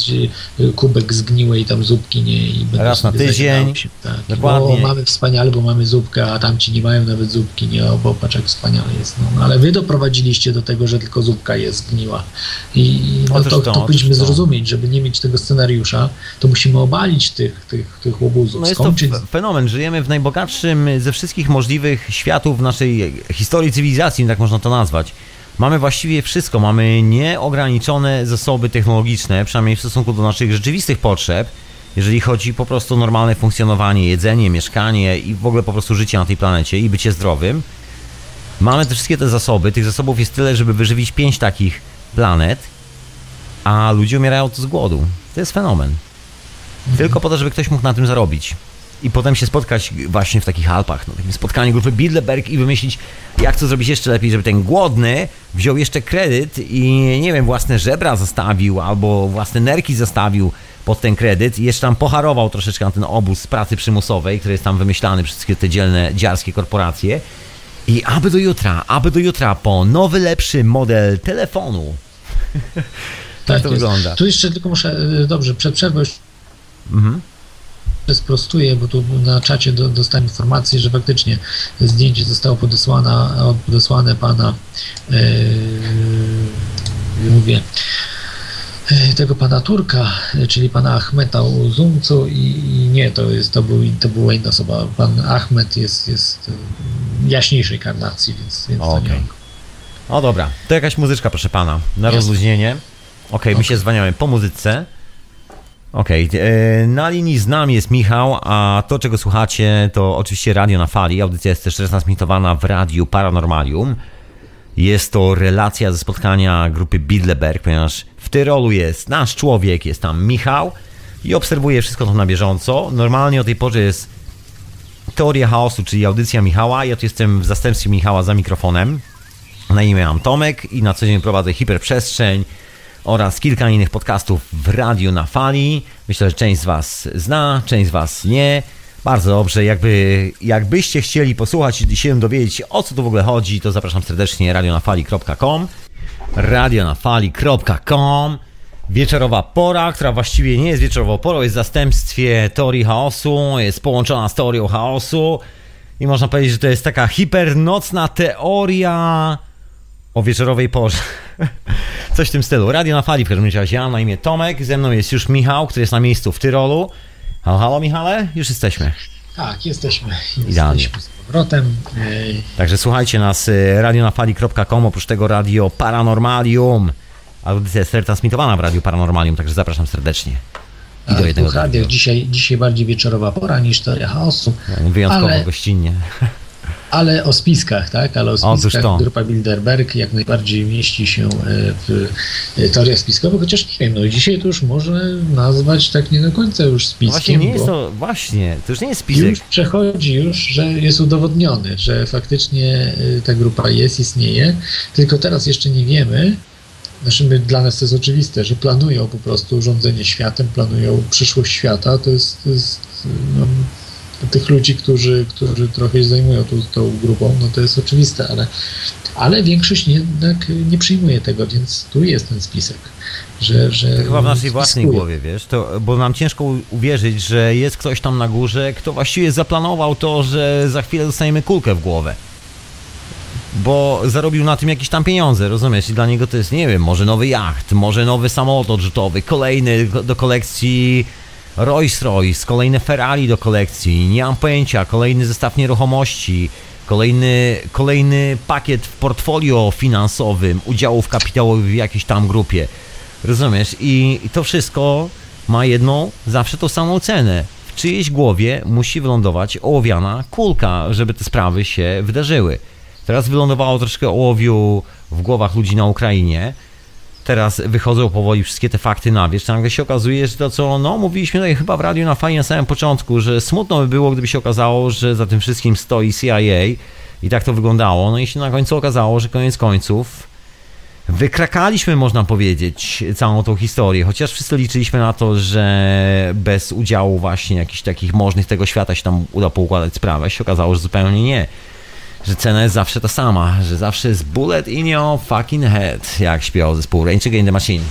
kubek zgniłej tam zupki, nie? I raz na tydzień. Się, tak. Dokładnie. Bo mamy wspaniale, bo mamy zupkę, a tamci nie mają nawet zupki, nie? O, bo patrz jak wspaniale jest. No, no, ale wy doprowadziliście do tego, że tylko zupka jest zgniła. I no, to, to, to powinniśmy zrozumieć, żeby nie mieć tego scenariusza, to musimy obalić tych, tych, tych łobuzów. No jest skończyć... to fenomen. Żyjemy w najbogatszym ze wszystkich możliwych światów naszej historii cywilizacji, tak można to nazwać. Mamy właściwie wszystko, mamy nieograniczone zasoby technologiczne, przynajmniej w stosunku do naszych rzeczywistych potrzeb, jeżeli chodzi po prostu o normalne funkcjonowanie, jedzenie, mieszkanie i w ogóle po prostu życie na tej planecie i bycie zdrowym. Mamy te wszystkie te zasoby, tych zasobów jest tyle, żeby wyżywić pięć takich planet, a ludzie umierają tu z głodu. To jest fenomen. tylko po to, żeby ktoś mógł na tym zarobić. I potem się spotkać właśnie w takich Alpach, no, takim spotkaniu grupy Bilderberg i wymyślić, jak to zrobić jeszcze lepiej, żeby ten głodny wziął jeszcze kredyt i, nie wiem, własne żebra zostawił albo własne nerki zostawił pod ten kredyt i jeszcze tam poharował troszeczkę na ten obóz pracy przymusowej, który jest tam wymyślany przez wszystkie te dzielne, dziarskie korporacje. I aby do jutra, aby do jutra po nowy, lepszy model telefonu. tak, tak to jest. Wygląda. Tu jeszcze tylko muszę, dobrze, przed przerwą już mhm. sprostuję, bo tu na czacie do, dostałem informację, że faktycznie zdjęcie zostało podesłane, podesłane pana yy, mówię tego pana Turka, czyli pana Ahmeta Uzumcu i, i nie, to jest to, był, to była inna osoba. Pan Ahmed jest, jest jaśniejszej karnacji, więc, więc okay. to nie on. O dobra, to jakaś muzyczka, proszę pana, na Jasne. rozluźnienie. Okej, okay, my okay. się zwaniamy po muzyce. Okej, okay. Na linii z nami jest Michał, a to, czego słuchacie, to oczywiście Radio na Fali. Audycja jest też transmitowana w Radiu Paranormalium. Jest to relacja ze spotkania grupy Bilderberg, ponieważ w Tyrolu jest nasz człowiek, jest tam Michał i obserwuje wszystko to na bieżąco. Normalnie o tej porze jest Teoria Chaosu, czyli audycja Michała. Ja tu jestem w zastępstwie Michała za mikrofonem. Na imię mam Tomek i na co dzień prowadzę Hiperprzestrzeń oraz kilka innych podcastów w Radiu na Fali. Myślę, że część z was zna, część z was nie. Bardzo dobrze, jakby, jakbyście chcieli posłuchać i się dowiedzieć, o co tu w ogóle chodzi, to zapraszam serdecznie radionafali kropka com radionafali kropka com. Wieczorowa pora, która właściwie nie jest wieczorową porą, jest w zastępstwie Teorii Chaosu, jest połączona z Teorią Chaosu i można powiedzieć, że to jest taka hipernocna teoria o wieczorowej porze. Coś w tym stylu. Radio na Fali w każdym razie. Ja na imię Tomek, ze mną jest już Michał, który jest na miejscu w Tyrolu. Halo, halo Michale? Już jesteśmy. Tak, jesteśmy. Idealnie. Jesteśmy z powrotem. Także słuchajcie nas radionafali kropka com, oprócz tego Radio Paranormalium. Audycja jest transmitowana w Radiu Paranormalium, także zapraszam serdecznie. I do jednego radio. Dzisiaj, dzisiaj bardziej wieczorowa pora niż Teoria Chaosu. Wyjątkowo ale... gościnnie. Ale o spiskach, tak? Ale o spiskach to. Grupa Bilderberg jak najbardziej mieści się w teoriach spiskowych, chociaż nie wiem, no dzisiaj to już można nazwać tak nie do końca już spiskiem. No właśnie, nie jest to, właśnie, to już nie jest spisek. Już przechodzi już, że jest udowodniony, że faktycznie ta grupa jest, istnieje, tylko teraz jeszcze nie wiemy, znaczy my, dla nas to jest oczywiste, że planują po prostu rządzenie światem, planują przyszłość świata, to jest, to jest no, tych ludzi, którzy, którzy trochę się zajmują tą, tą grupą, no to jest oczywiste, ale, ale większość jednak nie przyjmuje tego, więc tu jest ten spisek. Że, że to chyba w naszej spiskuje. własnej głowie, wiesz, to, bo nam ciężko uwierzyć, że jest ktoś tam na górze, kto właściwie zaplanował to, że za chwilę dostaniemy kulkę w głowę. Bo zarobił na tym jakieś tam pieniądze, rozumiesz? I dla niego to jest, nie wiem, może nowy jacht, może nowy samolot odrzutowy, kolejny do kolekcji Rolls-Royce, kolejne Ferrari do kolekcji, nie mam pojęcia, kolejny zestaw nieruchomości, kolejny, kolejny pakiet w portfolio finansowym, udziałów kapitałowych w jakiejś tam grupie. Rozumiesz? I, i to wszystko ma jedną, zawsze tą samą cenę. W czyjejś głowie musi wylądować ołowiana kulka, żeby te sprawy się wydarzyły. Teraz wylądowało troszkę ołowiu w głowach ludzi na Ukrainie. Teraz wychodzą powoli wszystkie te fakty na wierzch. Nagle się okazuje, że to co, no mówiliśmy tutaj chyba w Radiu na Fali na samym początku, że smutno by było, gdyby się okazało, że za tym wszystkim stoi C I A i tak to wyglądało. No i się na końcu okazało, że koniec końców wykrakaliśmy, można powiedzieć, całą tą historię, chociaż wszyscy liczyliśmy na to, że bez udziału właśnie jakichś takich możnych tego świata się tam uda poukładać sprawę. Się okazało, że zupełnie nie. Że cena jest zawsze ta sama, że zawsze jest bullet in your fucking head, jak śpiewał zespół Rage Against the Machine.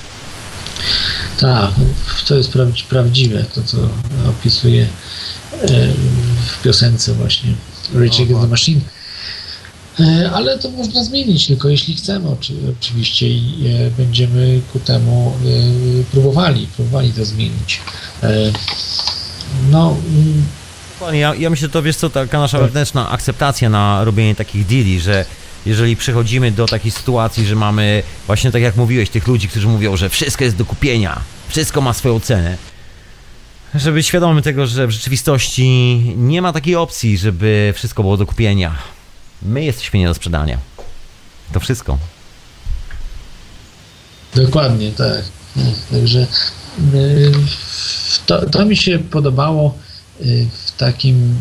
Tak, to jest prawdziwe, to co opisuje w piosence właśnie Rage Against the Machine. Ale to można zmienić, tylko jeśli chcemy oczywiście i będziemy ku temu próbowali, próbowali to zmienić. No... Ja, ja myślę, że to wiesz co, taka nasza wewnętrzna akceptacja na robienie takich deali, że jeżeli przechodzimy do takiej sytuacji, że mamy właśnie tak jak mówiłeś, tych ludzi, którzy mówią, że wszystko jest do kupienia, wszystko ma swoją cenę, żeby być świadomy tego, że w rzeczywistości nie ma takiej opcji, żeby wszystko było do kupienia. My jesteśmy nie do sprzedania. To wszystko. Dokładnie, tak. Także To, to mi się podobało w takim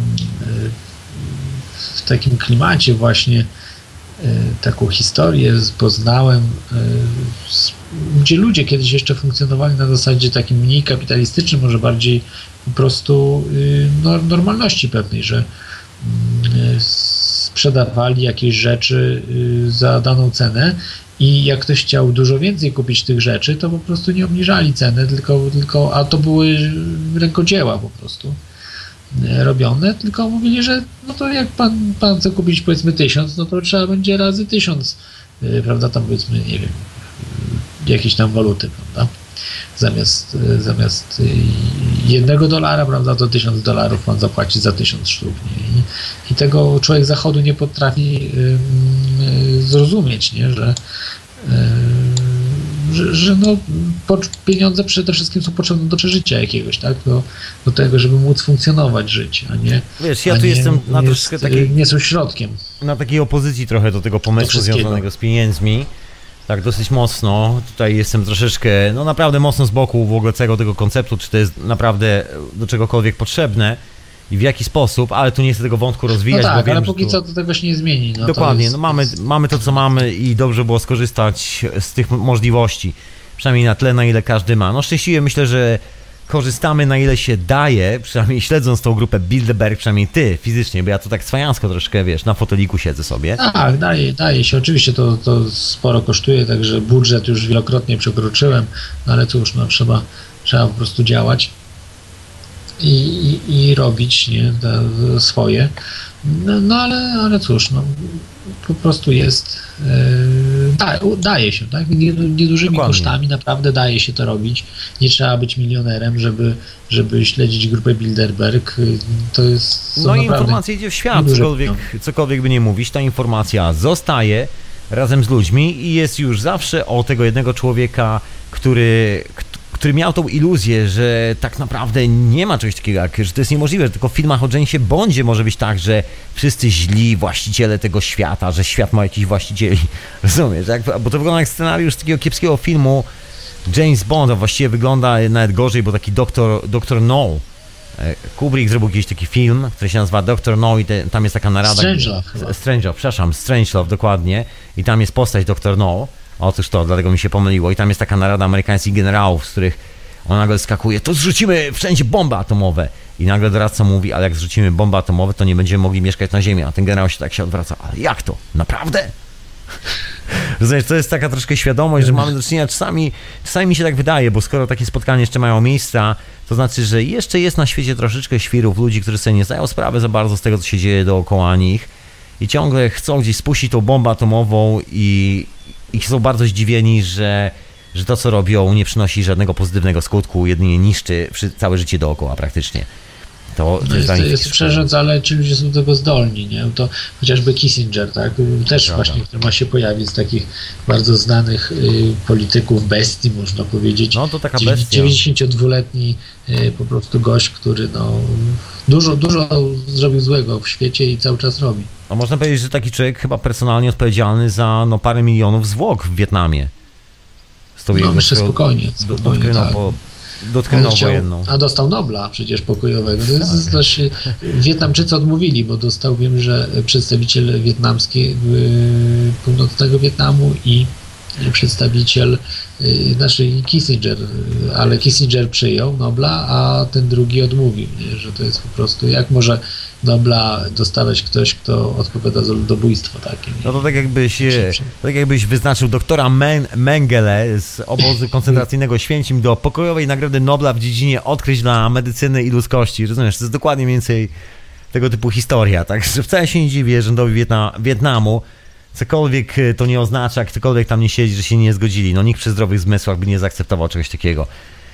w takim klimacie właśnie. Taką historię poznałem, gdzie ludzie kiedyś jeszcze funkcjonowali na zasadzie takim mniej kapitalistycznym, może bardziej po prostu normalności pewnej, że sprzedawali jakieś rzeczy za daną cenę i jak ktoś chciał dużo więcej kupić tych rzeczy, to po prostu nie obniżali ceny, tylko, tylko a to były rękodzieła po prostu robione, tylko mówili, że no to jak pan, pan chce kupić powiedzmy tysiąc, no to trzeba będzie razy tysiąc, prawda, tam powiedzmy, nie wiem, jakieś tam waluty, prawda, zamiast, zamiast jednego dolara, prawda, to tysiąc dolarów pan zapłaci za tysiąc sztuk, nie? I, i tego człowiek zachodu nie potrafi y, zrozumieć, nie, że y, Że, że no, pieniądze przede wszystkim są potrzebne do przeżycia jakiegoś, tak? Do, do tego, żeby móc funkcjonować życie, a nie. Wiesz, ja tu nie, jestem na jest, troszkę takiej. Nie są środkiem. Na takiej opozycji trochę do tego pomysłu związanego z pieniędzmi. Tak, dosyć mocno. Tutaj jestem troszeczkę, no naprawdę mocno z boku w ogóle całego tego konceptu, czy to jest naprawdę do czegokolwiek potrzebne i w jaki sposób, ale tu nie chcę tego wątku rozwijać. No tak, bo wiem, ale póki tu... co to tego się nie zmieni. No Dokładnie, jest, no mamy, jest... mamy to, co mamy i dobrze było skorzystać z tych możliwości. Przynajmniej na tyle, na ile każdy ma. No szczęśliwie myślę, że korzystamy na ile się daje, przynajmniej śledząc tą grupę Bilderberg, przynajmniej ty fizycznie, bo ja tu tak swaniansko troszkę, wiesz, na foteliku siedzę sobie. Tak, daje, daje się. Oczywiście to, to sporo kosztuje, także budżet już wielokrotnie przekroczyłem, no ale cóż, no trzeba, trzeba po prostu działać i, i, i robić, nie, te swoje. No, no ale, ale cóż, no po prostu jest, yy, da, daje się, tak? Niedużymi Dokładnie. kosztami naprawdę daje się to robić. Nie trzeba być milionerem, żeby, żeby śledzić grupę Bilderberg. To jest No i informacja idzie w świat, cokolwiek, cokolwiek by nie mówić, ta informacja zostaje razem z ludźmi i jest już zawsze o tego jednego człowieka, który, który miał tą iluzję, że tak naprawdę nie ma czegoś takiego, jak, że to jest niemożliwe, że tylko w filmach o Jamesie Bondzie może być tak, że wszyscy źli właściciele tego świata, że świat ma jakichś właścicieli, rozumiesz, jak, bo to wygląda jak scenariusz takiego kiepskiego filmu James Bond, a właściwie wygląda nawet gorzej, bo taki doktor, doktor No. Kubrick zrobił jakiś taki film, który się nazywa doktor No i te, tam jest taka narada... Strangelove. Strangelove, przepraszam, Strangelove, dokładnie. I tam jest postać doktor No. Otóż to, dlatego mi się pomyliło. I tam jest taka narada amerykańskich generałów, z których on nagle skakuje, to zrzucimy wszędzie bomby atomowe. I nagle doradca mówi, ale jak zrzucimy bomby atomowe, to nie będziemy mogli mieszkać na Ziemi. A ten generał się tak się odwraca, ale jak to? Naprawdę? Rozumiesz, to jest taka troszkę świadomość, że mamy do czynienia czasami, czasami mi się tak wydaje, bo skoro takie spotkania jeszcze mają miejsca, to znaczy, że jeszcze jest na świecie troszeczkę świrów, ludzi, którzy sobie nie zdają sprawy za bardzo z tego, co się dzieje dookoła nich i ciągle chcą gdzieś spuścić tą bombę atomową i, i są bardzo zdziwieni, że, że to, co robią, nie przynosi żadnego pozytywnego skutku, jedynie niszczy całe życie dookoła praktycznie. To, to jest, jest, jest przerzec, ale ci ludzie są do tego zdolni, nie? To chociażby Kissinger, tak? Też Prawda. właśnie, który ma się pojawić z takich bardzo znanych y, polityków bestii, można powiedzieć. No to taka bestia. dziewięćdziesięciodwuletni y, po prostu gość, który no dużo, dużo zrobił złego w świecie i cały czas robi. A można powiedzieć, że taki człowiek chyba personalnie odpowiedzialny za no, parę milionów zwłok w Wietnamie. No myślę spokojnie, spokojnie tak. po, dotknął chciał, wojenną. A dostał Nobla przecież pokojowego. To jest też, Wietnamczycy odmówili, bo dostał, wiem, że przedstawiciel wietnamski północnego Wietnamu i przedstawiciel, znaczy Kissinger, ale Kissinger przyjął Nobla, a ten drugi odmówił, nie? Że to jest po prostu, jak może Nobla dostawać ktoś, kto odpowiada za ludobójstwo takie. Nie? No to tak jakbyś, tak jakbyś wyznaczył doktora Men- Mengele z obozu koncentracyjnego Święcim do pokojowej nagrody Nobla w dziedzinie odkryć dla medycyny i ludzkości. Rozumiesz, to jest dokładnie mniej więcej tego typu historia, tak? Że wcale się nie dziwię rządowi Wietna- Wietnamu, cokolwiek to nie oznacza, ktokolwiek tam nie siedzi, że się nie zgodzili. No nikt przy zdrowych zmysłach by nie zaakceptował czegoś takiego.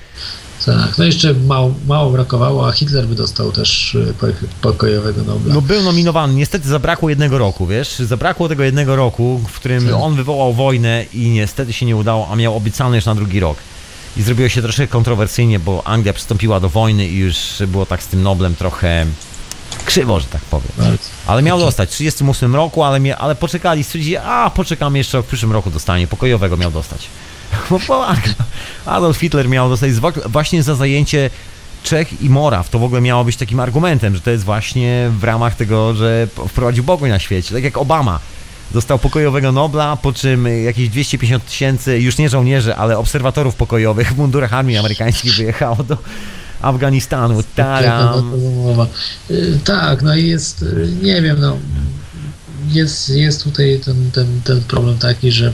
Tak, no jeszcze mało, mało brakowało, a Hitler by dostał też pokojowego Nobla. No był nominowany, niestety zabrakło jednego roku, wiesz, zabrakło tego jednego roku, w którym tak. on wywołał wojnę i niestety się nie udało, a miał obiecany już na drugi rok. I zrobiło się troszkę kontrowersyjnie, bo Anglia przystąpiła do wojny i już było tak z tym Noblem trochę krzywo, że tak powiem. Bardzo. Ale miał dostać w trzydziestym ósmym roku, ale, mnie, ale poczekali, stwierdzili, a poczekamy jeszcze w przyszłym roku dostanie, pokojowego miał dostać. Bo pomaga. Adolf Hitler miał dostać zwok- właśnie za zajęcie Czech i Moraw. To w ogóle miało być takim argumentem, że to jest właśnie w ramach tego, że wprowadził pokój na świecie. Tak jak Obama dostał pokojowego Nobla, po czym jakieś dwieście pięćdziesiąt tysięcy, już nie żołnierzy, ale obserwatorów pokojowych w mundurach armii amerykańskiej wyjechało do Afganistanu. Taram. Tak, no i jest, nie wiem, no jest, jest tutaj ten, ten, ten problem taki, że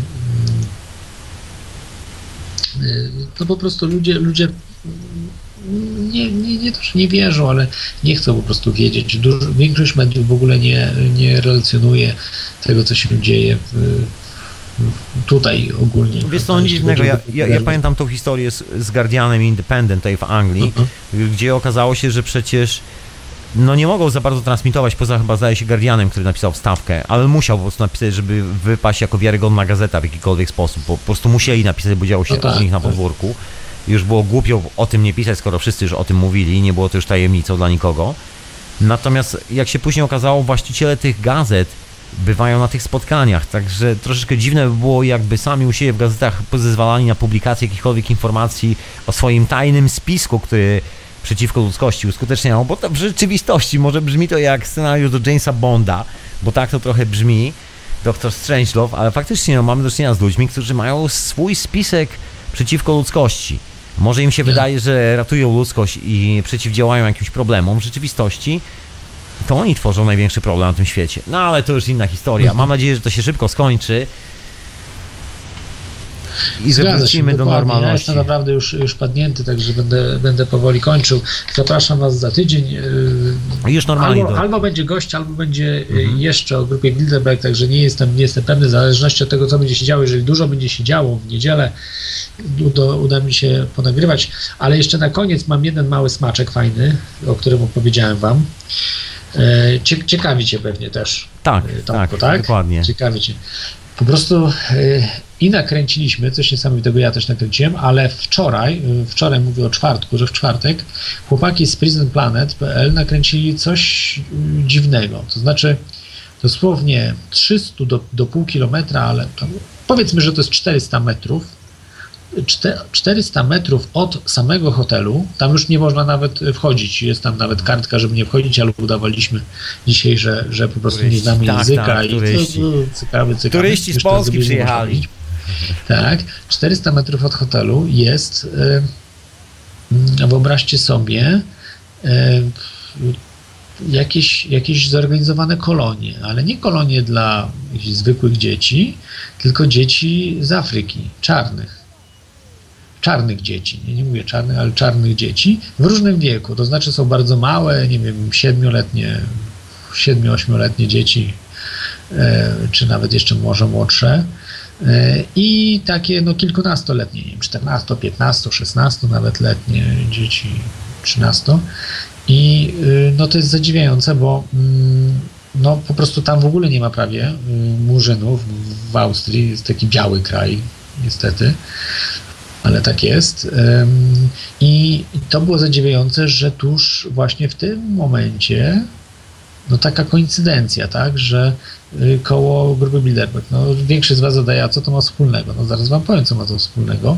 no po prostu ludzie, ludzie nie, nie, nie to, że nie wierzą, ale nie chcą po prostu wiedzieć. Dużo, większość mediów w ogóle nie, nie relacjonuje tego, co się dzieje w, tutaj ogólnie. Wiesz co, nic dziwnego, ja, ja, ja pamiętam tą historię z, z Guardianem Independent tutaj w Anglii, uh-huh. gdzie okazało się, że przecież no nie mogą za bardzo transmitować, poza chyba zdaje się Guardianem, który napisał wstawkę, ale musiał po prostu napisać, żeby wypaść jako wiarygodna gazeta w jakikolwiek sposób, po, po prostu musieli napisać, bo działo się no tak, o nich na podwórku. Tak. Już było głupio o tym nie pisać, skoro wszyscy już o tym mówili i nie było to już tajemnicą dla nikogo. Natomiast jak się później okazało, właściciele tych gazet bywają na tych spotkaniach, także troszeczkę dziwne by było, jakby sami u siebie w gazetach pozwalali na publikację jakichkolwiek informacji o swoim tajnym spisku, który przeciwko ludzkości uskuteczniało, bo to w rzeczywistości może brzmi to jak scenariusz do Jamesa Bonda, bo tak to trochę brzmi, doktor Strangelove, ale faktycznie no, mamy do czynienia z ludźmi, którzy mają swój spisek przeciwko ludzkości. Może im się Nie. wydaje, że ratują ludzkość i przeciwdziałają jakimś problemom. W rzeczywistości to oni tworzą największy problem na tym świecie. No ale to już inna historia. Mam nadzieję, że to się szybko skończy i że wrócimy do normalności. Ja jestem naprawdę już, już padnięty, także będę, będę powoli kończył. Zapraszam Was za tydzień. Już normalnie. Albo, albo będzie gość, albo będzie mhm. jeszcze o grupie Bilderberg, także nie jestem, nie jestem pewny, w zależności od tego, co będzie się działo. Jeżeli dużo będzie się działo w niedzielę, uda, uda mi się ponagrywać. Ale jeszcze na koniec mam jeden mały smaczek fajny, o którym opowiedziałem Wam. Ciekawi Cię pewnie też. Tak, Tomku, tak, tak, dokładnie. Ciekawi Cię. Po prostu i nakręciliśmy, coś niesamowitego, ja też nakręciłem, ale wczoraj, wczoraj mówię o czwartku, że w czwartek chłopaki z prison planet kropka p l nakręcili coś dziwnego, to znaczy dosłownie trzysta do, do pół kilometra, ale to, powiedzmy, że to jest czterysta metrów, czterysta metrów od samego hotelu, tam już nie można nawet wchodzić, jest tam nawet kartka, żeby nie wchodzić, ale udawaliśmy dzisiaj, że, że po prostu turyści, nie znamy tak, języka tak, i turyści. Cykawy, cykawy. Turyści z Polski przyjechali. Tak, czterysta metrów od hotelu jest, yy, wyobraźcie sobie, yy, jakieś, jakieś zorganizowane kolonie, ale nie kolonie dla jakichś zwykłych dzieci, tylko dzieci z Afryki, czarnych. Czarnych dzieci, nie, nie mówię czarnych, ale czarnych dzieci w różnym wieku, to znaczy są bardzo małe, nie wiem, siedmioletnie, siedmiu, ośmioletnie dzieci, e, czy nawet jeszcze może młodsze e, i takie no kilkunastoletnie, nie wiem, czternasto, piętnasto, szesnasto nawet letnie dzieci, trzynasto i y, no to jest zadziwiające, bo y, no po prostu tam w ogóle nie ma prawie y, murzynów w Austrii, jest taki biały kraj, niestety. Ale tak jest. I to było zadziwiające, że tuż właśnie w tym momencie, no taka koincydencja, tak, że koło grupy Bilderberg, no większość z Was zadaje, a co to ma wspólnego? No zaraz Wam powiem, co ma to wspólnego,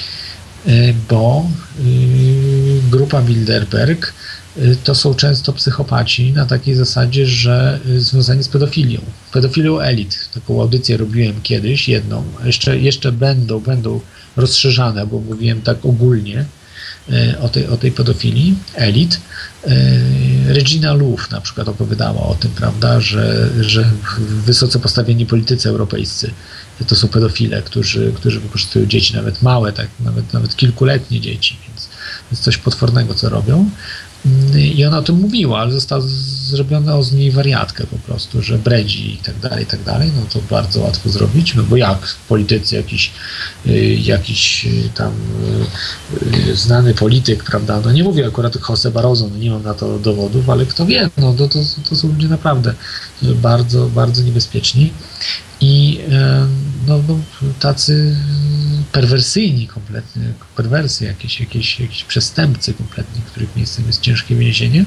bo grupa Bilderberg to są często psychopaci na takiej zasadzie, że związani z pedofilią. Pedofilią elit. Taką audycję robiłem kiedyś, jedną. Jeszcze, jeszcze będą, będą rozszerzane, bo mówiłem tak ogólnie o tej, o tej pedofilii elit. Regina Louf na przykład opowiadała o tym, prawda, że, że wysoce postawieni politycy europejscy to są pedofile, którzy, którzy wykorzystują dzieci, nawet małe, tak, nawet, nawet kilkuletnie dzieci, więc jest coś potwornego, co robią. I ona o tym mówiła, ale została zrobiona z niej wariatkę po prostu, że bredzi i tak dalej, i tak dalej. No to bardzo łatwo zrobić, no bo jak politycy, jakiś, jakiś tam znany polityk, prawda, no nie mówię akurat o José Barroso, no nie mam na to dowodów, ale kto wie, no to, to, to są ludzie naprawdę bardzo, bardzo niebezpieczni i no, no tacy perwersyjni kompletnie, perwersy, jakieś, jakieś, jakieś przestępcy kompletnie, których miejscem jest ciężkie więzienie.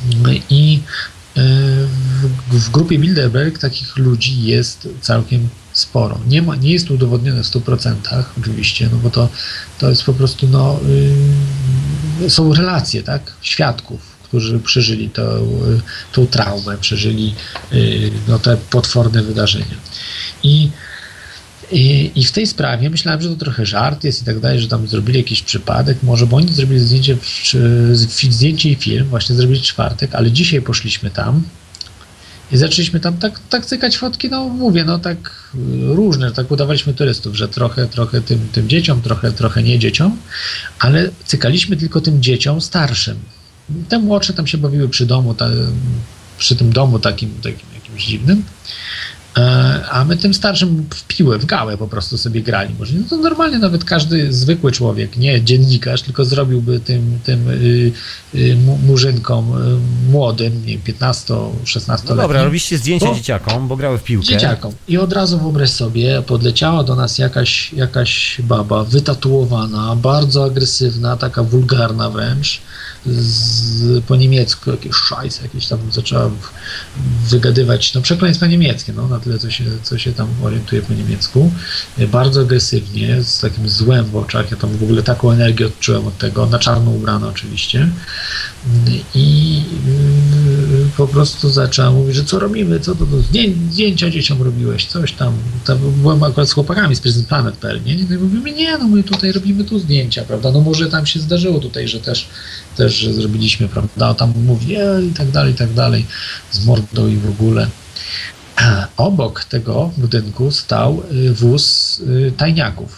I w, w grupie Bilderberg takich ludzi jest całkiem sporo. Nie ma, nie jest to udowodnione w stu procentach oczywiście, no bo to, to jest po prostu, no, yy, są relacje, tak, świadków, którzy przeżyli to, yy, tą traumę, przeżyli yy, no, te potworne wydarzenia. I I, I w tej sprawie myślałem, że to trochę żart jest i tak dalej, że tam zrobili jakiś przypadek, może, bo oni zrobili zdjęcie, zdjęcie i film, właśnie zrobili czwartek, ale dzisiaj poszliśmy tam i zaczęliśmy tam tak, tak cykać fotki, no mówię, no tak różne, tak udawaliśmy turystów, że trochę, trochę tym, tym dzieciom, trochę, trochę nie dzieciom, ale cykaliśmy tylko tym dzieciom starszym. Te młodsze tam się bawiły przy domu, ta, przy tym domu takim, takim jakimś dziwnym. A my tym starszym w piłę, w gałę po prostu sobie grali. Może no to normalnie nawet każdy zwykły człowiek, nie dziennikarz, tylko zrobiłby tym, tym y, y, murzynkom y, młodym, nie wiem, piętnasto-szesnastoletnim. No dobra, robiliście zdjęcia bo, dzieciakom, bo grały w piłkę. Dzieciakom. I od razu wyobraź sobie, podleciała do nas jakaś, jakaś baba wytatuowana, bardzo agresywna, taka wulgarna wręcz, z, po niemiecku, jakieś szajs, jakieś tam zaczęła wygadywać, no przekleństwa niemieckie, no na tyle, co się, co się tam orientuje po niemiecku, bardzo agresywnie, z takim złem w oczach, ja tam w ogóle taką energię odczułem od tego, na czarno ubrano oczywiście i yy, po prostu zaczęła mówić, że co robimy, co to, to zdjęcia dzieciom robiłeś, coś tam, tam byłem akurat z chłopakami z Present Planet kropka pe el, nie? I mówimy, nie, no my tutaj robimy tu zdjęcia, prawda, no może tam się zdarzyło tutaj, że też też że zrobiliśmy, prawda, tam mówi e, i tak dalej, i tak dalej, z mordą i w ogóle. Obok tego budynku stał wóz tajniaków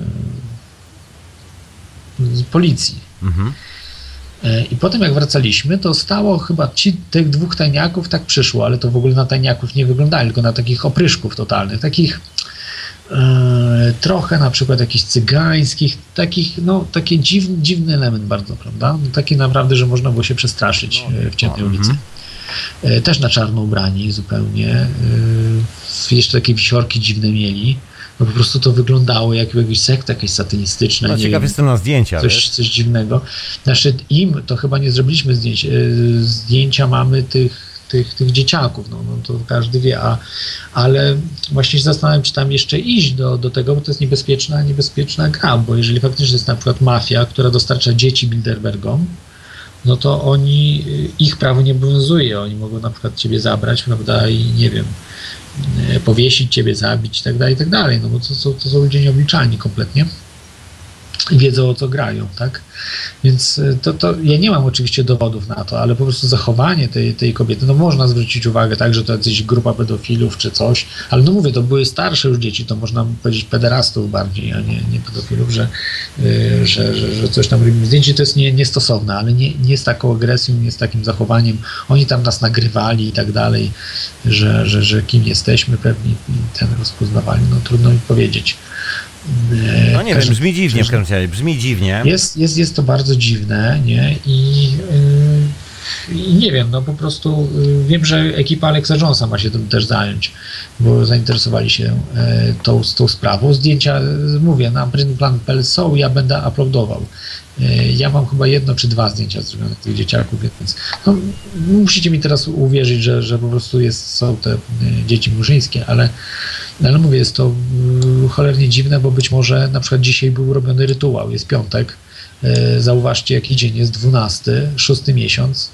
z policji. Mhm. I potem jak wracaliśmy, to stało chyba ci, tych dwóch tajniaków tak przyszło, ale to w ogóle na tajniaków nie wyglądali, tylko na takich opryszków totalnych, takich e, trochę na przykład jakichś cygańskich, takich, no taki dziwny, dziwny element bardzo, prawda? No, taki naprawdę, że można było się przestraszyć no, w ciemnej no, ulicy. Mm. E, też na czarno ubrani zupełnie, e, jeszcze takie wisiorki dziwne mieli. No po prostu to wyglądało jak jakaś sekta, jakaś satanistyczna. No, ciekaw jestem na zdjęcia. Coś, coś dziwnego. Znaczy im to chyba nie zrobiliśmy zdjęć. Zdjęcia mamy tych, tych, tych dzieciaków, no, no to każdy wie, a, ale właśnie się zastanawiam, czy tam jeszcze iść do, do tego, bo to jest niebezpieczna, niebezpieczna gra, bo jeżeli faktycznie jest na przykład mafia, która dostarcza dzieci Bilderbergom, no to oni, ich prawo nie obowiązuje, oni mogą na przykład ciebie zabrać, prawda, i nie wiem, powiesić ciebie, zabić i tak dalej, i tak dalej, no bo to, to, to są ludzie nieobliczalni kompletnie i wiedzą, o co grają, tak? Więc to, to ja nie mam oczywiście dowodów na to, ale po prostu zachowanie tej, tej kobiety, no można zwrócić uwagę, tak, że to jakaś grupa pedofilów czy coś, ale no mówię, to były starsze już dzieci, to można powiedzieć pederastów bardziej, a nie, nie pedofilów, że, yy, że, że, że coś tam robimy. Zdjęcie to jest nie, niestosowne, ale nie, nie z taką agresją, nie z takim zachowaniem. Oni tam nas nagrywali i tak dalej, że, że, że kim jesteśmy pewni i ten rozpoznawali, no trudno mi powiedzieć. No nie wiem, brzmi dziwnie w każdym razie, brzmi dziwnie. Jest, jest, jest to bardzo dziwne, nie? I, yy, i nie wiem, no po prostu yy, wiem, że ekipa Alexa Jonesa ma się tym też zająć, bo zainteresowali się yy, tą, tą sprawą. Zdjęcia, yy, mówię, na present planet kropka pe el są, ja będę uploadował. Yy, ja mam chyba jedno czy dwa zdjęcia zrobione tych dzieciaków, więc no, musicie mi teraz uwierzyć, że, że po prostu jest, są te yy, dzieci murzyńskie, ale ale mówię, jest to yy, cholernie dziwne, bo być może na przykład dzisiaj był robiony rytuał, jest piątek, yy, zauważcie jaki dzień jest, dwunasty, szósty miesiąc,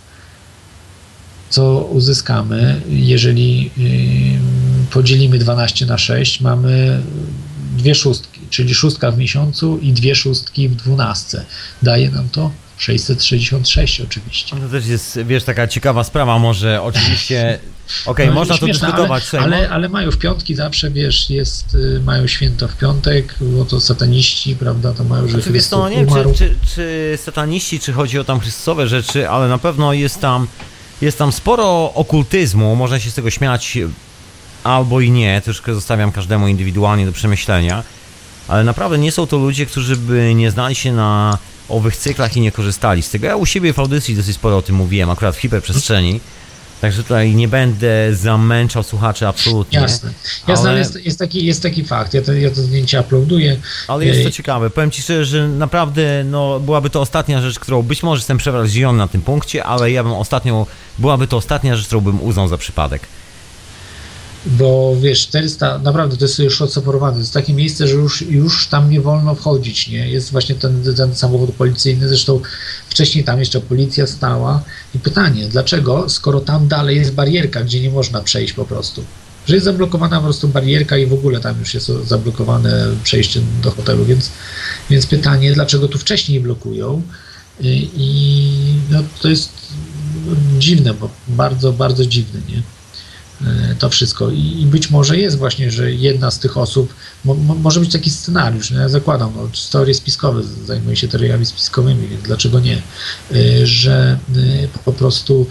co uzyskamy, jeżeli yy, podzielimy dwanaście na sześć, mamy dwie szóstki, czyli szóstka w miesiącu i dwie szóstki w dwunastce. Daje nam to sześćset sześćdziesiąt sześć oczywiście. To też jest, wiesz, taka ciekawa sprawa, może oczywiście, okej, okay, no, można to dyskutować. Ale, ale, ale mają w piątki zawsze, wiesz, jest, mają święto w piątek, bo to sataniści, prawda, to mają, że znaczy, wiesz, to, nie wiem, czy, czy, czy sataniści, czy chodzi o tam chrystusowe rzeczy, ale na pewno jest tam, jest tam sporo okultyzmu, można się z tego śmiać albo i nie, troszkę zostawiam każdemu indywidualnie do przemyślenia, ale naprawdę nie są to ludzie, którzy by nie znali się na owych cyklach i nie korzystali z tego. Ja u siebie w audycji dosyć sporo o tym mówiłem, akurat w hiperprzestrzeni, także tutaj nie będę zamęczał słuchaczy absolutnie. Jasne, jasne, ale, ale jest, jest, taki, jest taki fakt, ja to, ja to zdjęcie uploaduję. Ale jest to ciekawe, powiem Ci szczerze, że naprawdę no, byłaby to ostatnia rzecz, którą być może jestem przewrażliwiony na tym punkcie, ale ja bym ostatnią, byłaby to ostatnia rzecz, którą bym uznał za przypadek. Bo wiesz, czterysta, naprawdę to jest już odsaporowane, to jest takie miejsce, że już, już tam nie wolno wchodzić, nie? Jest właśnie ten, ten samochód policyjny, zresztą wcześniej tam jeszcze policja stała i pytanie, dlaczego, skoro tam dalej jest barierka, gdzie nie można przejść po prostu? Że jest zablokowana po prostu barierka i w ogóle tam już jest zablokowane przejście do hotelu, więc, więc pytanie, dlaczego tu wcześniej blokują i, i no, to jest dziwne, bo bardzo, bardzo dziwne, nie? To wszystko. I być może jest właśnie, że jedna z tych osób, mo, może być taki scenariusz, no ja zakładam, no, teorie spiskowe, zajmuję się teoriami spiskowymi, więc dlaczego nie, że po prostu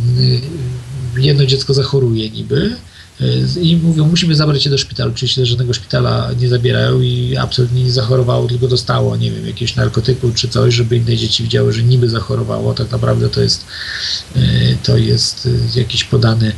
jedno dziecko zachoruje niby i mówią, musimy zabrać je do szpitala. Oczywiście do żadnego szpitala nie zabierają i absolutnie nie zachorowało, tylko dostało, nie wiem, jakiegoś narkotyku czy coś, żeby inne dzieci widziały, że niby zachorowało. Tak naprawdę to jest, to jest jakiś podany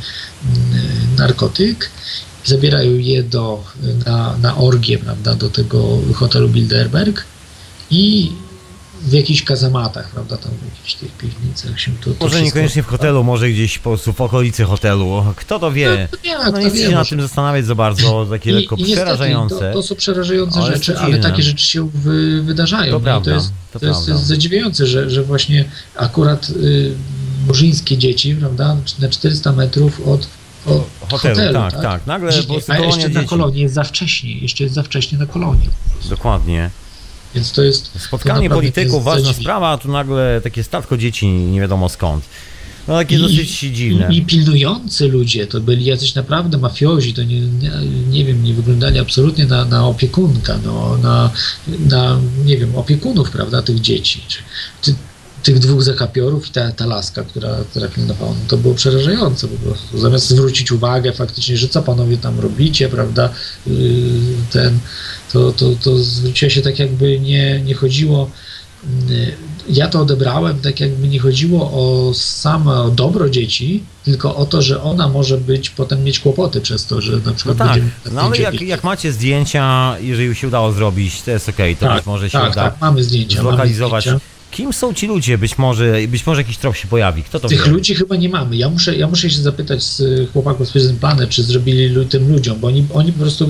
narkotyk. Zabierają je do, na, na orgię, prawda, do tego hotelu Bilderberg i w jakichś kazamatach, prawda, tam w jakichś tych piwnicach się to... to może wszystko... niekoniecznie w hotelu, może gdzieś po prostu w okolicy hotelu. Kto to wie? No, ja, no nie chcę się nad tym zastanawiać za bardzo, takie I, lekko i przerażające. To, to są przerażające ale rzeczy, ale takie rzeczy się wy, wydarzają. To prawda, to jest, to, to jest, jest zadziwiające, że, że właśnie akurat y, murzyńskie dzieci, prawda, na czterysta metrów od O, hotelu, hotelu, tak, tak, tak. Nagle Gdzie, po prostu a kolonia jeszcze dzieci. na kolonii jest za wcześnie, jeszcze jest za wcześnie na kolonii. Dokładnie. Więc to jest... Spotkanie to polityków, jest ważna zadziwi... sprawa, a tu nagle takie statko dzieci nie wiadomo skąd. No takie I, dosyć dziwne. I, I pilnujący ludzie, to byli jacyś naprawdę mafiozi, to nie, nie, nie wiem, nie wyglądali absolutnie na, na opiekunka, no, na, na, nie wiem, opiekunów, prawda, tych dzieci. Ty, tych dwóch zakapiorów i ta, ta laska, która, która pilnowała, no to było przerażające po prostu. Zamiast zwrócić uwagę faktycznie, że co panowie tam robicie, prawda, yy, ten, to, to, to zwróciło się tak jakby nie, nie chodziło, yy, ja to odebrałem tak jakby nie chodziło o samo dobro dzieci, tylko o to, że ona może być, potem mieć kłopoty przez to, że na przykład no tak, będziemy... No ale jak, jak macie zdjęcia, jeżeli się udało zrobić, to jest okej, okay, to tak, być może się tak, uda tak, mamy zdjęcia, zlokalizować. Mamy zdjęcia. Kim są ci ludzie? Być może, być może jakiś trop się pojawi. Kto to Tych wie? ludzi chyba nie mamy. Ja muszę, ja muszę się zapytać z chłopaków z Prison Planet, czy zrobili tym ludziom, bo oni, oni po prostu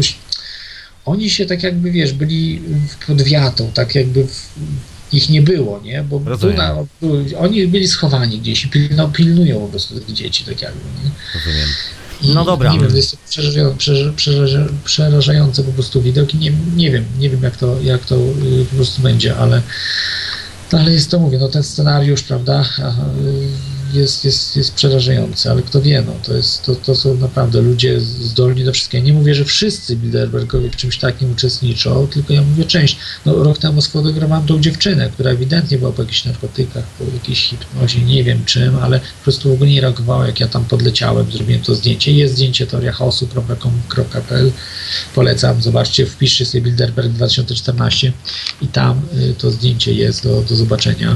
oni się tak jakby, wiesz, byli pod wiatą, tak jakby w, ich nie było, nie? Bo tu na, oni byli schowani gdzieś i pilno, pilnują po prostu tych dzieci, tak jakby, nie? Rozumiem. I, no dobra. Nie wiem, to jest przerażające, przerażające, przerażające po prostu widok i nie, nie wiem, nie wiem jak to, jak to po prostu będzie, ale ale jest to, mówię, no ten scenariusz, prawda, jest, jest, jest przerażający, ale kto wie, no to, jest, to, to są naprawdę ludzie zdolni do wszystkiego. Nie mówię, że wszyscy Bilderbergowie w czymś takim uczestniczą, tylko ja mówię część. No rok temu sfotografowałem tą dziewczynę, która ewidentnie była po jakichś narkotykach, po jakiejś hipnozie, nie wiem czym, ale po prostu w ogóle nie reagowała, jak ja tam podleciałem, zrobiłem to zdjęcie. Jest zdjęcie teoria chaosu kropka p l, polecam, zobaczcie, wpiszcie sobie Bilderberg dwa tysiące czternaście i tam y, to zdjęcie jest do, do zobaczenia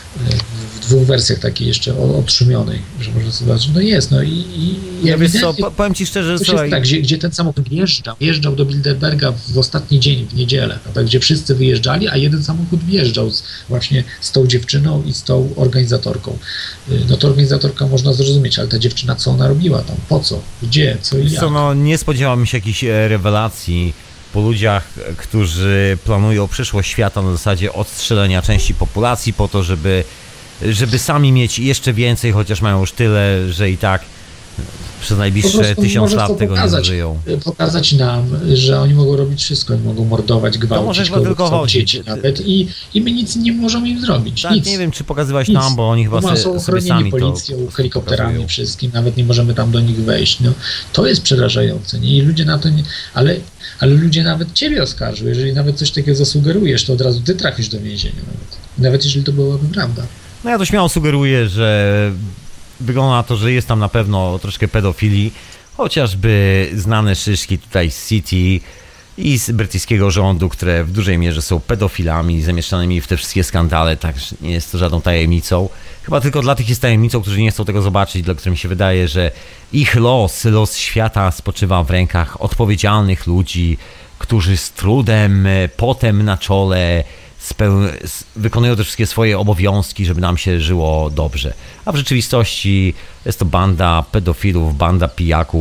w dwóch wersjach takiej jeszcze otrzumionej, że można zobaczyć. No jest, no i, i ja wiesz co, powiem ci szczerze, że jest tak, gdzie, gdzie ten samochód wjeżdżał, wjeżdżał do Bilderberga w ostatni dzień, w niedzielę, prawda, gdzie wszyscy wyjeżdżali, a jeden samochód wjeżdżał z, właśnie z tą dziewczyną i z tą organizatorką. No to organizatorka można zrozumieć, ale ta dziewczyna, co ona robiła tam, po co, gdzie, co i jak? Co, no nie spodziewałem się jakichś rewelacji po ludziach, którzy planują przyszłość świata na zasadzie odstrzelenia części populacji po to, żeby, żeby sami mieć jeszcze więcej, chociaż mają już tyle, że i tak przez najbliższe tysiąc lat tego pokazać, nie zużyją. Pokazać nam, że oni mogą robić wszystko, oni mogą mordować, gwałcić, kogoś dzieci nawet i, i my nic nie możemy im zrobić. Tak, nic. Nie wiem, czy pokazywać nic. nam, bo oni chyba no, se, są sobie sami policją, to helikopterami pokazują. wszystkim, nawet nie możemy tam do nich wejść. No, to jest przerażające, nie? I ludzie na to nie... Ale, ale ludzie nawet ciebie oskarżą, jeżeli nawet coś takiego zasugerujesz, to od razu ty trafisz do więzienia nawet. Nawet jeżeli to byłaby prawda. No ja to śmiało sugeruję, że wygląda na to, że jest tam na pewno troszkę pedofilii, chociażby znane szyszki tutaj z City i z brytyjskiego rządu, które w dużej mierze są pedofilami zamieszanymi w te wszystkie skandale, także nie jest to żadną tajemnicą. Chyba tylko dla tych jest tajemnicą, którzy nie chcą tego zobaczyć, dla których mi się wydaje, że ich los, los świata spoczywa w rękach odpowiedzialnych ludzi, którzy z trudem, potem na czole speł- wykonują te wszystkie swoje obowiązki, żeby nam się żyło dobrze. A w rzeczywistości jest to banda pedofilów, banda pijaków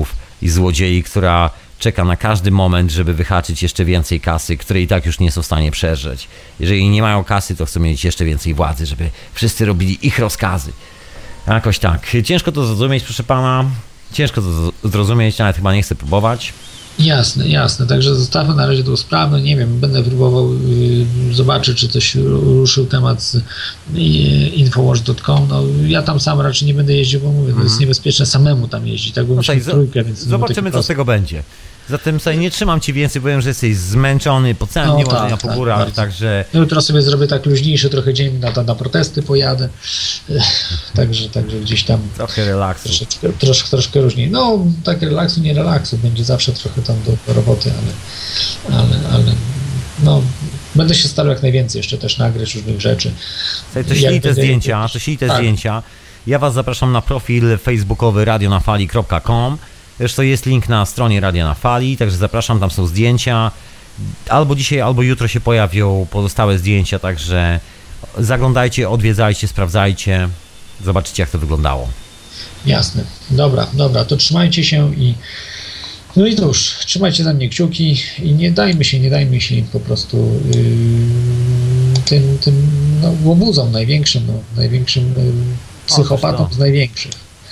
i złodziei, która czeka na każdy moment, żeby wyhaczyć jeszcze więcej kasy, której i tak już nie są w stanie przeżyć. Jeżeli nie mają kasy, to chcą mieć jeszcze więcej władzy, żeby wszyscy robili ich rozkazy. Jakoś tak. Ciężko to zrozumieć, proszę pana. Ciężko to zrozumieć, nawet chyba nie chcę próbować. Jasne, jasne. Także zostawmy na razie tą sprawę. Nie wiem, będę próbował y, zobaczyć, czy coś ruszył temat z y, infowatch kropka com. No, ja tam sam raczej nie będę jeździł, bo mówię, mm-hmm. to jest niebezpieczne samemu tam jeździć. Tak, bo no tak, w trójkę, więc zobaczymy, co z tego będzie. Zatem sobie nie trzymam ci więcej, powiem, że jesteś zmęczony po całym dniu łażenia po górach, tak, także... No jutro sobie zrobię tak luźniejszy trochę dzień, na, na protesty pojadę, także, także gdzieś tam... Trochę relaksu. Troszeczkę, troszkę, troszkę różniej. No, tak relaksu, nie relaksu, będzie zawsze trochę tam do, do roboty, ale, ale, ale no... Będę się starał jak najwięcej jeszcze też nagrać różnych rzeczy. To ślij te zdjęcia, to ślij te tak. zdjęcia. Ja was zapraszam na profil facebookowy radio na fali kropka com. Zresztą jest link na stronie Radia na Fali, także zapraszam, tam są zdjęcia. Albo dzisiaj, albo jutro się pojawią pozostałe zdjęcia, także zaglądajcie, odwiedzajcie, sprawdzajcie, zobaczycie, jak to wyglądało. Jasne. Dobra, dobra, to trzymajcie się i no i cóż, trzymajcie za mnie kciuki i nie dajmy się, nie dajmy się po prostu yy, tym, tym no, łobuzom największym, no, największym yy, psychopatom z największych.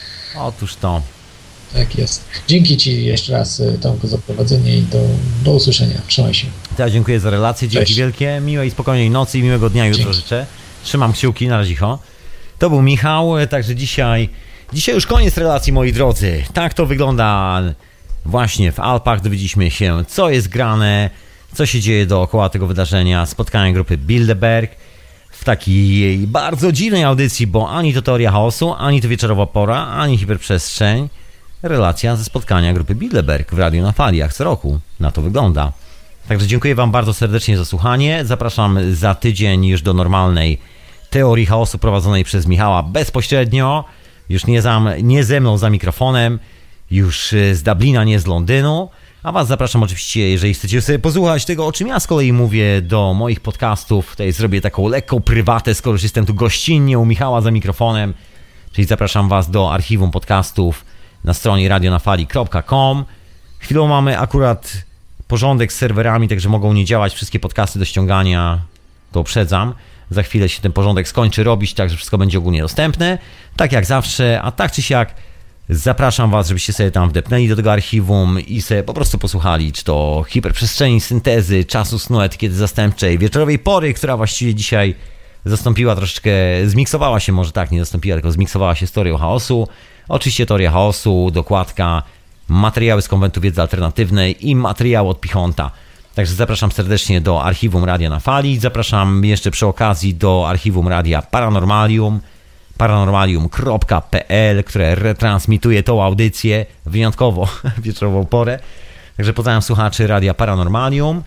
Otóż to. Tak jest. Dzięki ci jeszcze raz, Tomku, za prowadzenie i do, do usłyszenia. Trzymaj się. Ja dziękuję za relację, dzięki Cześć. wielkie, miłej, spokojnej nocy i miłego dnia jutro Dzięki. życzę. Trzymam kciuki, na razie. To był Michał, także dzisiaj, dzisiaj już koniec relacji, moi drodzy. Tak to wygląda właśnie w Alpach. Dowiedzieliśmy się, co jest grane, co się dzieje dookoła tego wydarzenia, spotkania grupy Bilderberg w takiej bardzo dziwnej audycji, bo ani to teoria chaosu, ani to wieczorowa pora, ani hiperprzestrzeń. Relacja ze spotkania grupy Bilderberg w Radiu na Fali, jak co roku. Na to wygląda. Także dziękuję wam bardzo serdecznie za słuchanie. Zapraszam za tydzień już do normalnej teorii chaosu prowadzonej przez Michała bezpośrednio. Już nie, za, nie ze mną za mikrofonem, już z Dublina, nie z Londynu. A was zapraszam oczywiście, jeżeli chcecie sobie posłuchać tego, o czym ja z kolei mówię, do moich podcastów. Tutaj zrobię taką lekką prywatę, skoro już jestem tu gościnnie u Michała za mikrofonem. Czyli zapraszam was do archiwum podcastów na stronie radio na fali kropka com. Chwilą mamy akurat porządek z serwerami, także mogą nie działać wszystkie podcasty do ściągania. To uprzedzam. Za chwilę się ten porządek skończy robić, także wszystko będzie ogólnie dostępne. Tak jak zawsze, a tak czy siak zapraszam was, żebyście sobie tam wdepnęli do tego archiwum i sobie po prostu posłuchali, czy to hiperprzestrzeni syntezy, czasu snu, etykiety zastępczej, wieczorowej pory, która właściwie dzisiaj zastąpiła troszeczkę, zmiksowała się, może tak, nie zastąpiła, tylko zmiksowała się z teorią chaosu. Oczywiście teoria chaosu, dokładka, materiały z konwentu wiedzy alternatywnej i materiały od Pichonta. Także zapraszam serdecznie do archiwum Radia na Fali. Zapraszam jeszcze przy okazji do archiwum Radia Paranormalium, paranormalium kropka p l, które retransmituje tą audycję wyjątkowo wieczorową porę. Także pozdrawiam słuchaczy Radia Paranormalium.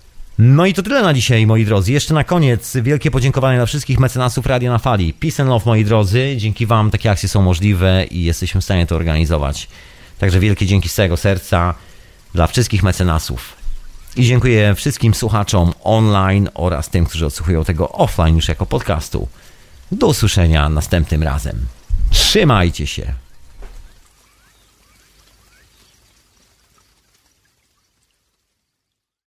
No i to tyle na dzisiaj, moi drodzy. Jeszcze na koniec wielkie podziękowanie dla wszystkich mecenasów Radia na Fali. Peace and love, moi drodzy. Dzięki wam takie akcje są możliwe i jesteśmy w stanie to organizować. Także wielkie dzięki z całego serca dla wszystkich mecenasów. I dziękuję wszystkim słuchaczom online oraz tym, którzy odsłuchują tego offline już jako podcastu. Do usłyszenia następnym razem. Trzymajcie się.